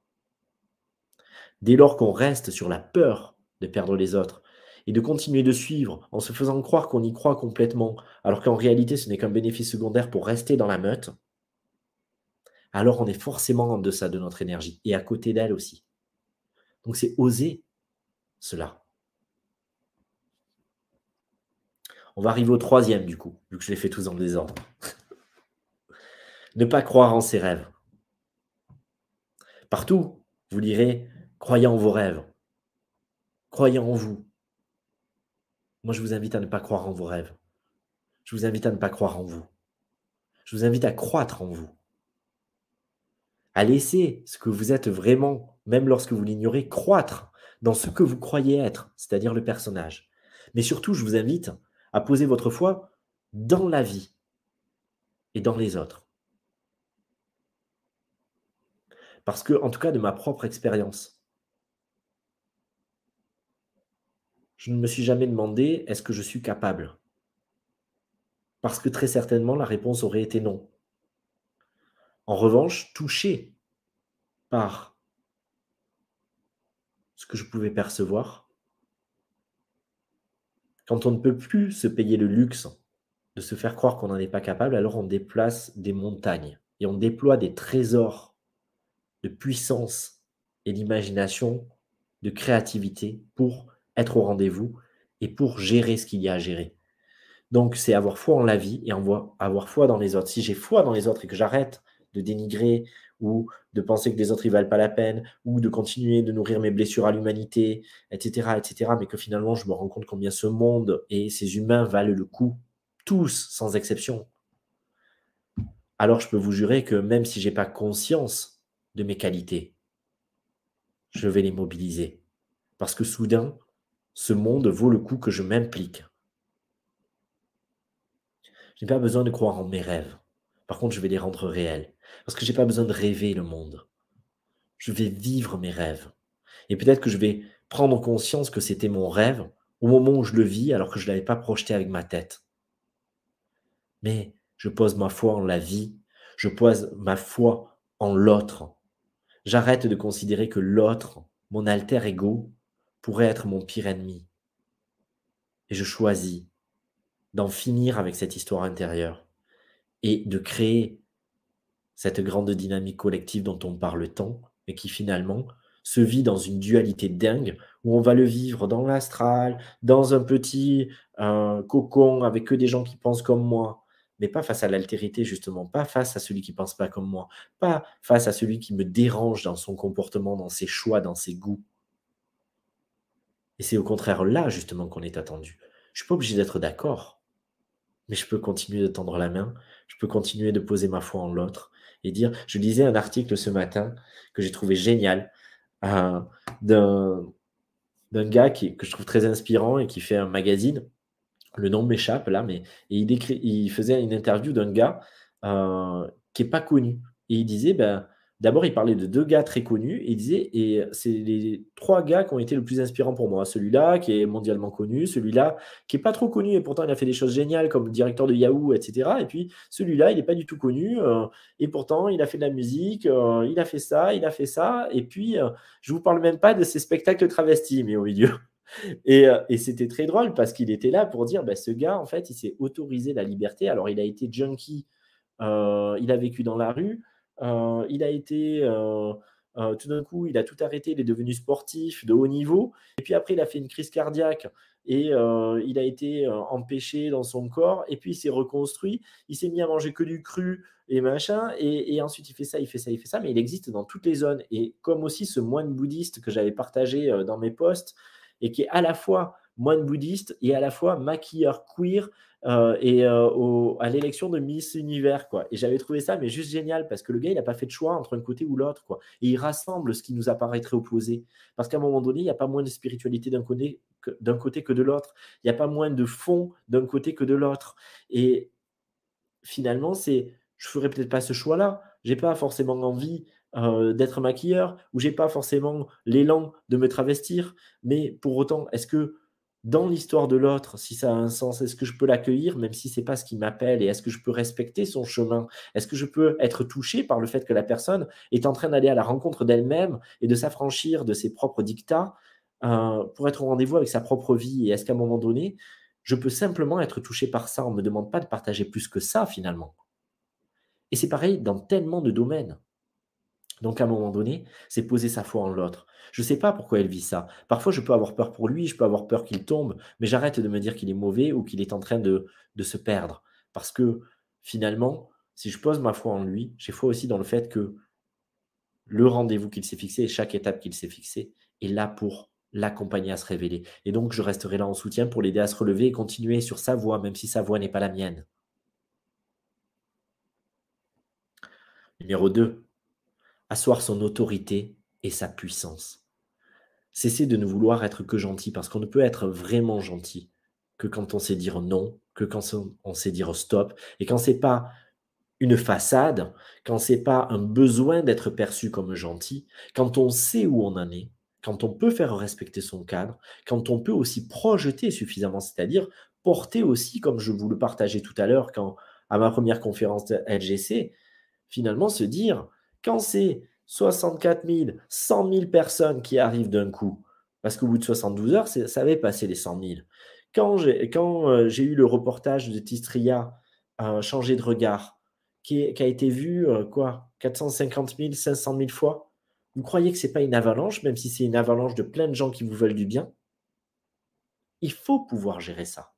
Dès lors qu'on reste sur la peur de perdre les autres et de continuer de suivre en se faisant croire qu'on y croit complètement, alors qu'en réalité ce n'est qu'un bénéfice secondaire pour rester dans la meute, alors on est forcément en deçà de notre énergie et à côté d'elle aussi. Donc c'est oser cela. On va arriver au troisième du coup, vu que je les fais tous dans le désordre. Ne pas croire en ses rêves. Partout, vous lirez croyez en vos rêves, croyez en vous. Moi, je vous invite à ne pas croire en vos rêves. Je vous invite à ne pas croire en vous. Je vous invite à croître en vous, à laisser ce que vous êtes vraiment, même lorsque vous l'ignorez, croître dans ce que vous croyez être, c'est-à-dire le personnage. Mais surtout, je vous invite à poser votre foi dans la vie et dans les autres. Parce que, en tout cas, de ma propre expérience, je ne me suis jamais demandé: «Est-ce que je suis capable?» Parce que très certainement, la réponse aurait été non. En revanche, touché par ce que je pouvais percevoir, quand on ne peut plus se payer le luxe de se faire croire qu'on n'en est pas capable, alors on déplace des montagnes et on déploie des trésors de puissance et d'imagination, de créativité pour être au rendez-vous et pour gérer ce qu'il y a à gérer. Donc, c'est avoir foi en la vie et avoir foi dans les autres. Si j'ai foi dans les autres et que j'arrête de dénigrer ou de penser que les autres, ils valent pas la peine ou de continuer de nourrir mes blessures à l'humanité, etc., mais que finalement, je me rends compte combien ce monde et ces humains valent le coup, tous, sans exception, alors je peux vous jurer que même si j'ai pas conscience de mes qualités, je vais les mobiliser. Parce que soudain, ce monde vaut le coup que je m'implique. Je n'ai pas besoin de croire en mes rêves. Par contre, je vais les rendre réels. Parce que j'ai pas besoin de rêver le monde. Je vais vivre mes rêves. Et peut-être que je vais prendre conscience que c'était mon rêve au moment où je le vis, alors que je ne l'avais pas projeté avec ma tête. Mais je pose ma foi en la vie. Je pose ma foi en l'autre. J'arrête de considérer que l'autre, mon alter ego, pourrait être mon pire ennemi. Et je choisis d'en finir avec cette histoire intérieure et de créer cette grande dynamique collective dont on parle tant, mais qui finalement se vit dans une dualité dingue, où on va le vivre dans l'astral, dans un petit cocon avec que des gens qui pensent comme moi, mais pas face à l'altérité justement, pas face à celui qui pense pas comme moi, pas face à celui qui me dérange dans son comportement, dans ses choix, dans ses goûts. Et c'est au contraire là justement qu'on est attendu. Je suis pas obligé d'être d'accord, mais je peux continuer de tendre la main, je peux continuer de poser ma foi en l'autre et dire je lisais un article ce matin que j'ai trouvé génial, heu, d'un gars que je trouve très inspirant et qui fait un magazine. Le nom m'échappe là, mais il faisait une interview d'un gars, qui est pas connu et il disait, ben, d'abord il parlait de 2 gars très connus et il disait et c'est les 3 gars qui ont été le plus inspirants pour moi. Celui-là qui est mondialement connu, celui-là qui est pas trop connu et pourtant il a fait des choses géniales comme le directeur de Yahoo et cetera et puis celui-là, il est pas du tout connu, et pourtant il a fait de la musique, il a fait ça et puis, je vous parle même pas de ses spectacles travestis, mais au milieu. Et c'était très drôle parce qu'il était là pour dire, bah, ce gars, en fait, il s'est autorisé la liberté. Alors, il a été junkie, il a vécu dans la rue, il a été, tout d'un coup, il a tout arrêté, il est devenu sportif de haut niveau. Et puis après, il a fait une crise cardiaque et il a été empêché dans son corps. Et puis, il s'est reconstruit. Il s'est mis à manger que du cru et machin. Et ensuite, il fait ça, il fait ça, il fait ça. Mais il existe dans toutes les zones. Et comme aussi ce moine bouddhiste que j'avais partagé dans mes posts, et qui est à la fois moine bouddhiste et à la fois maquilleur queer à l'élection de Miss Univers, quoi. Et j'avais trouvé ça mais juste génial parce que le gars, il n'a pas fait de choix entre un côté ou l'autre, quoi. Et il rassemble ce qui nous apparaîtrait opposé. Parce qu'à un moment donné, il n'y a pas moins de spiritualité d'un côté que de l'autre. Il n'y a pas moins de fond d'un côté que de l'autre. Et finalement, je ferais peut-être pas ce choix-là. J'ai pas forcément envie, d'être maquilleur ou j'ai pas forcément l'élan de me travestir. Mais pour autant, est-ce que dans l'histoire de l'autre, si ça a un sens, est-ce que je peux l'accueillir même si c'est pas ce qui m'appelle? Et est-ce que je peux respecter son chemin? Est-ce que je peux être touché par le fait que la personne est en train d'aller à la rencontre d'elle-même et de s'affranchir de ses propres dictats, pour être au rendez-vous avec sa propre vie? Et est-ce qu'à un moment donné, je peux simplement être touché par ça? On me demande pas de partager plus que ça finalement. Et c'est pareil dans tellement de domaines. Donc à un moment donné, c'est poser sa foi en l'autre. Je ne sais pas pourquoi elle vit ça. Parfois, je peux avoir peur pour lui, je peux avoir peur qu'il tombe, mais j'arrête de me dire qu'il est mauvais ou qu'il est en train de se perdre. Parce que finalement, si je pose ma foi en lui, j'ai foi aussi dans le fait que le rendez-vous qu'il s'est fixé et chaque étape qu'il s'est fixée est là pour l'accompagner à se révéler. Et donc, je resterai là en soutien pour l'aider à se relever et continuer sur sa voie, même si sa voie n'est pas la mienne. Numéro 2, asseoir son autorité et sa puissance. Cesser de ne vouloir être que gentil, parce qu'on ne peut être vraiment gentil que quand on sait dire non, que quand on sait dire stop, et quand c'est pas une façade, quand c'est pas un besoin d'être perçu comme gentil, quand on sait où on en est, quand on peut faire respecter son cadre, quand on peut aussi projeter suffisamment, c'est-à-dire porter aussi, comme je vous le partageais tout à l'heure, quand à ma première conférence de LGC, finalement se dire, quand c'est 64 000, 100 000 personnes qui arrivent d'un coup, parce qu'au bout de 72 heures, ça avait passé les 100 000. Quand j'ai eu le reportage de Tistria, Changer de regard, qui a été vu, 450 000, 500 000 fois, vous croyez que ce n'est pas une avalanche, même si c'est une avalanche de plein de gens qui vous veulent du bien? Il faut pouvoir gérer ça.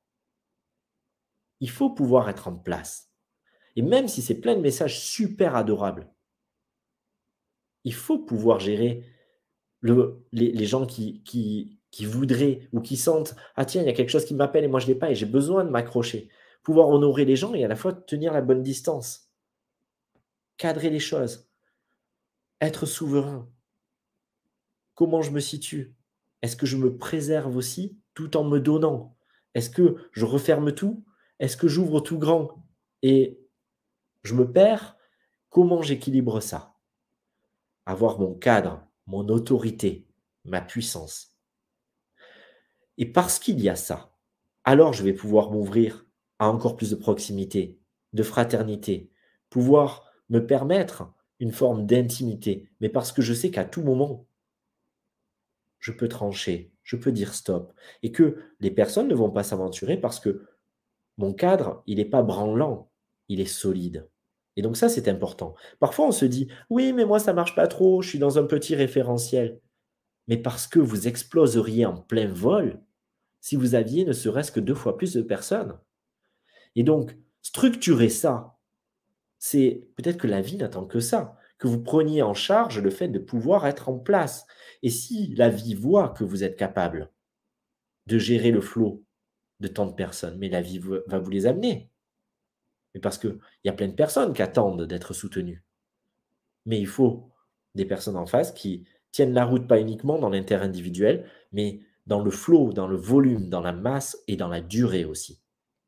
Il faut pouvoir être en place. Et même si c'est plein de messages super adorables, il faut pouvoir gérer les gens qui voudraient ou qui sentent: «Ah tiens, il y a quelque chose qui m'appelle et moi je ne l'ai pas et j'ai besoin de m'accrocher». Pouvoir honorer les gens et à la fois tenir la bonne distance, cadrer les choses, être souverain. Comment je me situe? Est-ce que je me préserve aussi tout en me donnant? Est-ce que je referme tout? Est-ce que j'ouvre tout grand et je me perds? Comment j'équilibre ça? Avoir mon cadre, mon autorité, ma puissance. Et parce qu'il y a ça, alors je vais pouvoir m'ouvrir à encore plus de proximité, de fraternité, pouvoir me permettre une forme d'intimité, mais parce que je sais qu'à tout moment, je peux trancher, je peux dire stop, et que les personnes ne vont pas s'aventurer parce que mon cadre, il n'est pas branlant, il est solide. Et donc ça, c'est important. Parfois, on se dit, oui, mais moi, ça marche pas trop, je suis dans un petit référentiel. Mais parce que vous exploseriez en plein vol si vous aviez ne serait-ce que 2 fois plus de personnes. Et donc, structurer ça, c'est peut-être que la vie n'attend que ça, que vous preniez en charge le fait de pouvoir être en place. Et si la vie voit que vous êtes capable de gérer le flot de tant de personnes, mais la vie va vous les amener. Mais parce qu'il y a plein de personnes qui attendent d'être soutenues. Mais il faut des personnes en face qui tiennent la route, pas uniquement dans l'intérêt individuel, mais dans le flot, dans le volume, dans la masse et dans la durée aussi.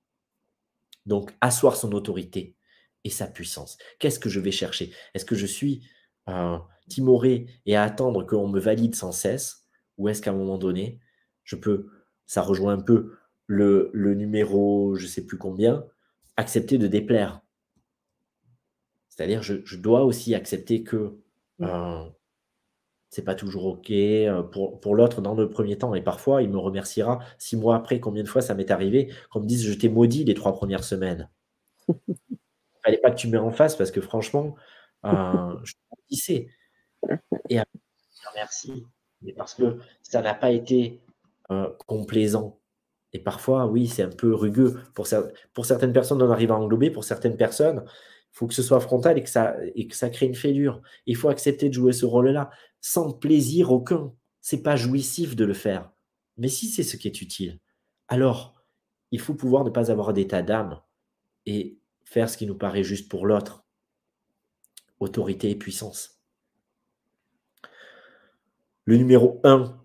Donc, asseoir son autorité et sa puissance. Qu'est-ce que je vais chercher? Est-ce que je suis timoré et à attendre qu'on me valide sans cesse? Ou est-ce qu'à un moment donné, je peux, ça rejoint un peu le numéro, je ne sais plus combien, accepter de déplaire. C'est-à-dire, je dois aussi accepter que Mmh. c'est pas toujours OK pour l'autre dans le premier temps. Et parfois, il me remerciera 6 mois après. Combien de fois ça m'est arrivé qu'on me dise: «Je t'ai maudit les 3 premières semaines». Fallait pas que tu me en fasses parce que franchement, je te maudissais. Et après, dire merci, mais parce que ça n'a pas été, complaisant. Et parfois, oui, c'est un peu rugueux. Pour certaines personnes, on arrive à englober, pour certaines personnes, il faut que ce soit frontal et que ça crée une fêlure. Il faut accepter de jouer ce rôle-là, sans plaisir aucun. C'est pas jouissif de le faire. Mais si c'est ce qui est utile, alors il faut pouvoir ne pas avoir d'état d'âme et faire ce qui nous paraît juste pour l'autre. Autorité et puissance. Le numéro 1,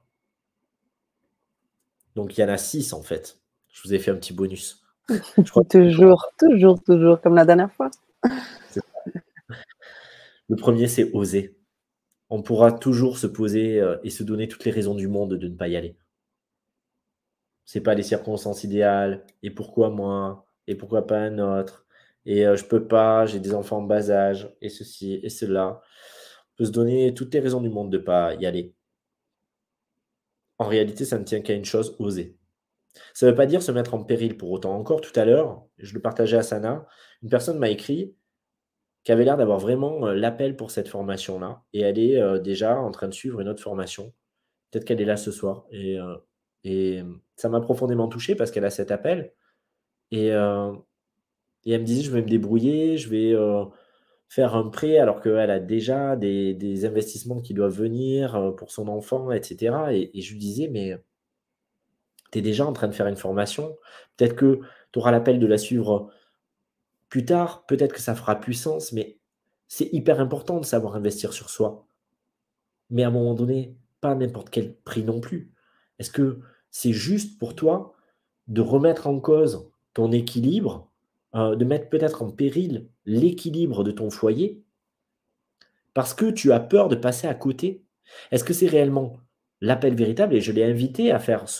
donc il y en a 6 en fait. Je vous ai fait un petit bonus. Je crois que Toujours, toujours, toujours comme la dernière fois. c'est le premier, c'est oser. On pourra toujours se poser, et se donner toutes les raisons du monde de ne pas y aller. C'est pas les circonstances idéales et pourquoi moi? Et pourquoi pas un autre? Et je peux pas, j'ai des enfants en bas âge et ceci et cela. On peut se donner toutes les raisons du monde de pas y aller. En réalité, ça ne tient qu'à une chose, oser. Ça ne veut pas dire se mettre en péril pour autant. Encore tout à l'heure, je le partageais à Sana, une personne m'a écrit qui avait l'air d'avoir vraiment, l'appel pour cette formation-là et elle est, déjà en train de suivre une autre formation. Peut-être qu'elle est là ce soir ça m'a profondément touché parce qu'elle a cet appel et heu et elle me disait: «Je vais me débrouiller, je vais, faire un prêt», alors qu'elle a déjà des investissements qui doivent venir, pour son enfant et cetera et je lui disais: «Mais tu es déjà en train de faire une formation, peut-être que tu auras l'appel de la suivre plus tard, peut-être que ça fera plus sens, mais c'est hyper important de savoir investir sur soi». Mais à un moment donné, pas à n'importe quel prix non plus. Est-ce que c'est juste pour toi de remettre en cause ton équilibre, de mettre peut-être en péril l'équilibre de ton foyer parce que tu as peur de passer à côté? Est-ce que c'est réellement l'appel véritable? Et je l'ai invité à faire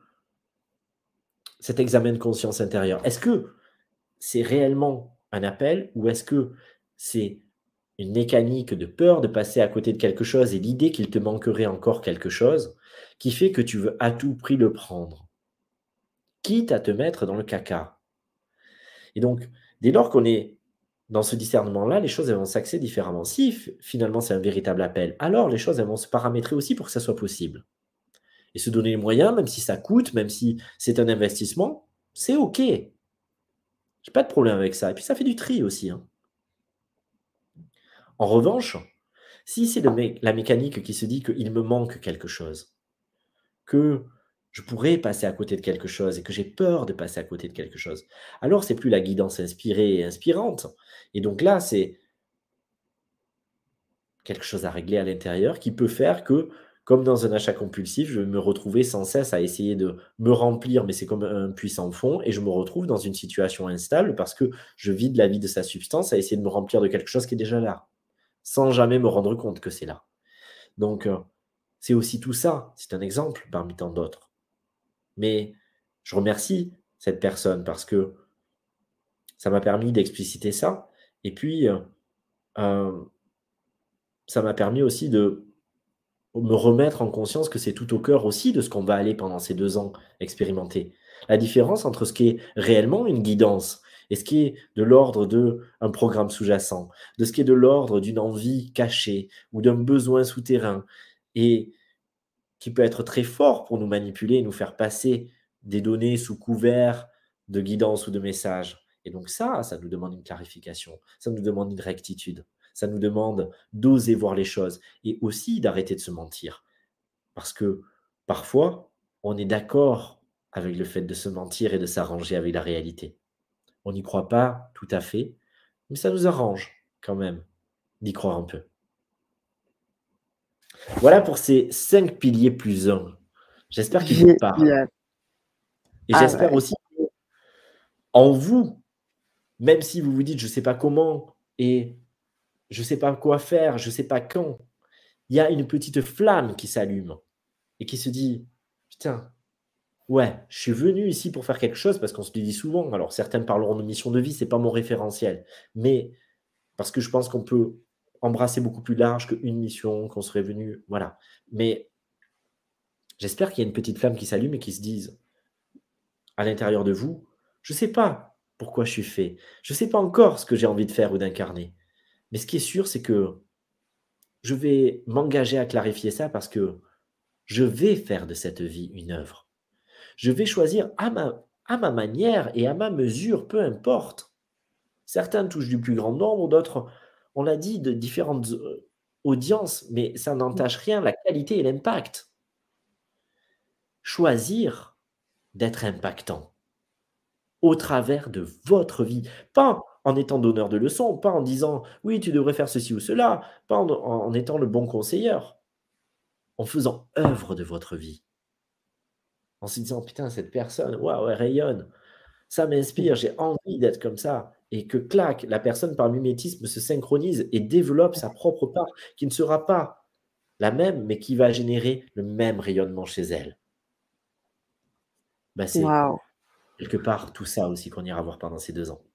cet examen de conscience intérieure. Est-ce que c'est réellement un appel ou est-ce que c'est une mécanique de peur de passer à côté de quelque chose et l'idée qu'il te manquerait encore quelque chose qui fait que tu veux à tout prix le prendre, quitte à te mettre dans le caca? Et donc, dès lors qu'on est dans ce discernement-là, les choses elles vont s'axer différemment. Si finalement c'est un véritable appel, alors les choses elles vont se paramétrer aussi pour que ça soit possible. Et se donner les moyens, même si ça coûte, même si c'est un investissement, c'est OK. J'ai pas de problème avec ça. Et puis ça fait du tri aussi, hein. En revanche, si c'est la mécanique qui se dit qu'il me manque quelque chose, que je pourrais passer à côté de quelque chose et que j'ai peur de passer à côté de quelque chose, alors c'est plus la guidance inspirée et inspirante. Et donc là, c'est quelque chose à régler à l'intérieur qui peut faire que, comme dans un achat compulsif, je vais me retrouver sans cesse à essayer de me remplir, mais c'est comme un puits sans fond, et je me retrouve dans une situation instable parce que je vide la vie de sa substance à essayer de me remplir de quelque chose qui est déjà là, sans jamais me rendre compte que c'est là. Donc, c'est aussi tout ça. C'est un exemple parmi tant d'autres. Mais je remercie cette personne parce que ça m'a permis d'expliciter ça. Et puis, ça m'a permis aussi de me remettre en conscience que c'est tout au cœur aussi de ce qu'on va aller pendant ces 2 ans expérimenter. La différence entre ce qui est réellement une guidance et ce qui est de l'ordre d'un programme sous-jacent, de ce qui est de l'ordre d'une envie cachée ou d'un besoin souterrain et qui peut être très fort pour nous manipuler et nous faire passer des données sous couvert de guidance ou de message. Et donc ça nous demande une clarification, ça nous demande une rectitude, ça nous demande d'oser voir les choses et aussi d'arrêter de se mentir. Parce que parfois, on est d'accord avec le fait de se mentir et de s'arranger avec la réalité. On n'y croit pas tout à fait, mais ça nous arrange quand même d'y croire un peu. Voilà pour ces 5 piliers plus un. J'espère qu'ils vous parlent. Génial. Et Ah j'espère ouais. aussi en vous, même si vous vous dites: «Je ne sais pas comment et je ne sais pas quoi faire, je ne sais pas quand», il y a une petite flamme qui s'allume et qui se dit: «Putain, ouais, je suis venu ici pour faire quelque chose», parce qu'on se le dit souvent. Alors certains parleront de mission de vie, c'est pas mon référentiel, mais parce que je pense qu'on peut embrasser beaucoup plus large qu'une mission, qu'on serait venu voilà. Mais j'espère qu'il y a une petite flamme qui s'allume et qui se dise à l'intérieur de vous: «Je ne sais pas pourquoi je suis fait, je ne sais pas encore ce que j'ai envie de faire ou d'incarner, mais ce qui est sûr, c'est que je vais m'engager à clarifier ça parce que je vais faire de cette vie une œuvre. Je vais choisir à ma manière et à ma mesure, peu importe». Certains touchent du plus grand nombre, d'autres, on l'a dit, de différentes, audiences, mais ça n'entache rien la qualité et l'impact. Choisir d'être impactant au travers de votre vie, pas en étant donneur de leçons, pas en disant: «Oui, tu devrais faire ceci ou cela», pas en étant le bon conseiller, en faisant œuvre de votre vie, en se disant: «Putain, cette personne, waouh, elle rayonne, ça m'inspire, j'ai envie d'être comme ça», et que clac, la personne par mimétisme se synchronise et développe sa propre part qui ne sera pas la même, mais qui va générer le même rayonnement chez elle. Bah, c'est Waouh, quelque part tout ça aussi qu'on ira voir pendant ces 2 ans.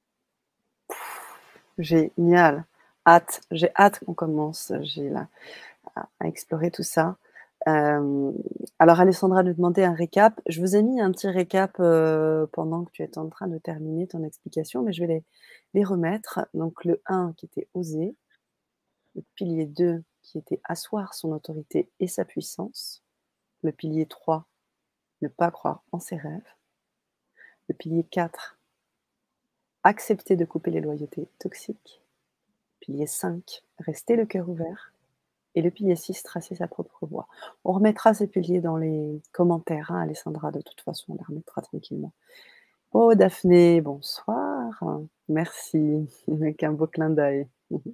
génial. J'ai hâte qu'on commence, j'ai là à explorer tout ça. Hem, alors Alessandra nous demandait un récap. Je vous ai mis un petit récap, pendant que tu étais en train de terminer ton explication, mais je vais les remettre. Donc le 1 qui était oser, le pilier 2 qui était asseoir son autorité et sa puissance, le pilier 3 ne pas croire en ses rêves, le pilier 4 accepter de couper les loyautés toxiques, pilier 5 rester le cœur ouvert et le pilier 6 tracer sa propre voie. On remettra ces piliers dans les commentaires, hein, Alessandra, de toute façon, on les remettra tranquillement. Oh Daphné, bonsoir. Merci, avec un beau clin d'œil.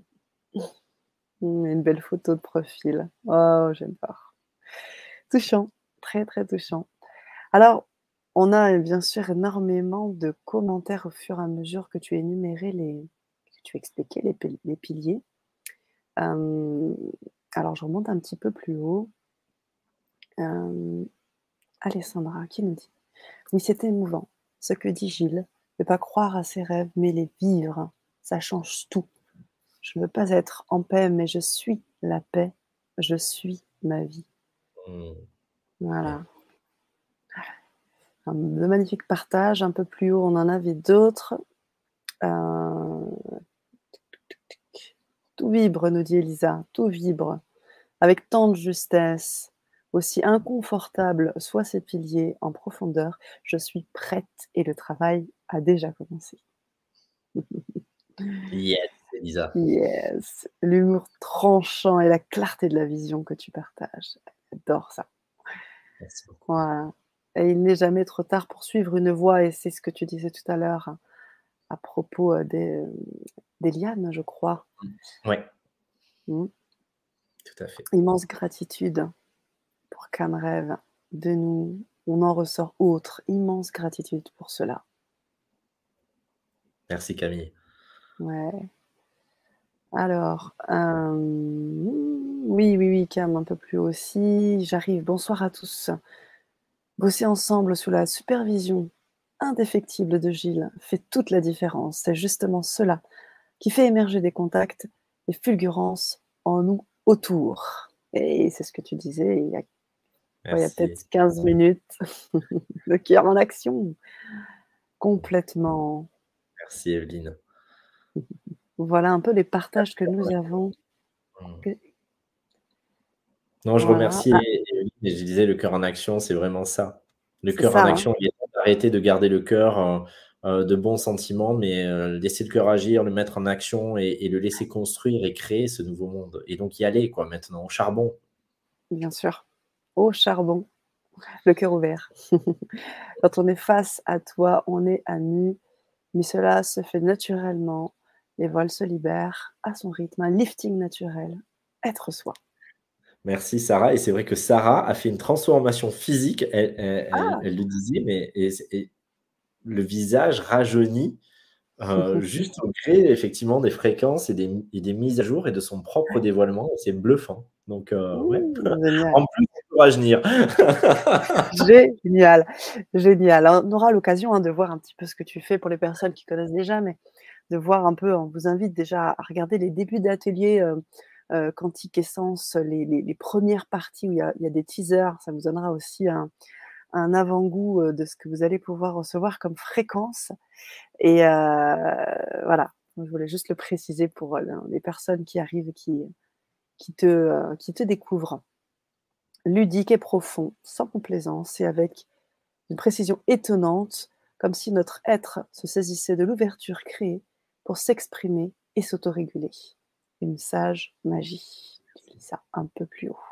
Une belle photo de profil. Oh, j'aime pas. Touchant, très, très touchant. Alors On a bien sûr énormément de commentaires au fur et à mesure que tu énumérais que tu expliquais les piliers. Hem, alors je remonte un petit peu plus haut. Hem, Alessandra qui nous dit: «Oui, c'est émouvant ce que dit Gilles, ne pas croire à ses rêves, mais les vivre, ça change tout. Je ne veux pas être en paix, mais je suis la paix, je suis ma vie». Mmh. Ouais. Voilà, de magnifiques partages. Un peu plus haut, on en avait d'autres. Heu, «Tout vibre», nous dit Elisa, «tout vibre, avec tant de justesse. Aussi inconfortable soient ces piliers en profondeur, je suis prête et le travail a déjà commencé». Yes, Elisa. Yes, l'humour tranchant et la clarté de la vision que tu partages. J'adore ça. Merci beaucoup. Voilà, et il n'est jamais trop tard pour suivre une voie, et c'est ce que tu disais tout à l'heure à propos, des lianes, je crois. Mmh. Ouais, Mmh. tout à fait. Immense gratitude pour qu'un rêve de nous, on en ressort autre. Immense gratitude pour cela. Merci Camille. Ouais. Alors, oui, oui, oui, Cam, un peu plus haut aussi. J'arrive. Bonsoir à tous. Bosser ensemble sous la supervision indéfectible de Gilles fait toute la différence. C'est justement cela qui fait émerger des contacts, des fulgurances en nous autour. Et c'est ce que tu disais il y a quoi? Il y a Merci. peut-être 15 minutes. Le cœur en action, complètement. Merci Evelyne. Voilà un peu les partages que nous avons. Mmh. Que Non, je voilà. remerciais Ah, Evelyne et je disais le cœur en action, c'est vraiment ça. Le c'est cœur en ça, hein. action, il est temps d'arrêter de garder le cœur, de bons sentiments, mais laisser le cœur agir, le mettre en action et le laisser construire et créer ce nouveau monde et donc y aller quoi maintenant, au charbon. Bien sûr. Au charbon, le cœur ouvert. Quand on est face à toi, on est à nu, mais cela se fait naturellement. Les voiles se libèrent à son rythme, un lifting naturel, être soi. Merci Sarah et c'est vrai que Sarah a fait une transformation physique, Ah! elle le disait, mais et le visage rajeuni, juste au gré effectivement des fréquences et des mises à jour et de son propre Ouais. dévoilement et c'est bluffant donc ouais. Génial. En plus, on peut rajeunir. Génial, génial. On aura l'occasion, hein, de voir un petit peu ce que tu fais pour les personnes qui connaissent déjà, mais de voir un peu, on vous invite déjà à regarder les débuts d'ateliers, Quantique Essence, les 1res parties où il y a des teasers. Ça vous donnera aussi un avant-goût, de ce que vous allez pouvoir recevoir comme fréquence, et voilà. Je voulais juste le préciser pour, les personnes qui arrivent et qui te découvrent. Ludique et profond, sans complaisance et avec une précision étonnante, comme si notre être se saisissait de l'ouverture créée pour s'exprimer et s'autoréguler. Une sage magie. Tu lis ça un peu plus haut.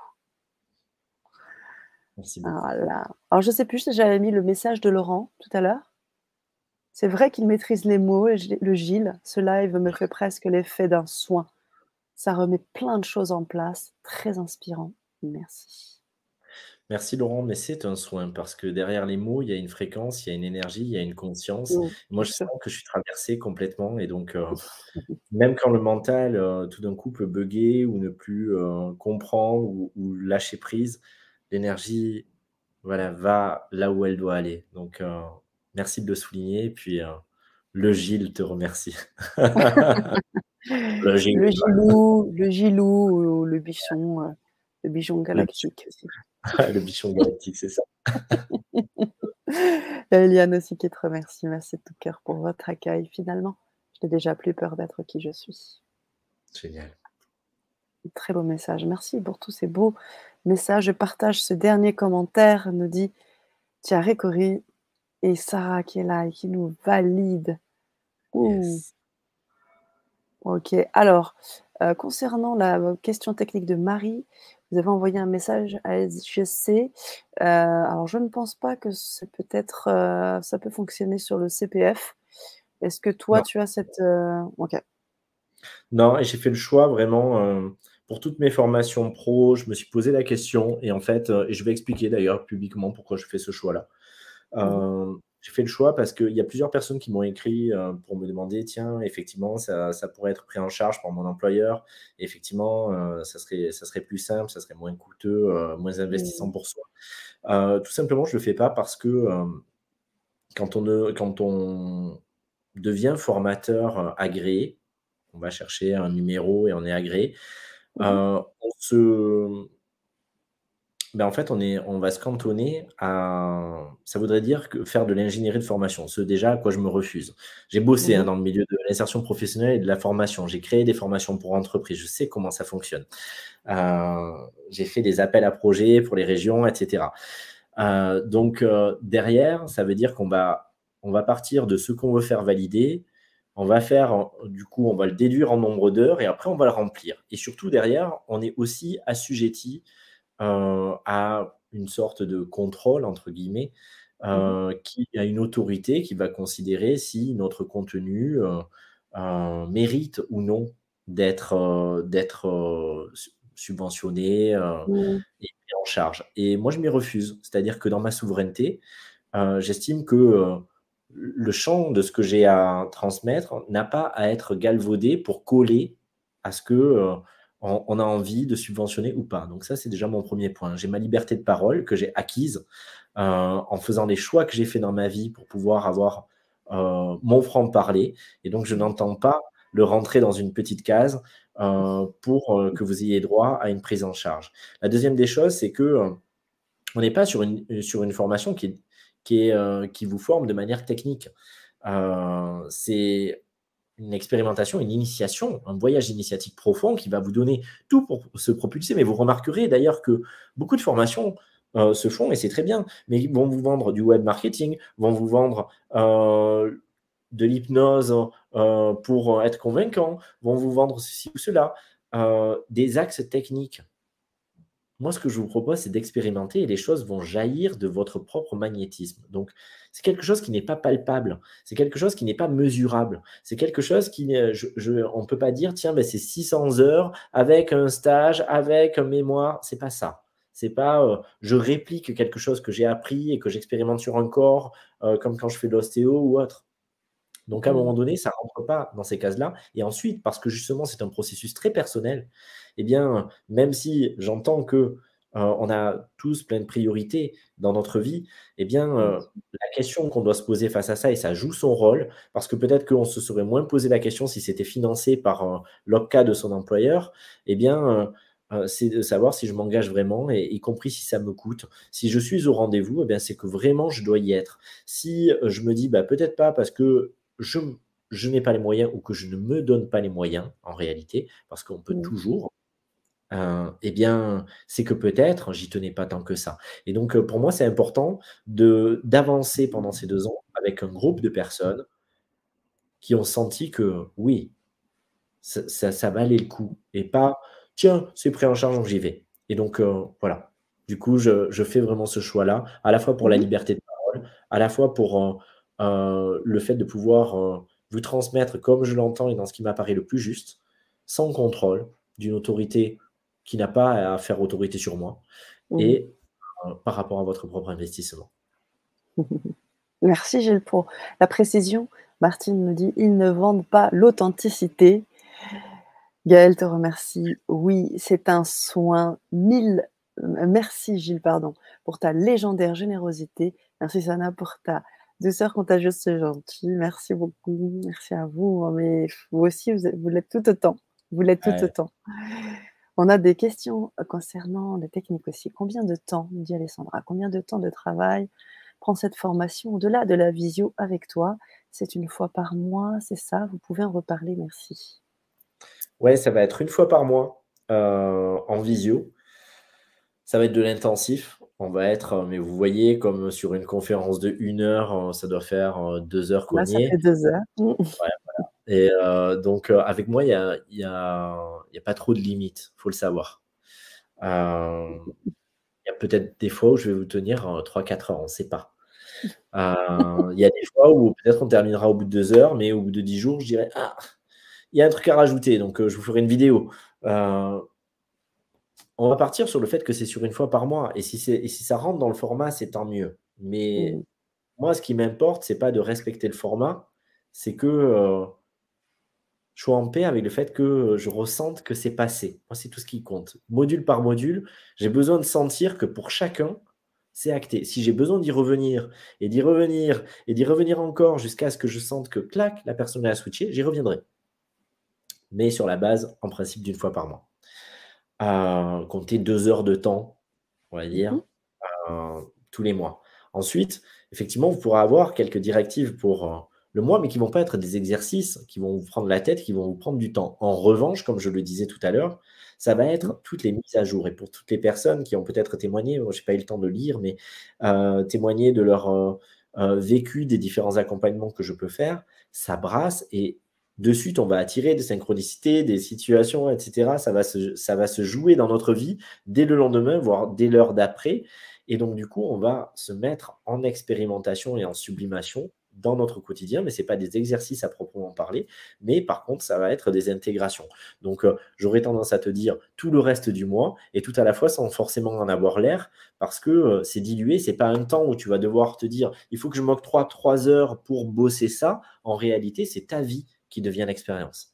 Merci beaucoup. Voilà. Alors je sais plus si j'avais mis le message de Laurent tout à l'heure. C'est vrai qu'il maîtrise les mots, le Gilles. Ce live me fait presque l'effet d'un soin. Ça remet plein de choses en place. Très inspirant. Merci. Merci Laurent, mais c'est un soin parce que derrière les mots, il y a une fréquence, il y a une énergie, il y a une conscience. Moi, Bien je sûr. sens que je suis traversé complètement et donc même quand le mental, tout d'un coup peut bugger ou ne plus, comprendre ou lâcher prise, l'énergie, voilà, va là où elle doit aller. Donc merci de le souligner et puis, le Gilles te remercie. Le Gilles, Le Gilou ou le bichon le bichon galactique aussi. le bichon galactique, c'est ça. Il y a Eliane aussi qui te remercie. Merci de tout cœur pour votre accueil. Finalement, je n'ai déjà plus peur d'être qui je suis. Génial. Très beau message. Merci pour tous ces beaux messages. Je partage ce dernier commentaire, nous dit Thierry Cory et Sarah qui est là et qui nous valide. Ouh, Yes. OK. Alors, concernant la question technique de Marie, vous avez envoyé un message à SGC. Alors je ne pense pas que c'est peut-être, ça peut fonctionner sur le CPF. Est-ce que toi Non. tu as cette, OK. Non et j'ai fait le choix vraiment, pour toutes mes formations pro, je me suis posé la question et en fait, et je vais expliquer d'ailleurs publiquement pourquoi je fais ce choix-là. Mmh. J'ai fait le choix parce qu'il y a plusieurs personnes qui m'ont écrit pour me demander, tiens, effectivement, ça pourrait être pris en charge par mon employeur. Et effectivement, ça serait plus simple, ça serait moins coûteux, moins investissant Mmh. pour soi. Tout simplement, je ne le fais pas parce que quand on devient formateur agréé, on va chercher un numéro et on est agréé, Mmh. on se en fait, on va se cantonner à ça voudrait dire que faire de l'ingénierie de formation, ce déjà à quoi je me refuse. J'ai bossé, hein, Mmh. dans le milieu de l'insertion professionnelle et de la formation. J'ai créé des formations pour entreprises, je sais comment ça fonctionne. Heu, j'ai fait des appels à projets pour les régions et cetera. Derrière, ça veut dire on va partir de ce qu'on veut faire valider. On va faire du coup, on va le déduire en nombre d'heures et après on va le remplir et surtout derrière, on est aussi assujetti à une sorte de «contrôle» entre guillemets, Mmh. qui a une autorité qui va considérer si notre contenu, mérite ou non d'être, subventionné, Mmh. et pris en charge et moi je m'y refuse. C'est-à-dire que dans ma souveraineté, j'estime que, le champ de ce que j'ai à transmettre n'a pas à être galvaudé pour coller à ce que, on a envie de subventionner ou pas. Donc ça, c'est déjà mon premier point. J'ai ma liberté de parole que j'ai acquise, en faisant les choix que j'ai faits dans ma vie pour pouvoir avoir, mon franc-parler et donc je n'entends pas le rentrer dans une petite case, pour, que vous ayez droit à une prise en charge. La deuxième des choses, c'est que, on n'est pas sur une formation qui vous forme de manière technique. C'est une expérimentation, une initiation, un voyage initiatique profond qui va vous donner tout pour se propulser. Mais vous remarquerez d'ailleurs que beaucoup de formations, se font et c'est très bien, mais ils vont vous vendre du web marketing, vont vous vendre, de l'hypnose, pour être convaincant, vont vous vendre ceci ou cela, des axes techniques. Moi, ce que je vous propose, c'est d'expérimenter et les choses vont jaillir de votre propre magnétisme. Donc, c'est quelque chose qui n'est pas palpable, c'est quelque chose qui n'est pas mesurable, c'est quelque chose qui n'est on ne peut pas dire: «Tiens, c'est 600 heures avec un stage, avec un mémoire». C'est pas ça. C'est pas, je réplique quelque chose que j'ai appris et que j'expérimente sur un corps, comme quand je fais de l'ostéo ou autre. Donc à un Mmh. moment donné, ça ne rentre pas dans ces cases-là et ensuite, parce que justement c'est un processus très personnel, eh bien, même si j'entends que, on a tous plein de priorités dans notre vie, eh bien, Bien sûr. la question qu'on doit se poser face à ça et ça joue son rôle, parce que peut-être qu'on se serait moins posé la question si c'était financé par, l'OPCA de son employeur, eh bien, c'est de savoir si je m'engage vraiment et y compris si ça me coûte. Si je suis au rendez-vous, eh bien, c'est que vraiment je dois y être. Si, je me dis: «Bah, peut-être pas parce que je je n'ai pas les moyens ou que je ne me donne pas les moyens en réalité, parce qu'on peut Mmh. toujours, eh bien, c'est que peut-être j'y tenais pas tant que ça et donc pour moi, c'est important d'avancer pendant ces 2 ans avec un groupe de personnes qui ont senti que oui, ça valait le coup et pas: «Tiens, c'est pris en charge donc j'y vais» et donc voilà. Du coup, je fais vraiment ce choix-là, à la fois pour la Mmh. liberté de parole, à la fois pour, le fait de pouvoir, vous transmettre comme je l'entends et dans ce qui m'apparaît le plus juste, sans contrôle, d'une autorité qui n'a pas à faire autorité sur moi Mmh. et par rapport à votre propre investissement. Merci Gilles pour la précision. Martine me dit: «Ils ne vendent pas l'authenticité». Gaëlle te remercie. Oui, c'est un soin. Merci Gilles, pardon, pour ta légendaire générosité. Merci Sana pour ta douceur contagieuse, c'est gentil. Merci beaucoup. Merci à vous, mais vous aussi, vous l'êtes tout autant. Vous l'êtes tout Ouais. autant. On a des questions, concernant les techniques aussi. Combien de temps, me dit Alessandra, combien de temps de travail prend cette formation au-delà de la visio avec toi? C'est une fois par mois, c'est ça? Vous pouvez en reparler, merci. Ouais, ça va être une fois par mois, en visio. Ça va être de l'intensif. On va être, mais vous voyez comme sur une conférence de 1 heure, ça doit faire, 2 heures qu'on Là, y ça fait est. 2 heures. Mmh. Ouais et avec moi, il y a pas trop de limites, faut le savoir. Il y a peut-être des fois où je vais vous tenir, 3-4 heures, on ne sait pas. Il y a des fois où peut-être on terminera au bout de 2 heures, mais au bout de 10 jours, je dirais: «Ah, il y a un truc à rajouter», donc je vous ferai une vidéo. Heu, on va partir sur le fait que c'est sur une fois par mois et si ça rentre dans le format, c'est tant mieux. Mais Mmh. moi, ce qui m'importe, c'est pas de respecter le format, c'est que, je sois en paix avec le fait que, je ressente que c'est passé. Moi, c'est tout ce qui compte. Module par module, j'ai besoin de sentir que pour chacun, c'est acté. Si j'ai besoin d'y revenir et d'y revenir et d'y revenir encore jusqu'à ce que je sente que clac, la personne a switché, j'y reviendrai. Mais sur la base, en principe, d'une fois par mois. Compter 2 heures de temps, on va Mhm. dire, tous les mois. Ensuite, effectivement, vous pourrez avoir quelques directives pour, le mois, mais qui vont pas être des exercices qui vont vous prendre la tête, qui vont vous prendre du temps. En revanche, comme je le disais tout à l'heure, ça va Mhm. être toutes les mises à jour et pour toutes les personnes qui ont peut-être témoigné, moi j'ai pas eu le temps de lire, mais témoigner de leur, vécu des différents accompagnements que je peux faire, ça brasse et de suite, on va attirer des synchronicités, des situations et cetera. Ça va se jouer dans notre vie dès le lendemain, voire dès l'heure d'après et donc, du coup, on va se mettre en expérimentation et en sublimation dans notre quotidien, mais ce n'est pas des exercices à proprement parler, mais par contre, ça va être des intégrations. Donc, j'aurais tendance à te dire tout le reste du mois et tout à la fois sans forcément en avoir l'air, parce que c'est dilué, c'est pas un temps où tu vas devoir te dire il faut que je m'octroie 3 heures pour bosser ça. En réalité, c'est ta vie qui devient l'expérience.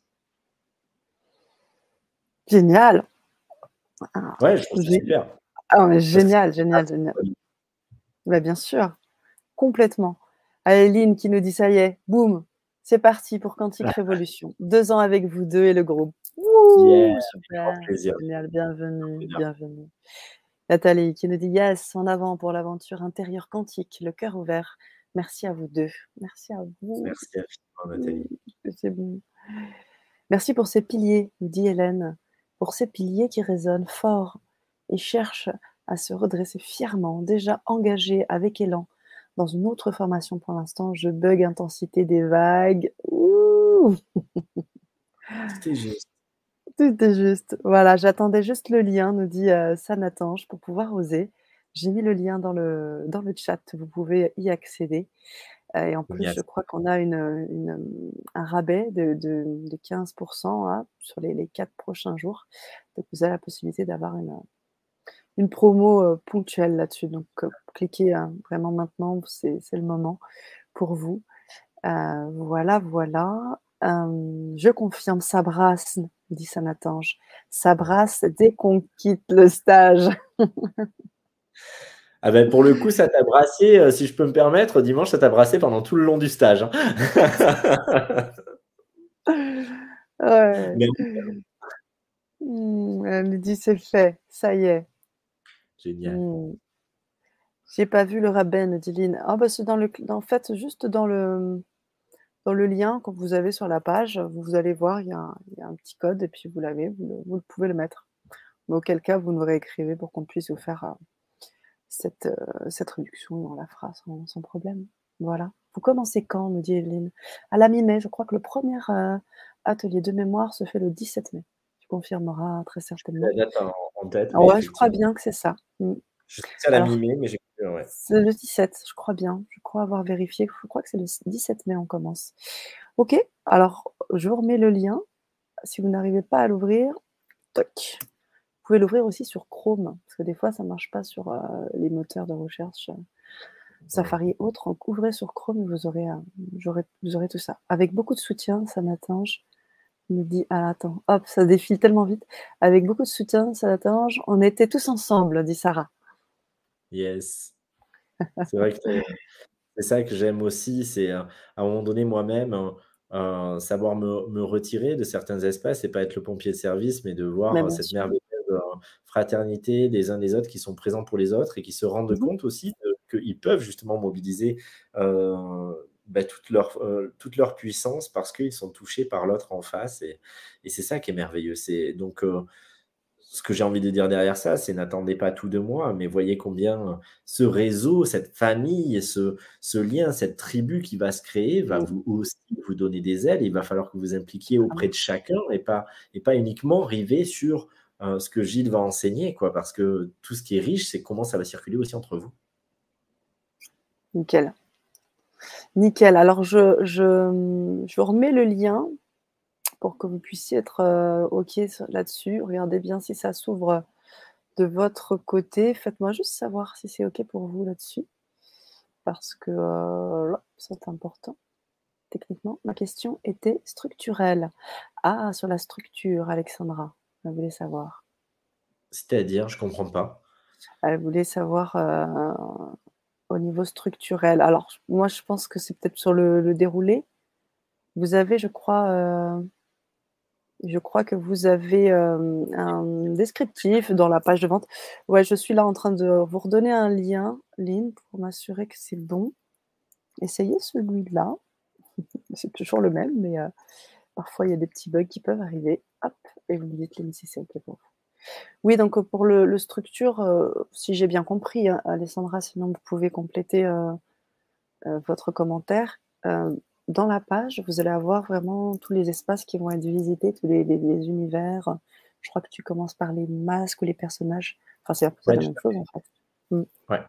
Génial. Ah, Ouais, je trouve ça gé- super. mais Parce que génial, génial, génial. Bah, bien sûr, complètement. Aline qui nous dit ça y est, boum, c'est parti pour Quantique Révolution. 2 ans avec vous deux et le groupe. Yeah, Wouh, avec grand super, plaisir. génial, bienvenue, Bonheur. bienvenue. Nathalie qui nous dit yes, en avant pour l'aventure intérieure quantique, le cœur ouvert. Merci à vous deux. Merci à vous. Merci infiniment, Mmh, Nathalie. c'est bon. Merci pour ces piliers, nous dit Hélène, pour ces piliers qui résonnent fort et cherchent à se redresser fièrement, déjà engagés avec élan dans une autre formation pour l'instant. Je bug intensité des vagues. Ouh, Tout est juste. tout est juste. Voilà, j'attendais juste le lien, nous dit Sanatange, pour pouvoir oser. J'ai mis le lien dans le chat, vous pouvez y accéder. Et en plus, Génial. je crois qu'on a un rabais de 15% là, sur les 4 prochains jours. Donc, vous avez la possibilité d'avoir une promo ponctuelle là-dessus. Donc, cliquez vraiment maintenant, c'est le moment pour vous. Voilà, voilà. Je confirme, ça brasse, dit Sanatange. Ça brasse dès qu'on quitte le stage. Ah ben, pour le coup, ça t'a brassé, si je peux me permettre, dimanche, ça t'a brassé pendant tout le long du stage, hein. Ouais. Mais Elle me dit c'est fait, ça y est. génial. Mmh. J'ai pas vu le rabais, me dit Lynn. Ah bah, c'est en fait, juste dans le lien que vous avez sur la page, vous allez voir, il y a un petit code et puis vous pouvez le mettre. Mais auquel cas, vous nous réécrivez pour qu'on puisse vous faire, cette réduction, on la fera sans problème. Voilà. Vous commencez quand, nous dit Evelyne? À la mi-mai, je crois que le premier atelier de mémoire se fait le 17 mai. Tu confirmeras très La certainement. date en tête, Ah mais ouais, je crois effectivement. bien que c'est ça. Mmh. Je sais que c'est à la Alors, mi-mai, mais j'ai ouais. c'est le 17, je crois bien. Je crois avoir vérifié. Je crois que c'est le 17 mai, on commence. OK, alors je vous remets le lien. Si vous n'arrivez pas à l'ouvrir, toc. Vous pouvez l'ouvrir aussi sur Chrome, parce que des fois, ça ne marche pas sur les moteurs de recherche Mmh. Safari et autres. Donc, ouvrez sur Chrome et vous aurez tout ça. Avec beaucoup de soutien, Sanatange me dit ah, attends, hop, ça défile tellement vite. Avec beaucoup de soutien, Sanatange, on était tous ensemble, dit Sarah. Yes. C'est vrai que c'est ça que j'aime aussi, c'est, à un moment donné, moi-même, savoir me retirer de certains espaces et pas être le pompier de service, mais de Mais voir, bien cette sûr. merveilleuse, fraternité des uns des autres qui sont présents pour les autres et qui se rendent Mmh. compte aussi qu'ils peuvent justement mobiliser, bah, toute leur puissance parce qu'ils sont touchés par l'autre en face et c'est ça qui est merveilleux. C'est donc, ce que j'ai envie de dire derrière ça, c'est n'attendez pas tout de moi, mais voyez combien ce réseau, cette famille, ce lien, cette tribu qui va se créer va Mmh. vous aussi vous donner des ailes. Il va falloir que vous impliquiez Ah auprès oui, de chacun et pas uniquement river sur, ce que Gilles va enseigner, quoi. Parce que tout ce qui est riche, c'est comment ça va circuler aussi entre vous. nickel. Nickel. Alors je remets le lien pour que vous puissiez être, OK là-dessus. Regardez bien si ça s'ouvre de votre côté. Faites-moi juste savoir si c'est OK pour vous là-dessus. parce que là, c'est important. Techniquement, ma question était structurelle. Ah, sur la structure, Alexandra, elle voulait savoir. C'est-à-dire, je comprends pas. Elle voulait savoir, au niveau structurel. Alors, moi, je pense que c'est peut-être sur le déroulé. Vous avez, je crois que vous avez, un descriptif dans la page de vente. Ouais, je suis là en train de vous redonner un lien, Lynn, pour m'assurer que c'est bon. Essayez celui-là. C'est toujours le même, mais parfois il y a des petits bugs qui peuvent arriver. Hop, et vous me dites, Lynn, si c'est OK pour vous. Oui, donc pour le structure, si j'ai bien compris, hein, Alessandra, sinon vous pouvez compléter, votre commentaire. Dans la page, vous allez avoir vraiment tous les espaces qui vont être visités, tous les univers. Je crois que tu commences par les masques ou les personnages. Enfin, c'est Ouais, la tout même à chose, fait. en fait. Mmh. Ouais.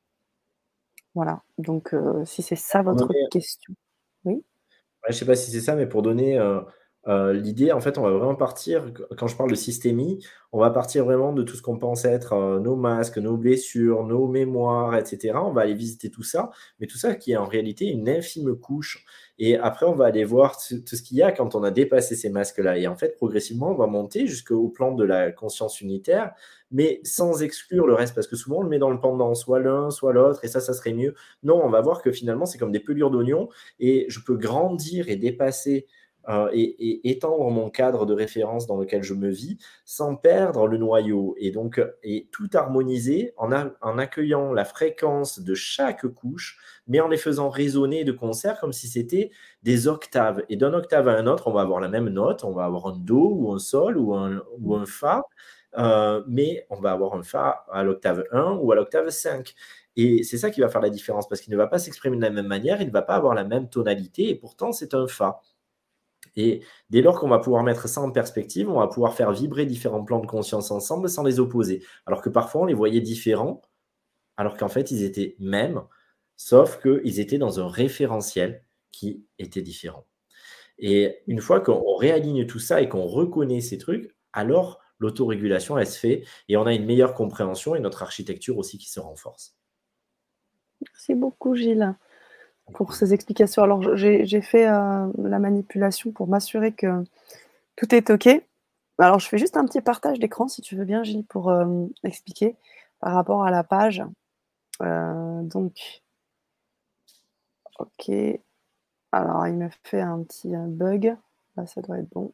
Voilà, donc si c'est ça Pour votre donner question. Oui? Ouais, je sais pas si c'est ça, mais pour donner, l'idée, en fait, on va vraiment partir quand je parle de systémie, on va partir vraiment de tout ce qu'on pense être, nos masques, nos blessures, nos mémoires et cetera. On va aller visiter tout ça, mais tout ça qui est en réalité une infime couche et après on va aller voir tout ce qu'il y a quand on a dépassé ces masques-là et en fait, progressivement, on va monter jusqu'au plan de la conscience unitaire, mais sans exclure le reste parce que souvent on le met dans le pendant, soit l'un, soit l'autre et ça serait mieux. Non, on va voir que finalement, c'est comme des pelures d'oignons et je peux grandir et dépasser et étendre mon cadre de référence dans lequel je me vis sans perdre le noyau et donc et tout harmoniser en accueillant la fréquence de chaque couche mais en les faisant résonner de concert comme si c'était des octaves et d'un octave à un autre on va avoir la même note, on va avoir un do ou un sol ou un fa mais on va avoir un fa à l'octave 1 ou à l'octave 5 et c'est ça qui va faire la différence, parce qu'il ne va pas s'exprimer de la même manière, il ne va pas avoir la même tonalité, et pourtant c'est un fa. Et dès lors qu'on va pouvoir mettre ça en perspective, on va pouvoir faire vibrer différents plans de conscience ensemble sans les opposer. Alors que parfois on les voyait différents, alors qu'en fait ils étaient mêmes, sauf qu'ils étaient dans un référentiel qui était différent. Et une fois qu'on réaligne tout ça et qu'on reconnaît ces trucs, alors l'autorégulation, elle se fait et on a une meilleure compréhension et notre architecture aussi qui se renforce. Merci beaucoup, Gilles, pour ces explications. Alors, j'ai fait, la manipulation pour m'assurer que tout est OK. Alors, je fais juste un petit partage d'écran, si tu veux bien, Gilles, pour, expliquer par rapport à la page. Donc OK. Alors, il me fait un petit, bug. Là, ça doit être bon.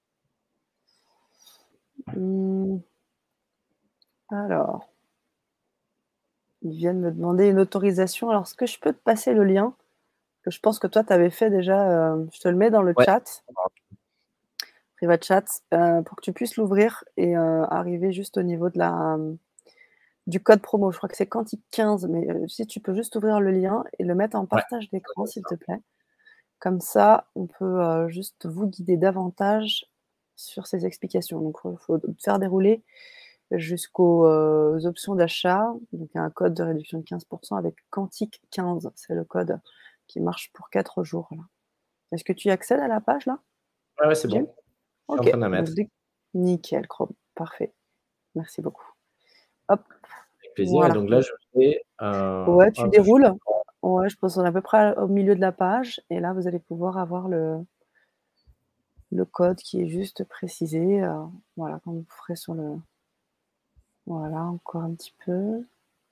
Mmh. Alors, ils viennent me demander une autorisation. Alors, est-ce que je peux te passer le lien? Que je pense que toi, tu avais fait déjà, je te le mets dans le Ouais. chat, privat chat, pour que tu puisses l'ouvrir et arriver juste au niveau de du code promo. Je crois que c'est Quantique 15, mais si tu peux juste ouvrir le lien et le mettre en Ouais. partage d'écran, s'il te plaît. Comme ça, on peut, juste vous guider davantage sur ces explications. Donc faut te faire dérouler jusqu'aux, options d'achat. Donc il y a un code de réduction de 15 avec Quantique 15. C'est le code qui marche pour 4 jours, là. Est-ce que tu y accèdes à la page, là, Ouais, ouais, c'est Gilles? bon. Je suis en OK, train de la donc mettre. nickel, Chrome, parfait. Merci beaucoup. Hop, Avec plaisir. Et voilà. donc là, je vais, Ouais, tu hop, déroules. Ouais, je pense qu'on est à peu près au milieu de la page et là, vous allez pouvoir avoir le code qui est juste précisé, voilà, comme vous ferez sur le voilà, encore un petit peu.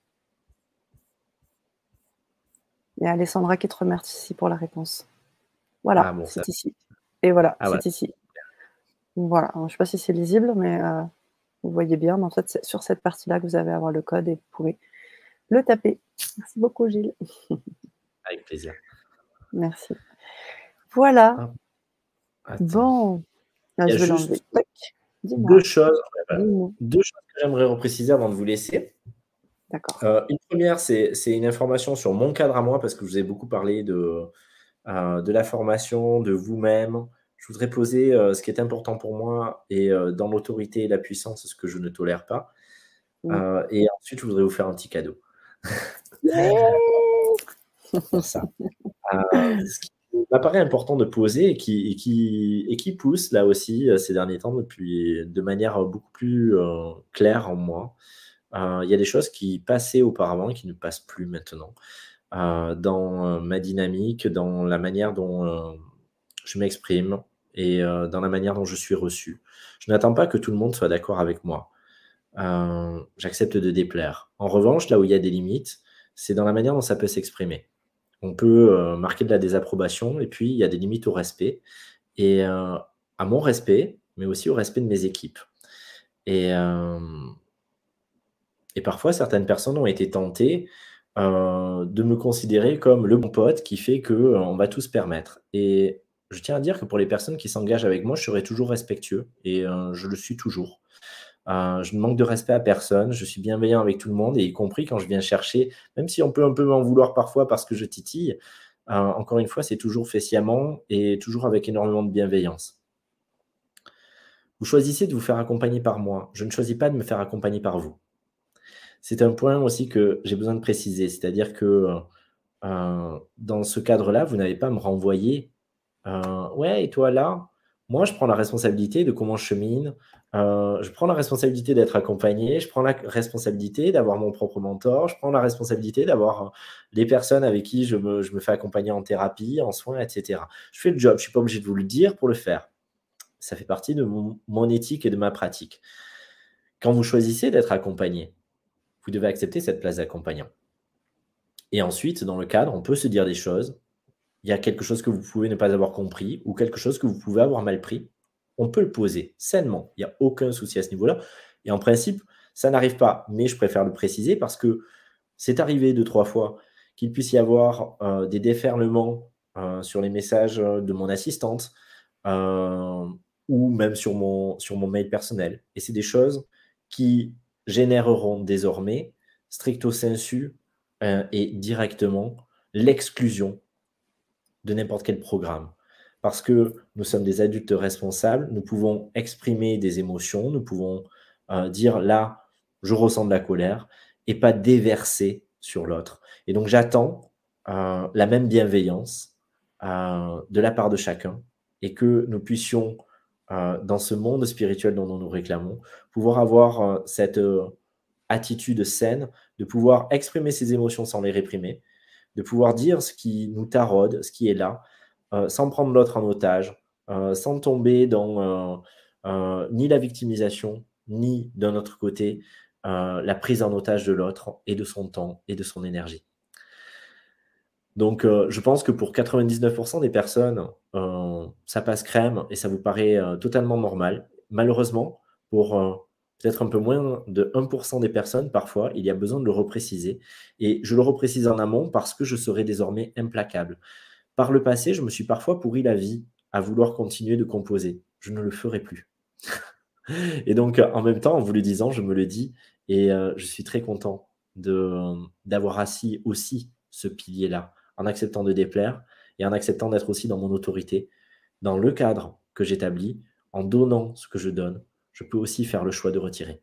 Il y a Alessandra qui te remercie pour la réponse. ah Voilà, bon, ça c'est ici et voilà, ah ouais. c'est ici. Voilà, alors je sais pas si c'est lisible, mais vous voyez bien, mais en fait, c'est sur cette partie-là que vous allez avoir le code et vous pouvez le taper. Merci beaucoup, Gilles. Avec plaisir. Merci. Voilà, Hop, attends. bon, Il y a je vais l'enlever. juste Tac, 2 dis-moi, choses, ouais, voilà, dis-moi. 2 choses que j'aimerais repréciser avant de vous laisser. D'accord. Une première, c'est une information sur mon cadre à moi, parce que je vous ai beaucoup parlé de la formation, de vous-même. Je voudrais poser, ce qui est important pour moi et dans l'autorité et la puissance, ce que je ne tolère pas. Mmh. Et ensuite, je voudrais vous faire un petit cadeau Yeah! pour ça. Ce qui m'apparaît important de poser et qui pousse là aussi, ces derniers temps depuis de manière, beaucoup plus, claire en moi. Il y a des choses qui passaient auparavant et qui ne passent plus maintenant. dans ma dynamique, dans la manière dont je m'exprime et dans la manière dont je suis reçu. Je n'attends pas que tout le monde soit d'accord avec moi. J'accepte de déplaire. En revanche, là où il y a des limites, c'est dans la manière dont ça peut s'exprimer. On peut marquer de la désapprobation et puis il y a des limites au respect et à mon respect, mais aussi au respect de mes équipes. Et, euh, et parfois, certaines personnes ont été tentées de me considérer comme le bon pote qui fait qu'on va tout se permettre. Et je tiens à dire que pour les personnes qui s'engagent avec moi, je serai toujours respectueux et je le suis toujours. Je ne manque de respect à personne, je suis bienveillant avec tout le monde, et y compris quand je viens chercher, même si on peut un peu m'en vouloir parfois parce que je titille, encore une fois, c'est toujours fait sciemment et toujours avec énormément de bienveillance. Vous choisissez de vous faire accompagner par moi, je ne choisis pas de me faire accompagner par vous. C'est un point aussi que j'ai besoin de préciser, c'est-à-dire que dans ce cadre-là, vous n'avez pas à me renvoyer ouais, et toi là, moi je prends la responsabilité de comment je chemine, je prends la responsabilité d'être accompagné, je prends la responsabilité d'avoir mon propre mentor, je prends la responsabilité d'avoir les personnes avec qui je me fais accompagner en thérapie, en soins, etc. Je fais le job, je ne suis pas obligé de vous le dire pour le faire. Ça fait partie de mon éthique et de ma pratique. Quand vous choisissez d'être accompagné, vous devez accepter cette place d'accompagnant. Et ensuite, dans le cadre, on peut se dire des choses. Il y a quelque chose que vous pouvez ne pas avoir compris ou quelque chose que vous pouvez avoir mal pris. On peut le poser sainement. Il n'y a aucun souci à ce niveau-là. Et en principe, ça n'arrive pas. Mais je préfère le préciser parce que c'est arrivé 2, 3 fois qu'il puisse y avoir des déferlements sur les messages de mon assistante euh, ou même sur mon mail personnel. Et c'est des choses qui généreront désormais, stricto sensu et directement, l'exclusion de n'importe quel programme. Parce que nous sommes des adultes responsables, nous pouvons exprimer des émotions, nous pouvons dire là, je ressens de la colère, et pas déverser sur l'autre. Et donc j'attends la même bienveillance de la part de chacun, et que nous puissions, dans ce monde spirituel dont nous nous réclamons, pouvoir avoir cette attitude saine, de pouvoir exprimer ses émotions sans les réprimer, de pouvoir dire ce qui nous taraude, ce qui est là, sans prendre l'autre en otage, sans tomber dans ni la victimisation, ni d'un autre côté, la prise en otage de l'autre et de son temps et de son énergie. Donc, je pense que pour 99% des personnes, ça passe crème et ça vous paraît totalement normal. Malheureusement, pour peut-être un peu moins de 1% des personnes, parfois, il y a besoin de le repréciser. Et je le reprécise en amont parce que je serai désormais implacable. Par le passé, je me suis parfois pourri la vie à vouloir continuer de composer. Je ne le ferai plus. Et donc, en même temps, en vous le disant, je me le dis et je suis très content d'avoir assis aussi ce pilier-là, en acceptant de déplaire et en acceptant d'être aussi dans mon autorité, dans le cadre que j'établis, en donnant ce que je donne, je peux aussi faire le choix de retirer.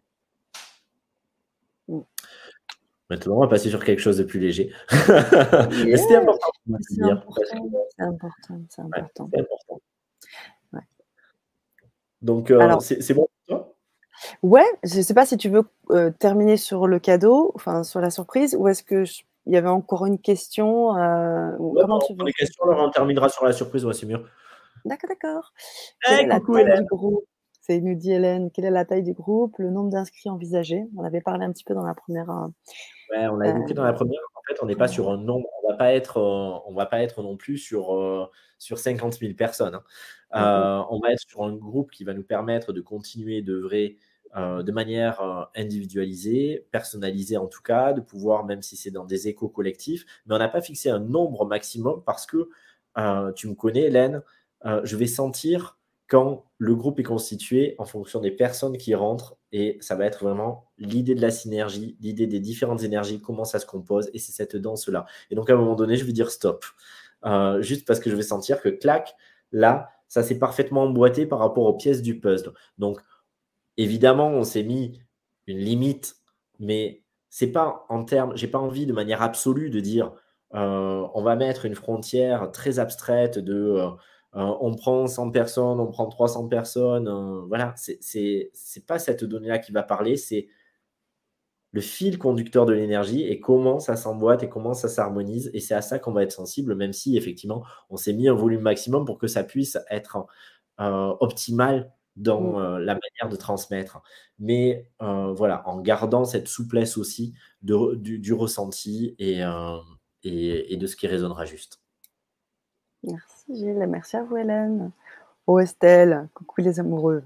Mm. Maintenant, on va passer sur quelque chose de plus léger. Mais Yeah, c'était important de me c'est dire. important, c'est important, c'est Ouais, important. c'est important. Ouais. Donc, Alors, c'est bon pour toi? ouais, je ne sais pas si tu veux terminer sur le cadeau, enfin sur la surprise, ou est-ce que il y avait encore une question ou Ouais, comment on tu prend veux les faire? questions, alors on terminera sur la surprise, ouais, c'est mieux. D'accord, d'accord. Quelle est Hey, la coucou taille du Hélène. groupe? C'est nous dit Hélène. Quelle est la taille du groupe? Le nombre d'inscrits envisagés? On avait parlé un petit peu dans la première. Ouais, on l'a évoqué dans la première. En fait, on n'est pas sur un nombre. On va pas être non plus sur 50 000 personnes, hein. On va être sur un groupe qui va nous permettre de continuer d'œuvrer de manière individualisée, personnalisée en tout cas, de pouvoir, même si c'est dans des échos collectifs, mais on n'a pas fixé un nombre maximum parce que tu me connais, Hélène, je vais sentir quand le groupe est constitué en fonction des personnes qui rentrent et ça va être vraiment l'idée de la synergie, l'idée des différentes énergies, comment ça se compose et c'est cette danse-là. Et donc à un moment donné, je vais dire stop. Juste parce que je vais sentir que clac, là, ça s'est parfaitement emboîté par rapport aux pièces du puzzle. Donc évidemment, on s'est mis une limite, mais c'est pas en termes, j'ai pas envie de manière absolue de dire on va mettre une frontière très abstraite de on prend 100 personnes, on prend 300 personnes. Voilà, c'est pas cette donnée-là qui va parler, c'est le fil conducteur de l'énergie et comment ça s'emboîte et comment ça s'harmonise. Et c'est à ça qu'on va être sensible, même si effectivement, on s'est mis un volume maximum pour que ça puisse être optimal Mmh. dans la manière de transmettre. Mais voilà, en gardant cette souplesse aussi du ressenti et de ce qui résonnera juste. Merci Gilles, merci à vous Hélène. Oh Estelle, coucou les amoureux.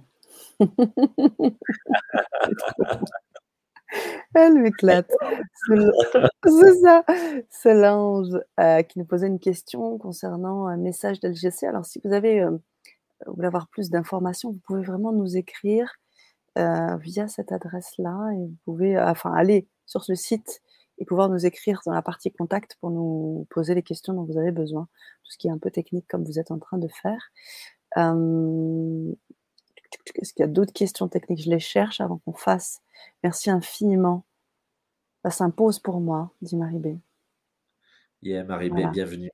C'est trop elle m'éclate. Sol c'est ça, Solange, qui nous posait une question concernant un message d'LGC. Alors si vous voulez avoir plus d'informations, vous pouvez vraiment nous écrire, via cette adresse-là et vous pouvez, enfin aller sur ce site et pouvoir nous écrire dans la partie contact pour nous poser les questions dont vous avez besoin. Tout ce qui est un peu technique comme vous êtes en train de faire. Hem, Est-ce qu'il y a d'autres questions techniques? Je les cherche avant qu'on fasse. Merci infiniment. Ça s'impose pour moi, dit Marie B. Yeah, Marie-B, Voilà. bienvenue.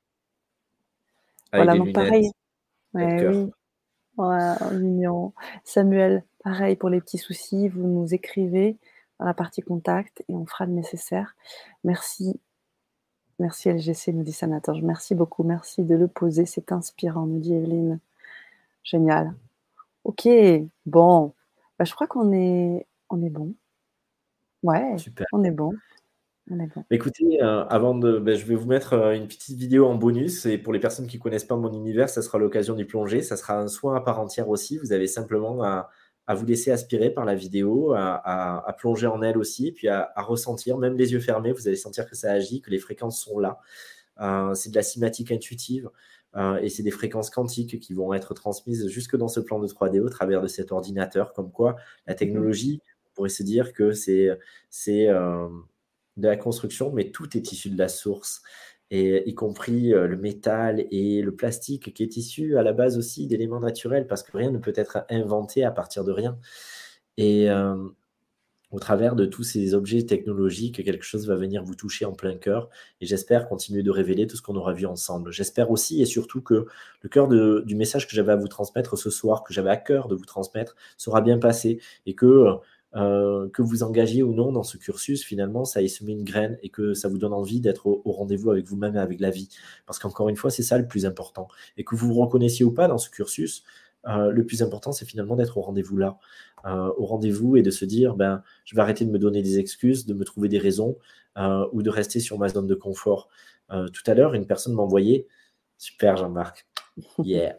Avec Voilà, des donc pareil, lunettes et le ouais, cœur. oui, ouais, mignon. Samuel, pareil pour les petits soucis, vous nous écrivez dans la partie contact et on fera le nécessaire. Merci, merci LGC, nous dit Sanator. Merci beaucoup, merci de le poser, c'est inspirant, nous dit Evelyne. Génial. OK, bon, bah, je crois qu'on est bon. Ouais, Super. on est bon, on est bon. Écoutez, avant de je vais vous mettre, une petite vidéo en bonus et pour les personnes qui connaissent pas mon univers, ça sera l'occasion d'y plonger. Ça sera un soin à part entière aussi. Vous avez simplement à vous laisser aspirer par la vidéo, à plonger en elle aussi, puis à ressentir, même les yeux fermés, vous allez sentir que ça agit, que les fréquences sont là. C'est de la cinématique intuitive, et c'est des fréquences quantiques qui vont être transmises jusque dans ce plan de 3D au travers de cet ordinateur. Comme quoi la Mmh. technologie, on pourrait se dire que c'est de la construction, mais tout est issu de la source, et y compris le métal et le plastique qui est issu à la base aussi d'éléments naturels, parce que rien ne peut être inventé à partir de rien. Et au travers de tous ces objets technologiques, quelque chose va venir vous toucher en plein cœur, et j'espère continuer de révéler tout ce qu'on aura vu ensemble. J'espère aussi et surtout que le cœur du message que j'avais à vous transmettre ce soir, que j'avais à cœur de vous transmettre, sera bien passé, et que vous engagiez ou non dans ce cursus, finalement, ça ait semé une graine et que ça vous donne envie d'être au rendez-vous avec vous-même et avec la vie. Parce qu'encore une fois, c'est ça le plus important. Et que vous vous reconnaissiez ou pas dans ce cursus, le plus important, c'est finalement d'être au rendez-vous là, au rendez-vous, et de se dire, ben, je vais arrêter de me donner des excuses, de me trouver des raisons, ou de rester sur ma zone de confort. Tout à l'heure, une personne m'a envoyé, super Jean-Marc, yeah.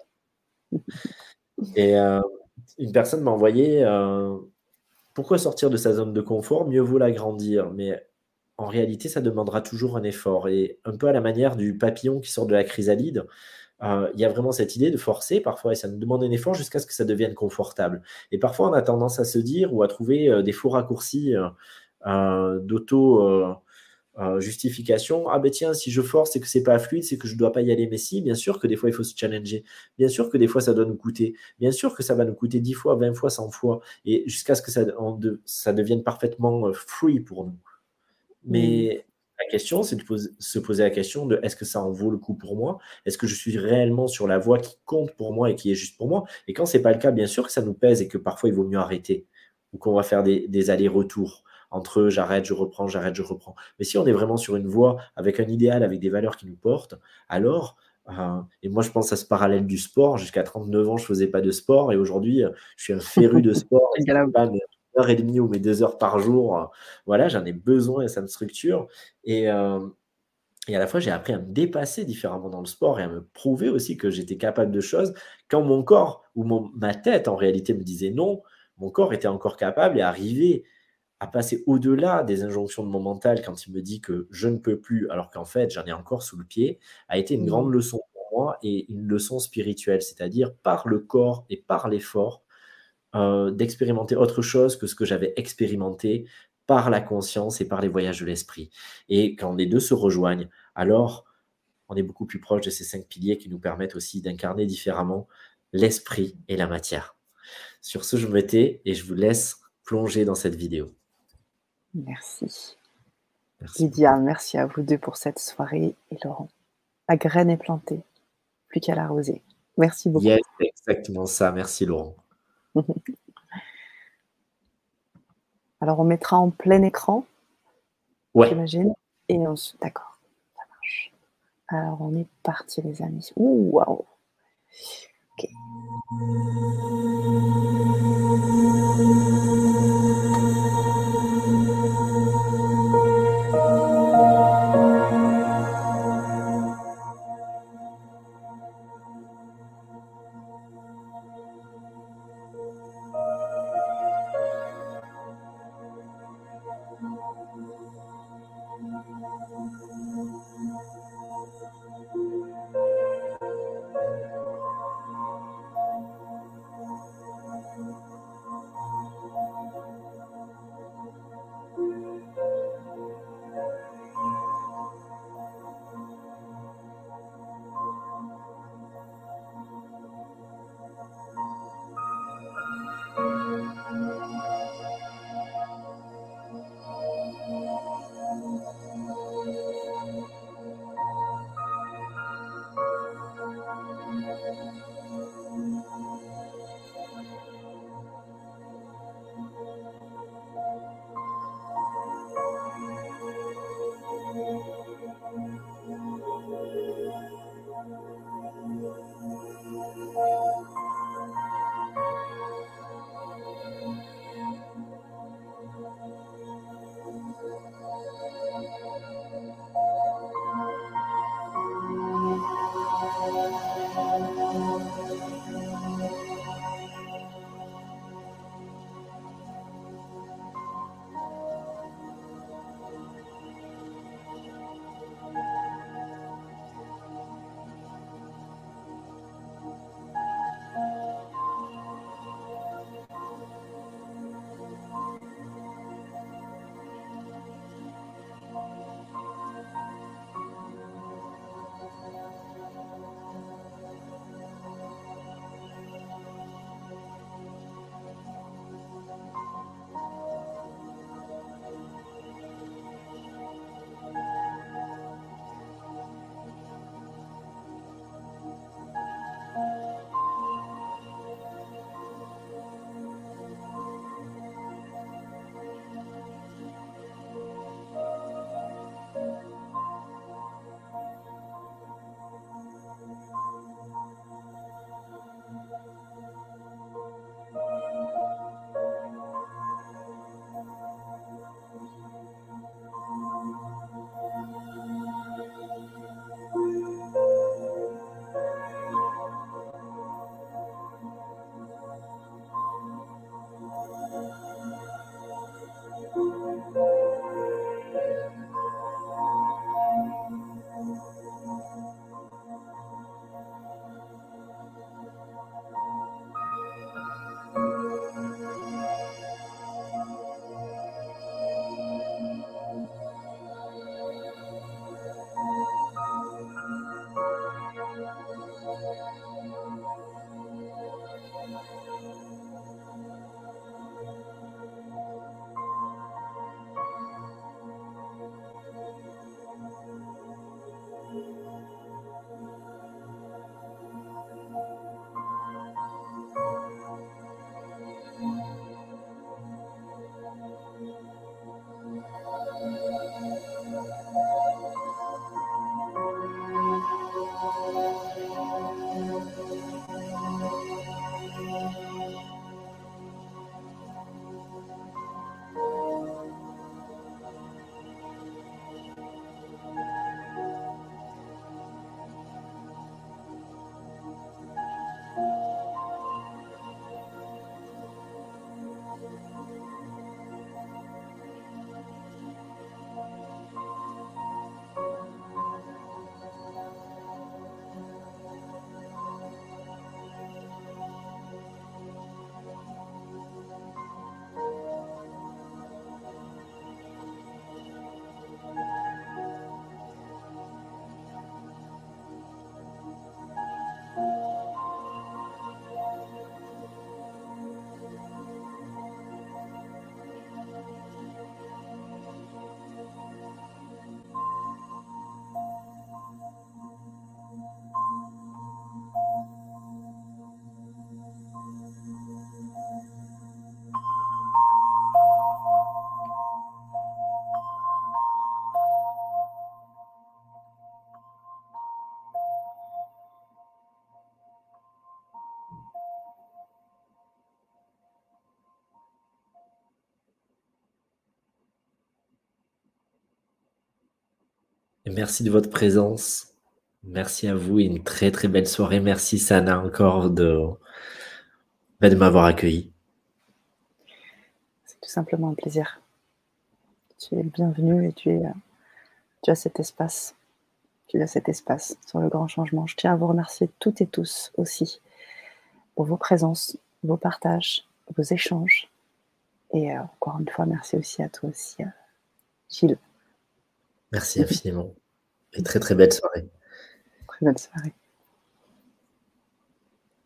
Et une personne m'a envoyé, pourquoi sortir de sa zone de confort? Mieux vaut l'agrandir. Mais en réalité, ça demandera toujours un effort. Et un peu à la manière du papillon qui sort de la chrysalide, il y a vraiment cette idée de forcer parfois, et ça nous demande un effort jusqu'à ce que ça devienne confortable. Et parfois, on a tendance à se dire ou à trouver des faux raccourcis d'auto justification. Ah ben tiens, si je force, c'est que c'est pas fluide, c'est que je dois pas y aller. Mais si, bien sûr que des fois, il faut se challenger. Bien sûr que des fois, ça doit nous coûter. Bien sûr que ça va nous coûter 10 fois, 20 fois, 100 fois, et jusqu'à ce que ça devienne parfaitement free pour nous. Mmh. Mais la question, c'est de se poser la question de: est-ce que ça en vaut le coup pour moi? Est-ce que je suis réellement sur la voie qui compte pour moi et qui est juste pour moi? Et quand c'est pas le cas, bien sûr que ça nous pèse et que parfois il vaut mieux arrêter, ou qu'on va faire des allers-retours entre j'arrête, je reprends, j'arrête, je reprends. Mais si on est vraiment sur une voie avec un idéal, avec des valeurs qui nous portent, alors, et moi je pense à ce parallèle du sport, jusqu'à 39 ans, je faisais pas de sport, et aujourd'hui, je suis un féru de sport, et c'est pas mes 1 heure et demie ou mes 2 heures par jour, voilà, j'en ai besoin et ça me structure. Et, et à la fois, j'ai appris à me dépasser différemment dans le sport et à me prouver aussi que j'étais capable de choses quand mon corps ou ma tête en réalité me disait non. Mon corps était encore capable et arrivait à passer au-delà des injonctions de mon mental quand il me dit que je ne peux plus, alors qu'en fait j'en ai encore sous le pied, a été une Mmh. grande leçon pour moi, et une leçon spirituelle, c'est-à-dire par le corps et par l'effort, d'expérimenter autre chose que ce que j'avais expérimenté par la conscience et par les voyages de l'esprit. Et quand les 2 se rejoignent, alors on est beaucoup plus proche de ces 5 piliers qui nous permettent aussi d'incarner différemment l'esprit et la matière. Sur ce, je me tais et je vous laisse plonger dans cette vidéo. Merci. Merci Lydia, beaucoup. merci à vous 2 pour cette soirée et Laurent. La graine est plantée, plus qu'à l'arroser. Merci beaucoup. Yes, c'est exactement ça. Merci Laurent. Alors on mettra en plein écran Ouais. j'imagine et ensuite d'accord, ça marche. Alors on est parti les amis. Ouh, waouh! OK. Et merci de votre présence. Merci à vous et une très très belle soirée. Merci Sana encore de m'avoir accueilli. C'est tout simplement un plaisir. Tu es le bienvenu et tu as cet espace. Tu as cet espace sur le grand changement. Je tiens à vous remercier toutes et tous aussi pour vos présences, vos partages, vos échanges. Et encore une fois, merci aussi à toi aussi, Gilles. Merci infiniment et très très belle soirée. Très bonne soirée.